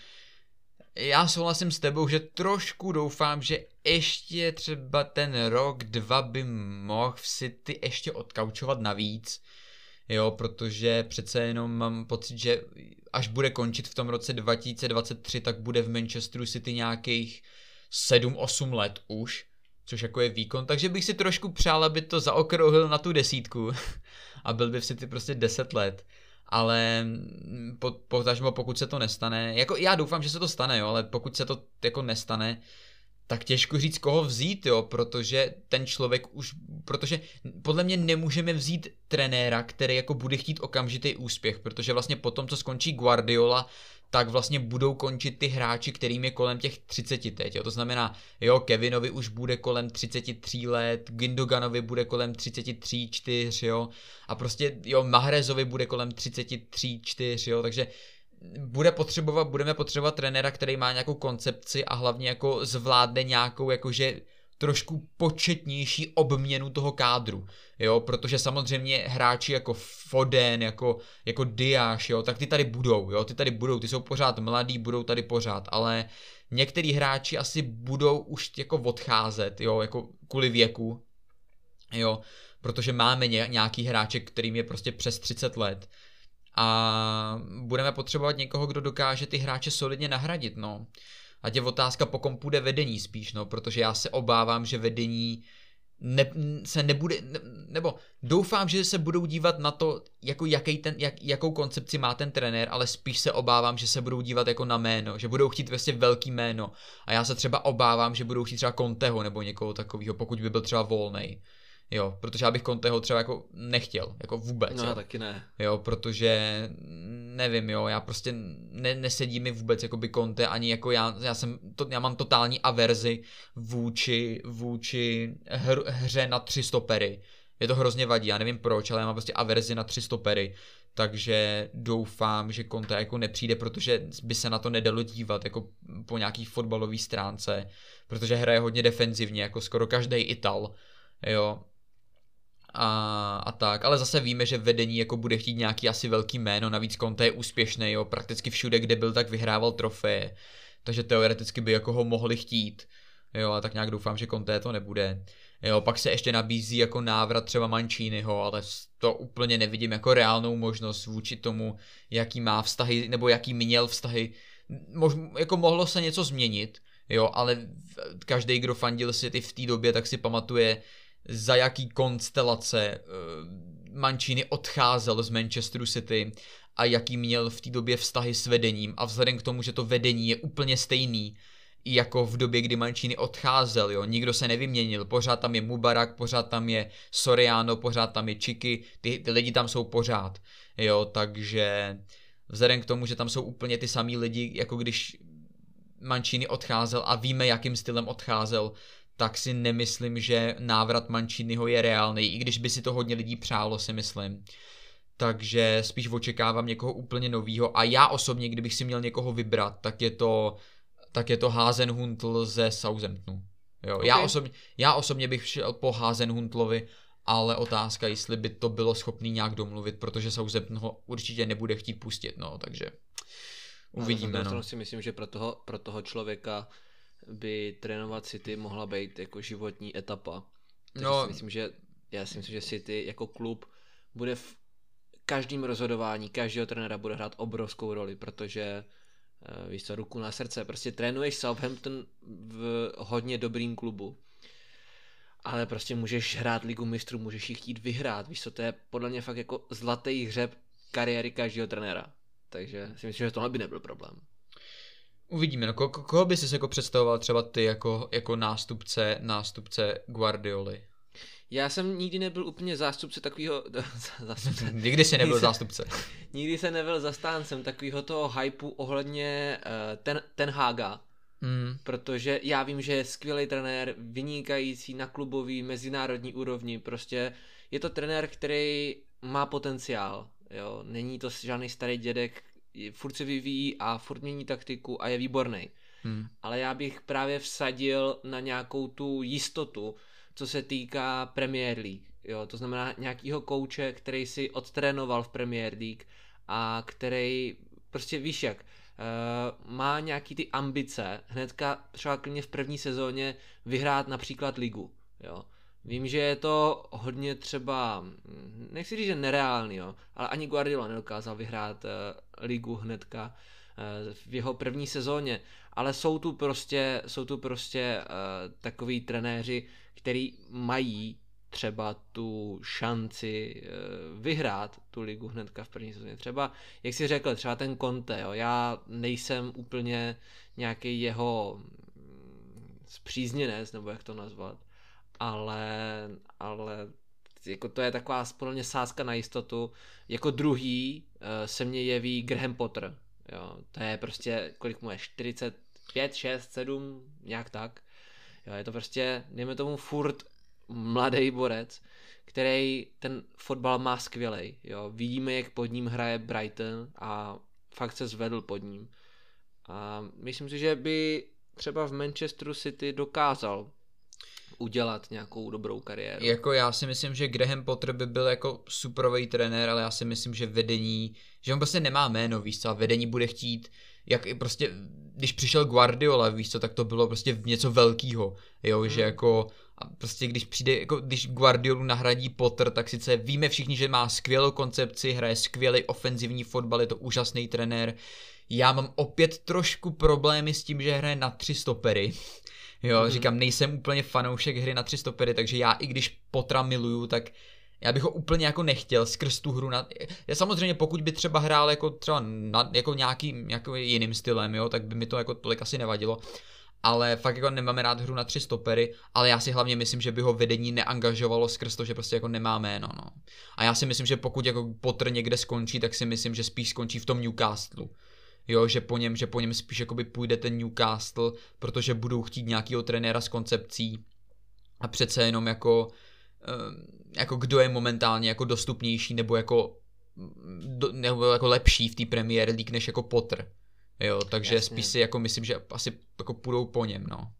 Já souhlasím s tebou, že trošku doufám, že ještě třeba ten rok, dva by mohl v City ještě odkaučovat navíc. Jo, protože přece jenom mám pocit, že až bude končit v tom roce dva tisíce dvacet tři, tak bude v Manchesteru City nějakých sedm osm let už, což jako je výkon, takže bych si trošku přál, aby to zaokrouhlil na tu desítku a byl by v City prostě deset let. Ale po, potažmo, pokud se to nestane, jako já doufám, že se to stane, jo, ale pokud se to jako nestane, tak těžko říct, koho vzít, jo, protože ten člověk už, protože podle mě nemůžeme vzít trenéra, který jako bude chtít okamžitý úspěch, protože vlastně potom, co skončí Guardiola, tak vlastně budou končit ty hráči, kterým je kolem těch třiceti teď, jo, to znamená, jo, Kevinovi už bude kolem třicet tři let, Gündoganovi bude kolem třicet tři, čtyři, jo, a prostě, jo, Mahrezovi bude kolem třicet tři, čtyři, jo, takže bude potřebovat, budeme potřebovat trenéra, který má nějakou koncepci a hlavně jako zvládne nějakou jakože trošku početnější obměnu toho kádru, jo, protože samozřejmě hráči jako Foden, jako, jako Diaz, jo, tak ty tady budou, jo, ty tady budou, ty jsou pořád mladí, budou tady pořád, ale některý hráči asi budou už jako odcházet, jo, jako kvůli věku, jo, protože máme nějaký hráče, kterým je prostě přes třicet let, a budeme potřebovat někoho, kdo dokáže ty hráče solidně nahradit, no. Ať je otázka, po kom půjde vedení spíš, no, protože já se obávám, že vedení ne, se nebude, ne, nebo doufám, že se budou dívat na to, jako jaký ten, jak, jakou koncepci má ten trenér, ale spíš se obávám, že se budou dívat jako na jméno, že budou chtít vlastně velký jméno. A já se třeba obávám, že budou chtít třeba Conteho nebo někoho takového, pokud by byl třeba volnej. Jo, protože já bych Conteho třeba jako nechtěl, jako vůbec. No, jo. taky ne. Jo, protože nevím, jo, já prostě ne, nesedí mi vůbec jako by Conte, ani jako já, já jsem, to, já mám totální averzi vůči, vůči hr, hře na tři stopery. Je to hrozně vadí, já nevím proč, ale já mám prostě averzi na tři stopery. Takže doufám, že Conte jako nepřijde, protože by se na to nedalo dívat jako po nějaký fotbalový stránce, protože hraje hodně defenzivně, jako skoro každý Ital, jo. A, a tak, ale zase víme, že vedení jako bude chtít nějaký asi velký jméno, navíc Conte je úspěšný, jo, prakticky všude, kde byl, tak vyhrával trofeje, takže teoreticky by jako ho mohli chtít, jo, a tak nějak doufám, že Conte to nebude. Jo, pak se ještě nabízí jako návrat třeba Manciniho, ale to úplně nevidím jako reálnou možnost vůči tomu, jaký má vztahy, nebo jaký měl vztahy, Mož, jako mohlo se něco změnit, jo, ale každý, kdo fandil City v té době, tak si pamatuje, za jaký konstelace Mancini odcházel z Manchesteru City a jaký měl v té době vztahy s vedením, a vzhledem k tomu, že to vedení je úplně stejný jako v době, kdy Mancini odcházel, jo, nikdo se nevyměnil, pořád tam je Mubarak, pořád tam je Soriano, pořád tam je Čiky, ty, ty lidi tam jsou pořád, jo, takže vzhledem k tomu, že tam jsou úplně ty samý lidi, jako když Mancini odcházel a víme, jakým stylem odcházel, tak si nemyslím, že návrat Manciniho je reálný, i když by si to hodně lidí přálo, si myslím. Takže spíš očekávám někoho úplně novýho, a já osobně, kdybych si měl někoho vybrat, tak je to, tak je to Hasenhüttl ze Southamptonu. Jo, Okay. já, osobně, já osobně bych šel po Hasenhuttlovi, ale otázka, jestli by to bylo schopný nějak domluvit, protože Southampton ho určitě nebude chtít pustit, no, takže uvidíme, no. no. si myslím, že pro toho, pro toho člověka by trénovat City mohla být jako životní etapa. Takže No, si myslím, že já si myslím, že City jako klub bude v každém rozhodování každého trenéra bude hrát obrovskou roli, protože uh, víš co, ruku na srdce, prostě trénuješ Southampton v hodně dobrým klubu, ale prostě můžeš hrát Ligu mistrů, můžeš ji chtít vyhrát, víš co, to je podle mě fakt jako zlatý hřeb kariéry každého trenéra, takže si myslím, že tohle by nebyl problém. Uvidíme, no, ko- koho by si jako představoval třeba ty jako, jako nástupce, nástupce Guardioli? Já jsem nikdy nebyl úplně zástupce takového... zástupce. Nikdy jsi nebyl zástupce. Nikdy jsem nebyl zastáncem takového toho hypeu ohledně uh, ten, ten Haga, mm. protože já vím, že je skvělý trenér, vynikající na klubový, mezinárodní úrovni, prostě je to trenér, který má potenciál, jo, není to žádný starý dědek, furt se vyvíjí a furt mění taktiku a je výborný. Mm. Ale já bych právě vsadil na nějakou tu jistotu, co se týká Premier League, jo, to znamená nějakýho kouče, který si odtrénoval v Premier League a který, prostě víš jak, uh, má nějaký ty ambice, hnedka třeba klidně v první sezóně vyhrát například ligu, jo. Vím, že je to hodně třeba, nechci říct, že nereálný, jo, ale ani Guardiola nedokázal vyhrát uh, ligu hnedka uh, v jeho první sezóně, ale jsou tu prostě, jsou tu prostě uh, takový trenéři, který mají třeba tu šanci uh, vyhrát tu ligu hnedka v první sezóně. Třeba, jak jsi řekl, třeba ten Conte, jo, já nejsem úplně nějaký jeho spřízněnec, nebo jak to nazvat, ale, ale jako to je taková podle mě sázka na jistotu. Jako druhý uh, se mně jeví Graham Potter, jo, to je prostě, kolik mu je, čtyřicet pět, šest, sedm, nějak tak. Jo, je to prostě, dejme tomu furt mladý borec, který ten fotbal má skvělej. Jo. Vidíme, jak pod ním hraje Brighton a fakt se zvedl pod ním. A myslím si, že by třeba v Manchesteru City dokázal udělat nějakou dobrou kariéru. Jako já si myslím, že Graham Potter by byl jako superový trenér, ale já si myslím, že vedení, že on prostě nemá jméno, víš co, a vedení bude chtít, jak i prostě, když přišel Guardiola, víš co, tak to bylo prostě něco velkýho, jo, hmm. že jako, a prostě když přijde, jako když Guardiolu nahradí Potter, tak sice víme všichni, že má skvělou koncepci, hraje skvělý ofenzivní fotbal, je to úžasný trenér. Já mám opět trošku problémy s tím, že hraje na tři stopery. Jo, mm-hmm. říkám, nejsem úplně fanoušek hry na tři stopery, takže já i když Pottera miluju, tak já bych ho úplně jako nechtěl skrz tu hru. Na... Já samozřejmě pokud by třeba hrál jako třeba na, jako nějakým jako jiným stylem, jo, tak by mi to jako tolik asi nevadilo. Ale fakt jako nemáme rád hru na tři stopery, ale já si hlavně myslím, že by ho vedení neangažovalo skrz to, že prostě jako nemá jméno, no. A já si myslím, že pokud jako Potter někde skončí, tak si myslím, že spíš skončí v tom Newcastle. Jo, že po něm, že po něm spíš jakoby půjde ten Newcastle, protože budou chtít nějakýho trenéra s koncepcí a přece jenom jako, jako kdo je momentálně jako dostupnější nebo jako, nebo jako lepší v té Premier League než jako Potter. Jo, takže jasně. Spíš si jako myslím, že asi jako půjdou po něm, no.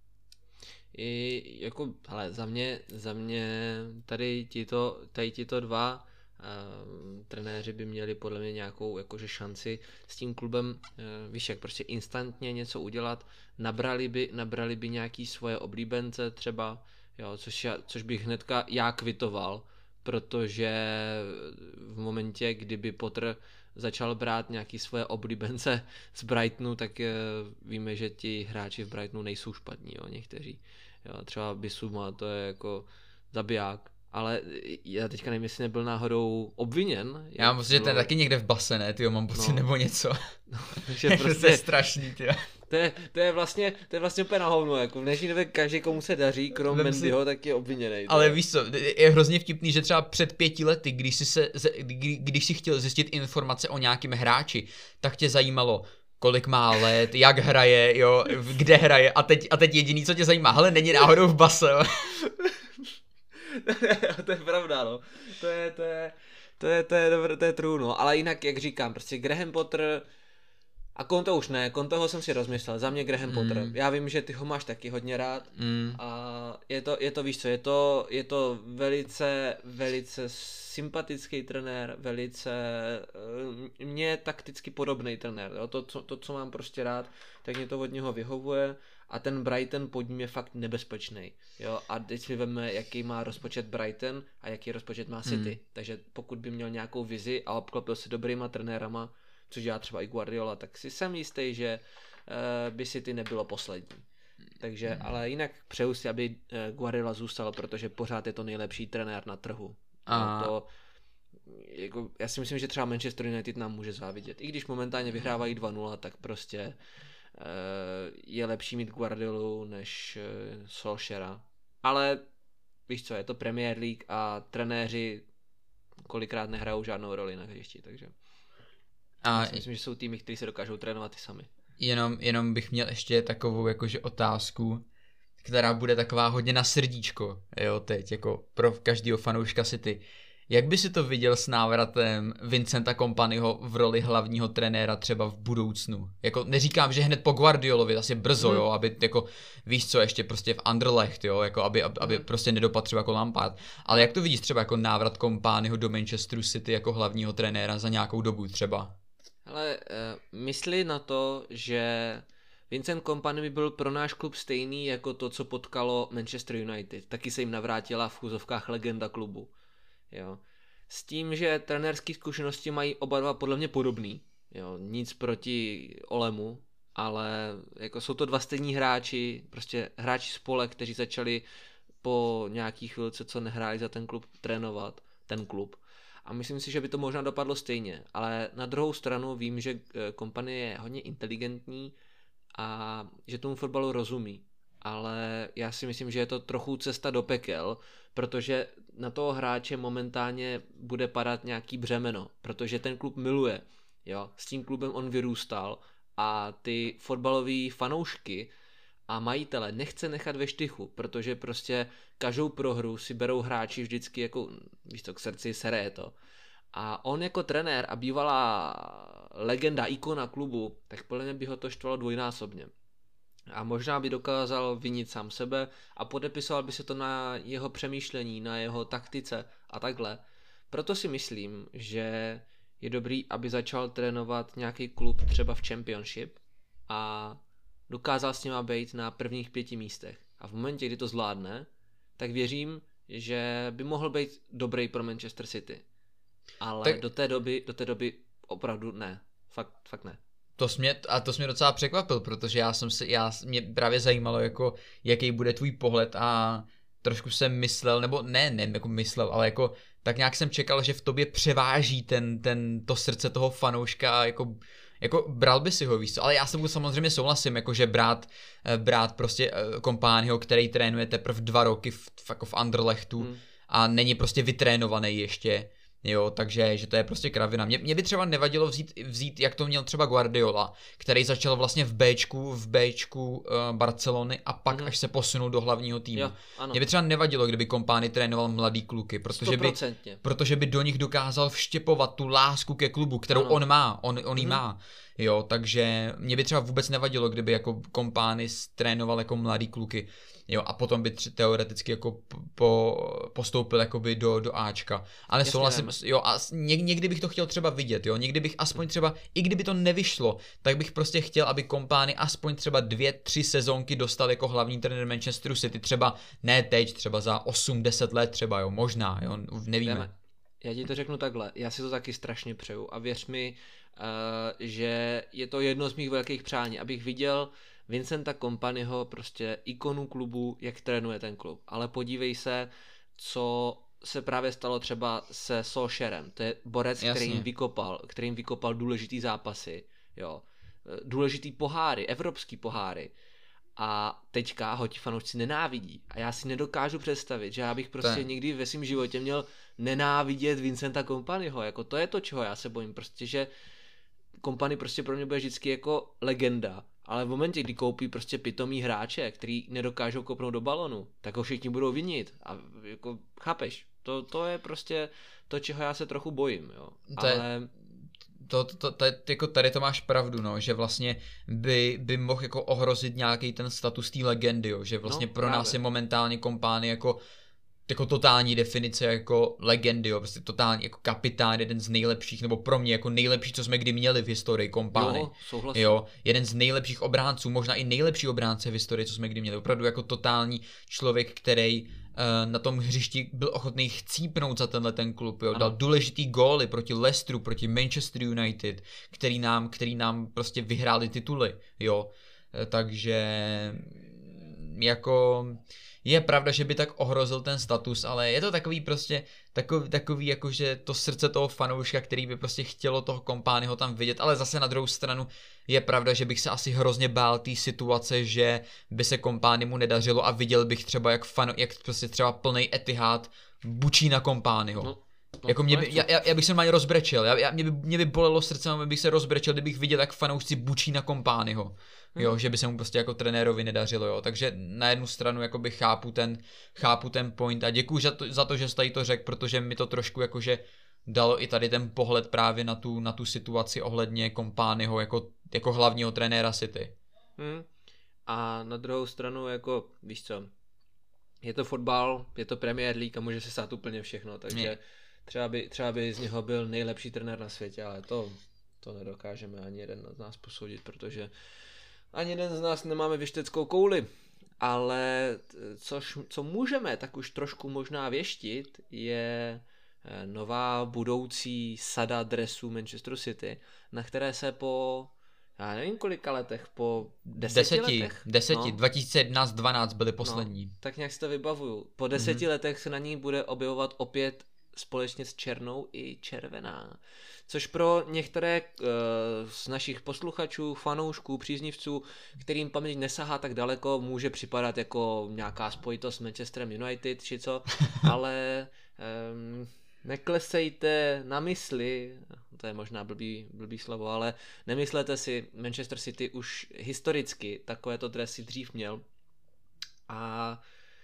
I jako, hele, za mě, za mě tady tito, tady tito dva Uh, trenéři by měli podle mě nějakou jakože šanci s tím klubem, uh, víš jak, prostě instantně něco udělat, nabrali by, nabrali by nějaký svoje oblíbence třeba, jo, což, já, což bych hnedka já kvitoval, protože v momentě, kdyby Potter začal brát nějaký svoje oblíbence z Brightonu, tak uh, víme, že ti hráči v Brightonu nejsou špatní, jo, někteří, jo, třeba Bissouma, to je jako zabiják. Ale já teďka nevím, jestli nebyl náhodou obviněn. Já myslím, že ten taky někde v base, ne, tyjo, mám pocit, no. Nebo něco. No, takže prostě je strašný, tyjo. To je, to je vlastně, to je vlastně úplně na hovno, jako v dnešní době každý, komu se daří, krom Vem Mendyho, si... tak je obviněnej. Ale je. Víš co, je hrozně vtipný, že třeba před pěti lety, když si, se, kdy, když si chtěl zjistit informace o nějakém hráči, tak tě zajímalo, kolik má let, jak hraje, jo, kde hraje a teď, a teď jediný, co tě zajímá, hele, není náhodou v base, jo. To je pravda, no. To je, to je, to je, to je, dobré, to je true, no. Ale jinak, jak říkám, prostě Graham Potter a Conte už ne, Conteho jsem si rozmyslel, za mě Graham mm. Potter. Já vím, že ty ho máš taky hodně rád mm. a je to, je to, víš co, je to, je to velice, velice sympatický trenér, velice, mně je takticky podobný trenér, jo? To, co, to, co mám prostě rád, tak mě to od něho vyhovuje a ten Brighton pod ním je fakt nebezpečný, jo, a teď si veme, jaký má rozpočet Brighton a jaký rozpočet má City, hmm. takže pokud by měl nějakou vizi a obklopil se dobrýma trenérama, což dělá třeba i Guardiola, tak si jsem jistý, že uh, by City nebylo poslední. Takže, hmm. ale jinak přeju si, aby Guardiola zůstal, protože pořád je to nejlepší trenér na trhu. A... To, jako, já si myslím, že třeba Manchester United nám může závidět. I když momentálně vyhrávají dva nula, tak prostě uh, je lepší mít Guardiolu než uh, Solskjaera. Ale víš co, je to Premier League a trenéři kolikrát nehrajou žádnou roli na hřišti, takže a... já si myslím, že jsou týmy, kteří se dokážou trénovat i sami. Jenom, jenom bych měl ještě takovou jakože otázku, která bude taková hodně na srdíčko, jo, teď, jako pro každýho fanouška City. Jak by si to viděl s návratem Vincenta Kompanyho v roli hlavního trenéra třeba v budoucnu? Jako neříkám, že hned po Guardiolovi, asi brzo, mm. jo, aby jako, víš co, ještě prostě v Anderlecht, jo, jako aby, aby, aby prostě nedopadl třeba jako Lampard. Ale jak to vidíš třeba jako návrat Kompanyho do Manchesteru City jako hlavního trenéra za nějakou dobu třeba? Ale uh, mysli na to, že Vincent Kompany by byl pro náš klub stejný jako to, co potkalo Manchester United. Taky se jim navrátila v chůzovkách legenda klubu. Jo. S tím, že trenérské zkušenosti mají oba dva podle mě podobný. Jo. Nic proti Olemu, ale jako jsou to dva stejní hráči, prostě hráči spole, kteří začali po nějaký chvilce, co nehráli za ten klub, trénovat ten klub. A myslím si, že by to možná dopadlo stejně, ale na druhou stranu vím, že Kompany je hodně inteligentní a že tomu fotbalu rozumí. Ale já si myslím, že je to trochu cesta do pekel, protože na toho hráče momentálně bude padat nějaký břemeno, protože ten klub miluje. Jo? S tím klubem on vyrůstal a ty fotbalové fanoušky a majitele nechce nechat ve štychu, protože prostě každou prohru si berou hráči vždycky jako, víš to, k srdci, sere je to. A on jako trenér a bývalá legenda, ikona klubu, tak podle mě by ho to štvalo dvojnásobně. A možná by dokázal vinit sám sebe a podepisoval by se to na jeho přemýšlení, na jeho taktice a takhle. Proto si myslím, že je dobrý, aby začal trénovat nějaký klub třeba v Championship a dokázal s nima být na prvních pěti místech. A v momentě, kdy to zvládne, tak věřím, že by mohl být dobrý pro Manchester City. Ale tak... do té doby, do té doby opravdu ne. Fakt, fakt ne. To mě, a to jsi mě docela překvapil, protože já jsem si, já, mě právě zajímalo, jako, jaký bude tvůj pohled a trošku jsem myslel, nebo ne, ne, jako myslel, ale jako tak nějak jsem čekal, že v tobě převáží ten, ten, to srdce toho fanouška, jako, jako bral by si ho, víš co, ale já se mu samozřejmě souhlasím, jako že brát, brát prostě Kompányho, který trénuje teprve dva roky v, jako v Anderlechtu hmm. a není prostě vytrénovaný ještě, jo, takže že to je prostě kravina. Mě, mě by třeba nevadilo vzít, vzít, jak to měl třeba Guardiola, který začal vlastně v Bčku, v Bčku uh, Barcelony a pak mm. až se posunul do hlavního týmu. Jo, mě by třeba nevadilo, kdyby Kompany trénoval mladý kluky, protože by, protože by do nich dokázal vštěpovat tu lásku ke klubu, kterou ano. on má, on, on mm. ji má. Jo, takže mě by třeba vůbec nevadilo, kdyby jako Kompany trénoval jako mladý kluky. Jo, a potom by tři, teoreticky jako po, postoupil jakoby do, do Ačka. Ale souhlasím, jo, a něk, někdy bych to chtěl třeba vidět, jo, někdy bych aspoň třeba, i kdyby to nevyšlo, tak bych prostě chtěl, aby Kompany aspoň třeba dvě, tři sezónky dostal jako hlavní trenér Manchesteru City, třeba ne teď, třeba za osm deset let třeba, jo, možná, jo, nevíme. Jdeme. Já ti to řeknu takhle, já si to taky strašně přeju a věř mi, uh, že je to jedno z mých velkých přání, abych viděl Vincenta Kompanyho, prostě ikonu klubu, jak trénuje ten klub. Ale podívej se, co se právě stalo třeba se Solskjaerem. To je borec, který jim vykopal, který jim vykopal důležitý zápasy, jo. Důležitý poháry, evropský poháry. A teďka ho ti fanoušci nenávidí. A já si nedokážu představit, že já bych prostě Ten. někdy ve svém životě měl nenávidět Vincenta Kompanyho. Jako to je to, čeho já se bojím. Prostě, že Kompany prostě pro mě bude vždycky jako legenda. Ale v momentě, kdy koupí prostě pitomý hráče, který nedokážou kopnout do balonu, tak ho všichni budou vinit. A jako, chápeš, to, to je prostě to, čeho já se trochu bojím, jo. To Ale... je, to, to, to, tady, jako tady to máš pravdu, no, že vlastně by, by mohl jako ohrozit nějaký ten status té legendy, jo, že vlastně no, pro právě. Nás je momentálně Kompány jako jako totální definice jako legendy, jo, prostě totální jako kapitán, jeden z nejlepších, nebo pro mě jako nejlepší, co jsme kdy měli v historii Kompány. Jo, souhlasím. Jo, jeden z nejlepších obránců, možná i nejlepší obránce v historii, co jsme kdy měli. Opravdu jako totální člověk, který uh, na tom hřišti byl ochotný chcípnout za tenhle ten klub, jo, dal důležitý góly proti Leicesteru, proti Manchester United, který nám, který nám prostě vyhráli tituly, jo. Takže jako je pravda, že by tak ohrozil ten status, ale je to takový prostě takový, takový jako, že to srdce toho fanouška, který by prostě chtělo toho Kompányho tam vidět, ale zase na druhou stranu je pravda, že bych se asi hrozně bál té situace, že by se Kompánymu nedařilo a viděl bych třeba jak, fan, jak prostě třeba plnej Etihad bučí na Kompányho. No. No, jako mě by, já, já bych se normálně rozbrečel, já, já, mě, by, mě by bolelo srdce, mě bych se rozbrečel, kdybych viděl, jak fanoušci bučí na Kompányho, jo, hmm. že by se mu prostě jako trenérovi nedařilo, jo, takže na jednu stranu jakoby chápu ten, chápu ten point a děkuju za to, za to, že jsi tady to řekl, protože mi to trošku jakože dalo i tady ten pohled právě na tu, na tu situaci ohledně Kompányho jako, jako hlavního trenéra City. Hmm. A na druhou stranu jako, víš co, je to fotbal, je to Premier League a může se stát úplně všechno, takže je. Třeba by, třeba by z něho byl nejlepší trenér na světě, ale to, to nedokážeme ani jeden z nás posoudit, protože ani jeden z nás nemáme věšteckou kouli. Ale což, co můžeme tak už trošku možná věštit, je nová budoucí sada dresů Manchesteru City, na které se po, já nevím kolika letech, po deseti, deseti letech. Deseti, no, dva tisíce jedenáct dvanáct byly poslední. No, tak nějak si to vybavuju. Po deseti mm-hmm. letech se na ní bude objevovat opět společně s černou i červená. Což pro některé uh, z našich posluchačů, fanoušků, příznivců, kterým paměť nesahá tak daleko, může připadat jako nějaká spojitost s Manchesterem United či co, ale um, neklesejte na mysli, to je možná blbý, blbý slovo, ale nemyslete si, Manchester City už historicky takovéto dresy dřív měl a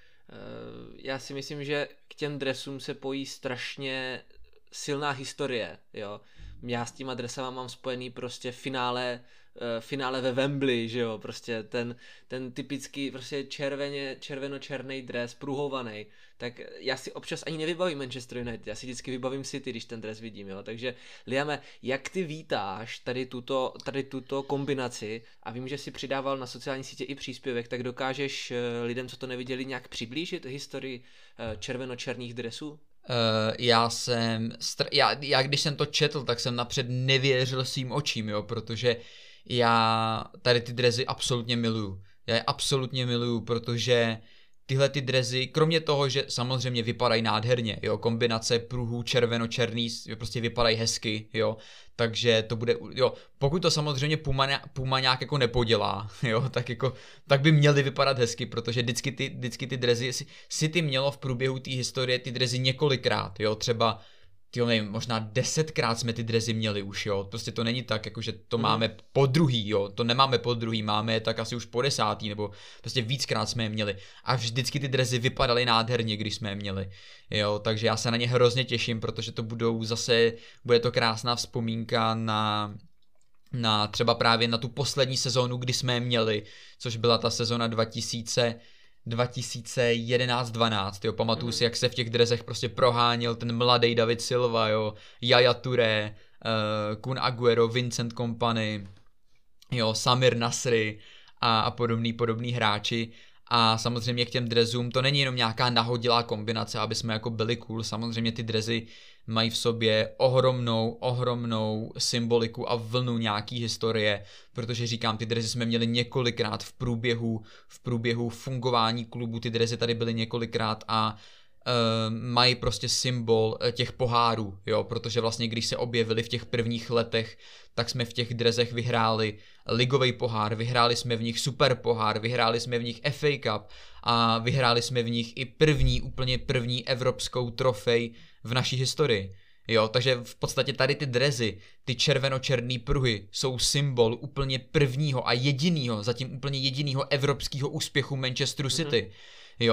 já si myslím, že k těm dresům se pojí strašně silná historie, jo. Já s těma dresama mám spojený prostě finále, finále ve Wembley, že jo, prostě ten, ten typický prostě červeně, červeno-černý dres, pruhovaný, tak já si občas ani nevybavím Manchester United, já si vždycky vybavím City, když ten dres vidím, jo, takže Liame, jak ty vítáš tady tuto, tady tuto kombinaci a vím, že si přidával na sociální sítě i příspěvek, tak dokážeš lidem, co to neviděli, nějak přiblížit historii červeno-černých dresů? Uh, já jsem, str- já, já když jsem to četl, tak jsem napřed nevěřil svým očím, jo, protože já tady ty dresy absolutně miluju. Já je absolutně miluju, protože tyhle ty dresy, kromě toho, že samozřejmě vypadají nádherně, jo, kombinace pruhů červeno-černý, prostě vypadají hezky, jo, takže to bude, jo, pokud to samozřejmě Puma, Puma nějak jako nepodělá, jo, tak jako, tak by měly vypadat hezky, protože vždycky ty, vždycky ty dresy, si ty mělo v průběhu té historie ty dresy několikrát, jo, třeba tyjo, nevím, možná desetkrát jsme ty dresy měli už, jo, prostě to není tak, jakože to mm. máme po druhý, jo, to nemáme po druhý, máme je tak asi už po desátý, nebo prostě víckrát jsme je měli a vždycky ty dresy vypadaly nádherně, když jsme je měli, jo, takže já se na ně hrozně těším, protože to budou zase, bude to krásná vzpomínka na, na třeba právě na tu poslední sezónu, kdy jsme je měli, což byla ta sezona dva tisíce jedenáct dvanáct, jo, pamatuju mm. si, jak se v těch dresech prostě proháněl ten mladý David Silva, jo, Yaya Touré, uh, Kun Aguero, Vincent Kompany, jo, Samir Nasri a, a podobný, podobný hráči a samozřejmě k těm dresům to není jenom nějaká nahodilá kombinace, aby jsme jako byli cool, samozřejmě ty dresy mají v sobě ohromnou, ohromnou symboliku a vlnu nějaký historie, protože říkám, ty dresy jsme měli několikrát v průběhu, v průběhu fungování klubu, ty dresy tady byly několikrát a Uh, mají prostě symbol těch pohárů, jo, protože vlastně když se objevili v těch prvních letech, tak jsme v těch dresech vyhráli ligový pohár, vyhráli jsme v nich super pohár, vyhráli jsme v nich F A Cup a vyhráli jsme v nich i první, úplně první evropskou trofej v naší historii. Jo, takže v podstatě tady ty dresy, ty červeno-černý pruhy jsou symbol úplně prvního a jedinýho, zatím úplně jedinýho evropského úspěchu Manchesteru City. Mm-hmm. Jo,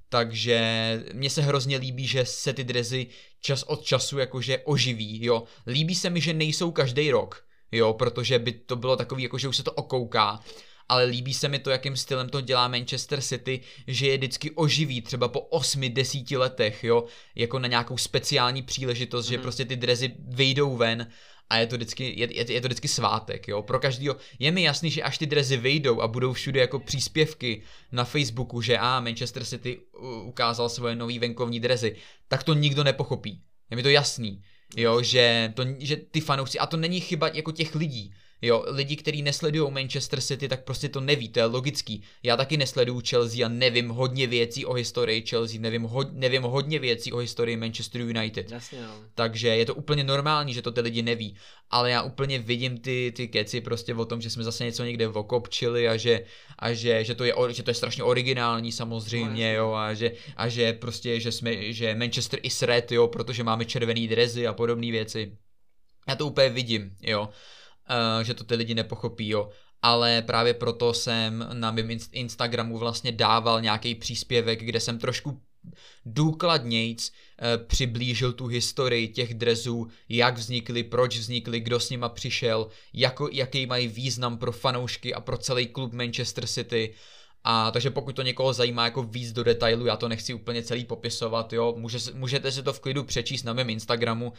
takže mně se hrozně líbí, že se ty dresy čas od času jakože oživí, jo. Líbí se mi, že nejsou každý rok, jo, protože by to bylo takový, jako že už se to okouká, ale líbí se mi to, jakým stylem to dělá Manchester City, že je vždycky oživí, třeba po osmi, desíti letech, jo, jako na nějakou speciální příležitost, mm-hmm. že prostě ty dresy vyjdou ven a je to vždycky, je, je, je to vždycky svátek, jo, pro každýho. Je mi jasný, že až ty dresy vyjdou a budou všude jako příspěvky na Facebooku, že a Manchester City ukázal svoje nový venkovní dresy, tak to nikdo nepochopí. Je mi to jasný, jo, že, to, že ty fanoušci, a to není chyba jako těch lidí, jo, lidi, kteří nesledují Manchester City, tak prostě to neví, to je logický. Já taky nesleduju Chelsea a nevím hodně věcí o historii Chelsea, nevím, ho, nevím hodně věcí o historii Manchester United. Jasně, no. Takže je to úplně normální, že to ty lidi neví. Ale já úplně vidím ty, ty keci prostě o tom, že jsme zase něco někde okopčili a že, a že, že, to, je, že to je strašně originální samozřejmě, jo, a že, a že prostě, že jsme, že Manchester is red, jo, protože máme červený dresy a podobné věci. Já to úplně vidím, jo. Uh, že to ty lidi nepochopí, jo. Ale právě proto jsem na mém Instagramu vlastně dával nějaký příspěvek, kde jsem trošku důkladnějc uh, přiblížil tu historii těch dresů, jak vznikly, proč vznikly, kdo s nima přišel, jako, jaký mají význam pro fanoušky a pro celý klub Manchester City. A takže pokud to někoho zajímá jako víc do detailu, já to nechci úplně celý popisovat, jo. Může, můžete si to v klidu přečíst na mém Instagramu.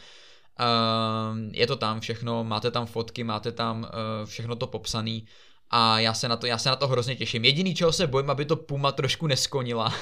Uh, je to tam všechno, máte tam fotky, máte tam uh, všechno to popsaný a já se, na to, já se na to hrozně těším. Jediný, čeho se bojím, aby to Puma trošku neskonila,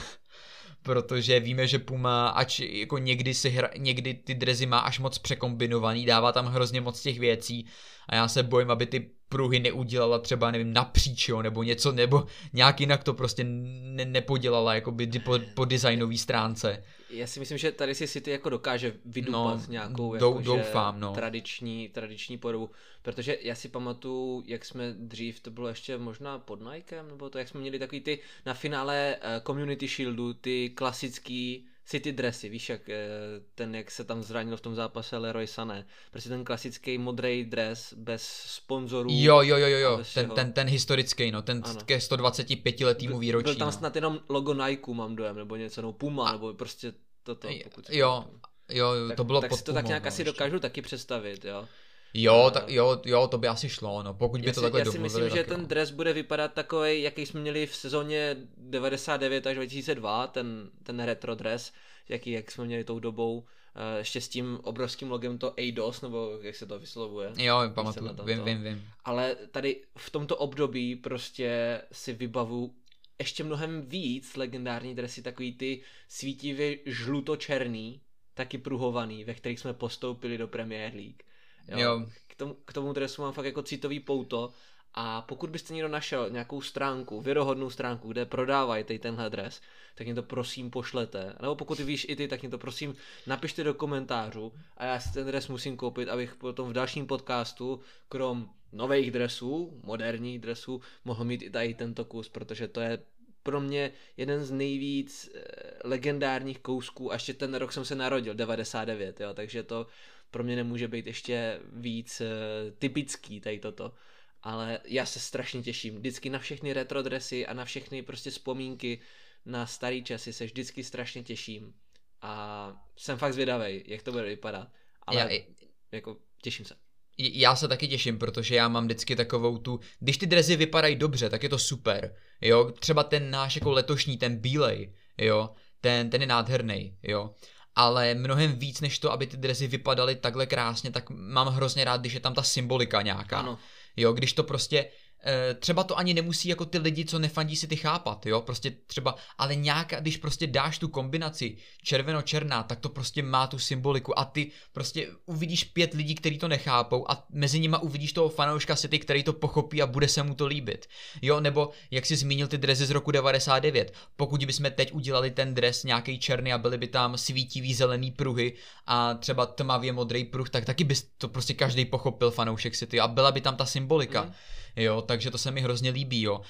protože víme, že Puma, ač jako někdy, si hra, někdy ty dresy má až moc překombinovaný, dává tam hrozně moc těch věcí a já se bojím, aby ty pruhy neudělala třeba, nevím, napříč, jo, nebo něco, nebo nějak jinak to prostě ne- nepodělala, jakoby po, po designové stránce. Já si myslím, že tady si City jako dokáže vydupat no, nějakou dou, jako, doufám, no. tradiční, tradiční podobu, protože já si pamatuju, jak jsme dřív, to bylo ještě možná pod Nikem, nebo to, jak jsme měli takový ty na finále uh, Community Shieldu, ty klasický City dresy, víš, jak ten, jak se tam zranil v tom zápase Leroy Sané, prostě ten klasický modrý dres bez sponzorů. Jo, jo, jo, jo, ten, ten, ten historický, no, ten ano. Ke sto dvacet pět letýmu výročí. Byl tam no. snad jenom logo Nike, mám dojem, nebo něco, no Puma, a, nebo prostě toto. Pokud jo, jo, tak, to bylo tak pod si to tak Pumou, nějak no, asi ještě. Dokážu taky představit, jo. Jo, a... tak, jo, jo, to by asi šlo, no, pokud by já to si, takhle já si domluvili. myslím, že tak, ten jo. dres bude vypadat takovej, jaký jsme měli v sezóně devadesát devět až dva tisíce dva, ten, ten retro dres, jaký, jak jsme měli tou dobou, ještě s tím obrovským logem to A D O S, nebo jak se to vyslovuje. Jo, pamatuju, vím, vím, vím. Ale tady v tomto období prostě si vybavu ještě mnohem víc legendární dresy, takový ty svítivě žluto-černý, taky pruhovaný, ve kterých jsme postoupili do Premier League. Jo. Jo. K, tomu, k tomu dresu mám fakt jako citový pouto a pokud byste někdo našel nějakou stránku, věrohodnou stránku, kde prodávají tady tenhle dres, tak mě to prosím pošlete. Nebo pokud víš i ty, tak mě to prosím napište do komentářů a já si ten dres musím koupit, abych potom v dalším podcastu, krom nových dresů, moderních dresů, mohl mít i tady tento kus, protože to je pro mě jeden z nejvíc eh, legendárních kousků a ještě ten rok jsem se narodil, devadesát devět, jo, takže to pro mě nemůže být ještě víc eh, typický tady toto. Ale já se strašně těším vždycky na všechny retro dresy a na všechny prostě vzpomínky na starý časy se vždycky strašně těším a jsem fakt zvědavej, jak to bude vypadat, ale já, jako těším se. Já se taky těším, protože já mám vždycky takovou tu, když ty dresy vypadají dobře, tak je to super, jo, třeba ten náš jako letošní, ten bílej, jo, ten, ten je nádherný, jo, ale mnohem víc než to, aby ty dresy vypadaly takhle krásně, tak mám hrozně rád, když je tam ta symbolika nějaká, ano. Jo, když to prostě, e, třeba to ani nemusí jako ty lidi, co nefandí si ty chápat, jo, prostě třeba, ale nějaká, když prostě dáš tu kombinaci červeno-černá, tak to prostě má tu symboliku a ty prostě uvidíš pět lidí, kteří to nechápou a mezi nima uvidíš toho fanouška City, který to pochopí a bude se mu to líbit, jo, nebo jak jsi zmínil ty dresy z roku devadesát devět, pokud bychom teď udělali ten dres nějaký černý a byly by tam svítivý zelený pruhy a třeba tmavě modrý pruh, tak taky by to prostě každý pochopil fanoušek City a byla by tam ta symbolika. Mm. Jo, takže to se mi hrozně líbí, jo.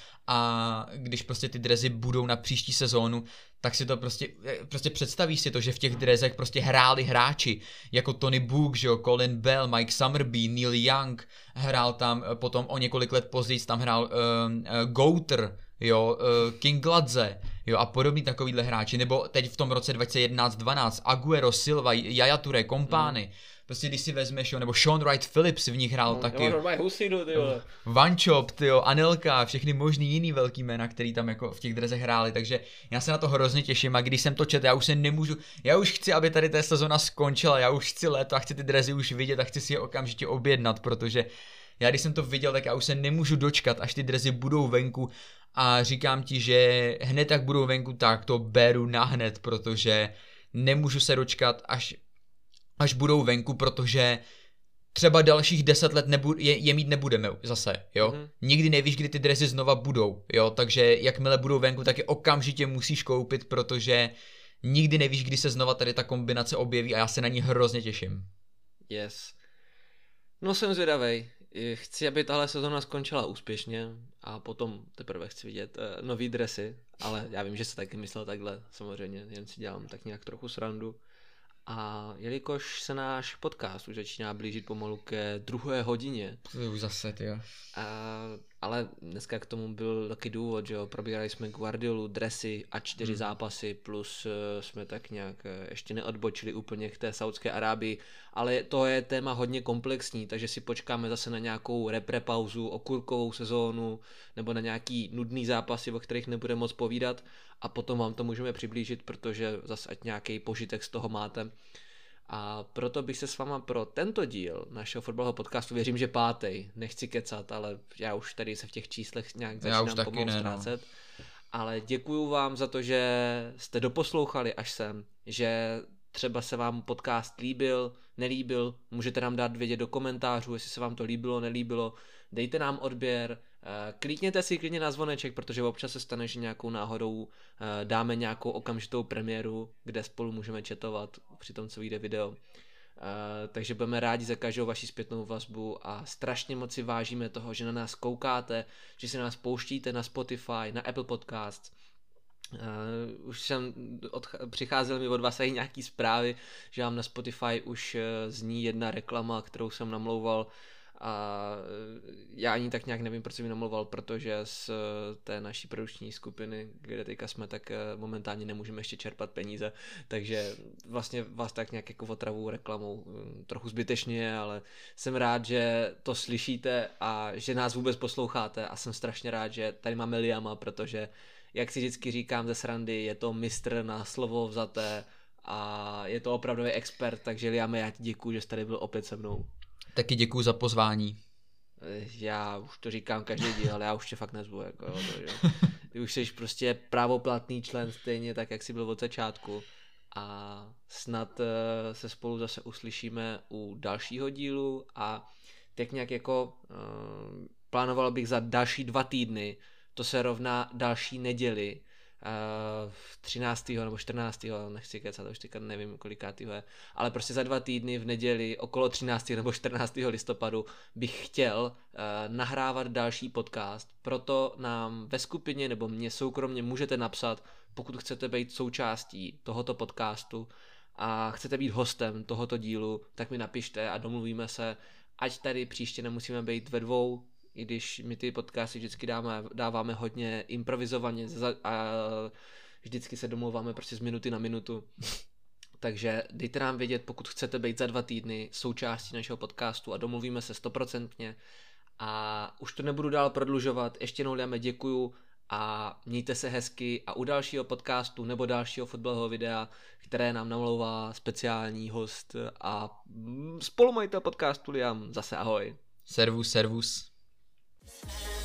A když prostě ty dresy budou na příští sezónu, tak si to prostě, prostě představíš si to, že v těch dresech prostě hráli hráči, jako Tony Book, že jo, Colin Bell, Mike Summerby, Neil Young, hrál tam potom o několik let později, tam hrál uh, uh, Gouter, jo, uh, King Gladze, jo, a podobný takovýhle hráči, nebo teď v tom roce dva tisíce jedenáct dvanáct, Aguero, Silva, Yaya Touré, Kompány, mm. prostě když si vezmeš, jo, nebo Sean Wright Phillips v nich hrál no, taky. Husinu, ty vole. Vanchop, tyjo, Anelka, všechny možný jiný velký jména, který tam jako v těch drezech hráli, takže já se na to hrozně těším a když jsem to četl, já už se nemůžu, já už chci, aby tady ta sezona skončila, já už chci léto a chci ty drezy už vidět a chci si je okamžitě objednat, protože já když jsem to viděl, tak já už se nemůžu dočkat, až ty drezy budou venku a říkám ti, že hned jak budou venku, tak to beru nahned, protože nemůžu se dočkat, až, až budou venku, protože třeba dalších deset let nebu, je, je mít nebudeme zase, jo. Mm-hmm. Nikdy nevíš, kdy ty drezy znova budou, jo, takže jakmile budou venku, tak je okamžitě musíš koupit, protože nikdy nevíš, kdy se znova tady ta kombinace objeví a já se na ní hrozně těším. Yes. No jsem zvědavej. Chci, aby tahle sezona skončila úspěšně a potom teprve chci vidět uh, nový dresy, ale já vím, že se taky myslel takhle, samozřejmě, jen si dělám tak nějak trochu srandu. A jelikož se náš podcast už začíná blížit pomalu ke druhé hodině. To je už zase, jo. Ale dneska k tomu byl taky důvod, že jo, probírali jsme Guardiolu, dresy a čtyři hmm. zápasy, plus uh, jsme tak nějak uh, ještě neodbočili úplně k té Saudské Arábii, ale to je téma hodně komplexní, takže si počkáme zase na nějakou repre pauzu, okurkovou sezónu, nebo na nějaký nudný zápasy, o kterých nebudeme moc povídat a potom vám to můžeme přiblížit, protože zase ať nějaký požitek z toho máte. A proto bych se s váma pro tento díl našeho fotbalového podcastu, věřím, že pátý, nechci kecat, ale já už tady se v těch číslech nějak začínám pomalu ztrácet. No. Ale děkuju vám za to, že jste doposlouchali až sem, že třeba se vám podcast líbil, nelíbil, můžete nám dát vědět do komentářů, jestli se vám to líbilo, nelíbilo, dejte nám odběr, klikněte si klidně na zvoneček, protože občas se stane, že nějakou náhodou dáme nějakou okamžitou premiéru, kde spolu můžeme chatovat při tom, co vyjde video. Takže budeme rádi za každou vaši zpětnou vazbu a strašně moc si vážíme toho, že na nás koukáte, že si nás pouštíte na Spotify, na Apple Podcasts. Uh, už jsem odch- přicházel mi od vás i nějaký zprávy, že vám na Spotify už uh, zní jedna reklama, kterou jsem namlouval a uh, já ani tak nějak nevím, proč jsem ji namlouval, protože z uh, té naší produkční skupiny, kde teďka jsme, tak uh, momentálně nemůžeme ještě čerpat peníze, takže vlastně vás tak nějak jako otravu reklamou um, trochu zbytečně, ale jsem rád, že to slyšíte a že nás vůbec posloucháte a jsem strašně rád, že tady máme Liama, protože jak si vždycky říkám ze srandy, je to mistr na slovo vzaté a je to opravdový expert, takže Liame, já ti děkuju, že jsi tady byl opět se mnou. Taky děkuju za pozvání. Já už to říkám každý díl, ale já už tě fakt nezvu. Jako, jo, to, jo. Ty už jsi prostě právoplatný člen stejně tak, jak jsi byl od začátku a snad uh, se spolu zase uslyšíme u dalšího dílu a tak nějak jako uh, plánoval bych za další dva týdny. To se rovná další neděli, uh, třináctého nebo čtrnáctého nechci kecat, už teďka nevím kolikátýho je, ale prostě za dva týdny v neděli okolo třináctého nebo čtrnáctého listopadu bych chtěl uh, nahrávat další podcast, proto nám ve skupině nebo mě soukromně můžete napsat, pokud chcete být součástí tohoto podcastu a chcete být hostem tohoto dílu, tak mi napište a domluvíme se, ať tady příště nemusíme být ve dvou, i když my ty podcasty vždycky dáme, dáváme hodně improvizovaně a vždycky se domlouváme prostě z minuty na minutu. Takže dejte nám vědět, pokud chcete být za dva týdny součástí našeho podcastu a domluvíme se stoprocentně. A už to nebudu dál prodlužovat, ještě jednou dáme děkuju a mějte se hezky a u dalšího podcastu nebo dalšího fotbalového videa, které nám namlouvá speciální host a spolumajitel podcastu Liam, zase ahoj. Servus, servus. Yeah.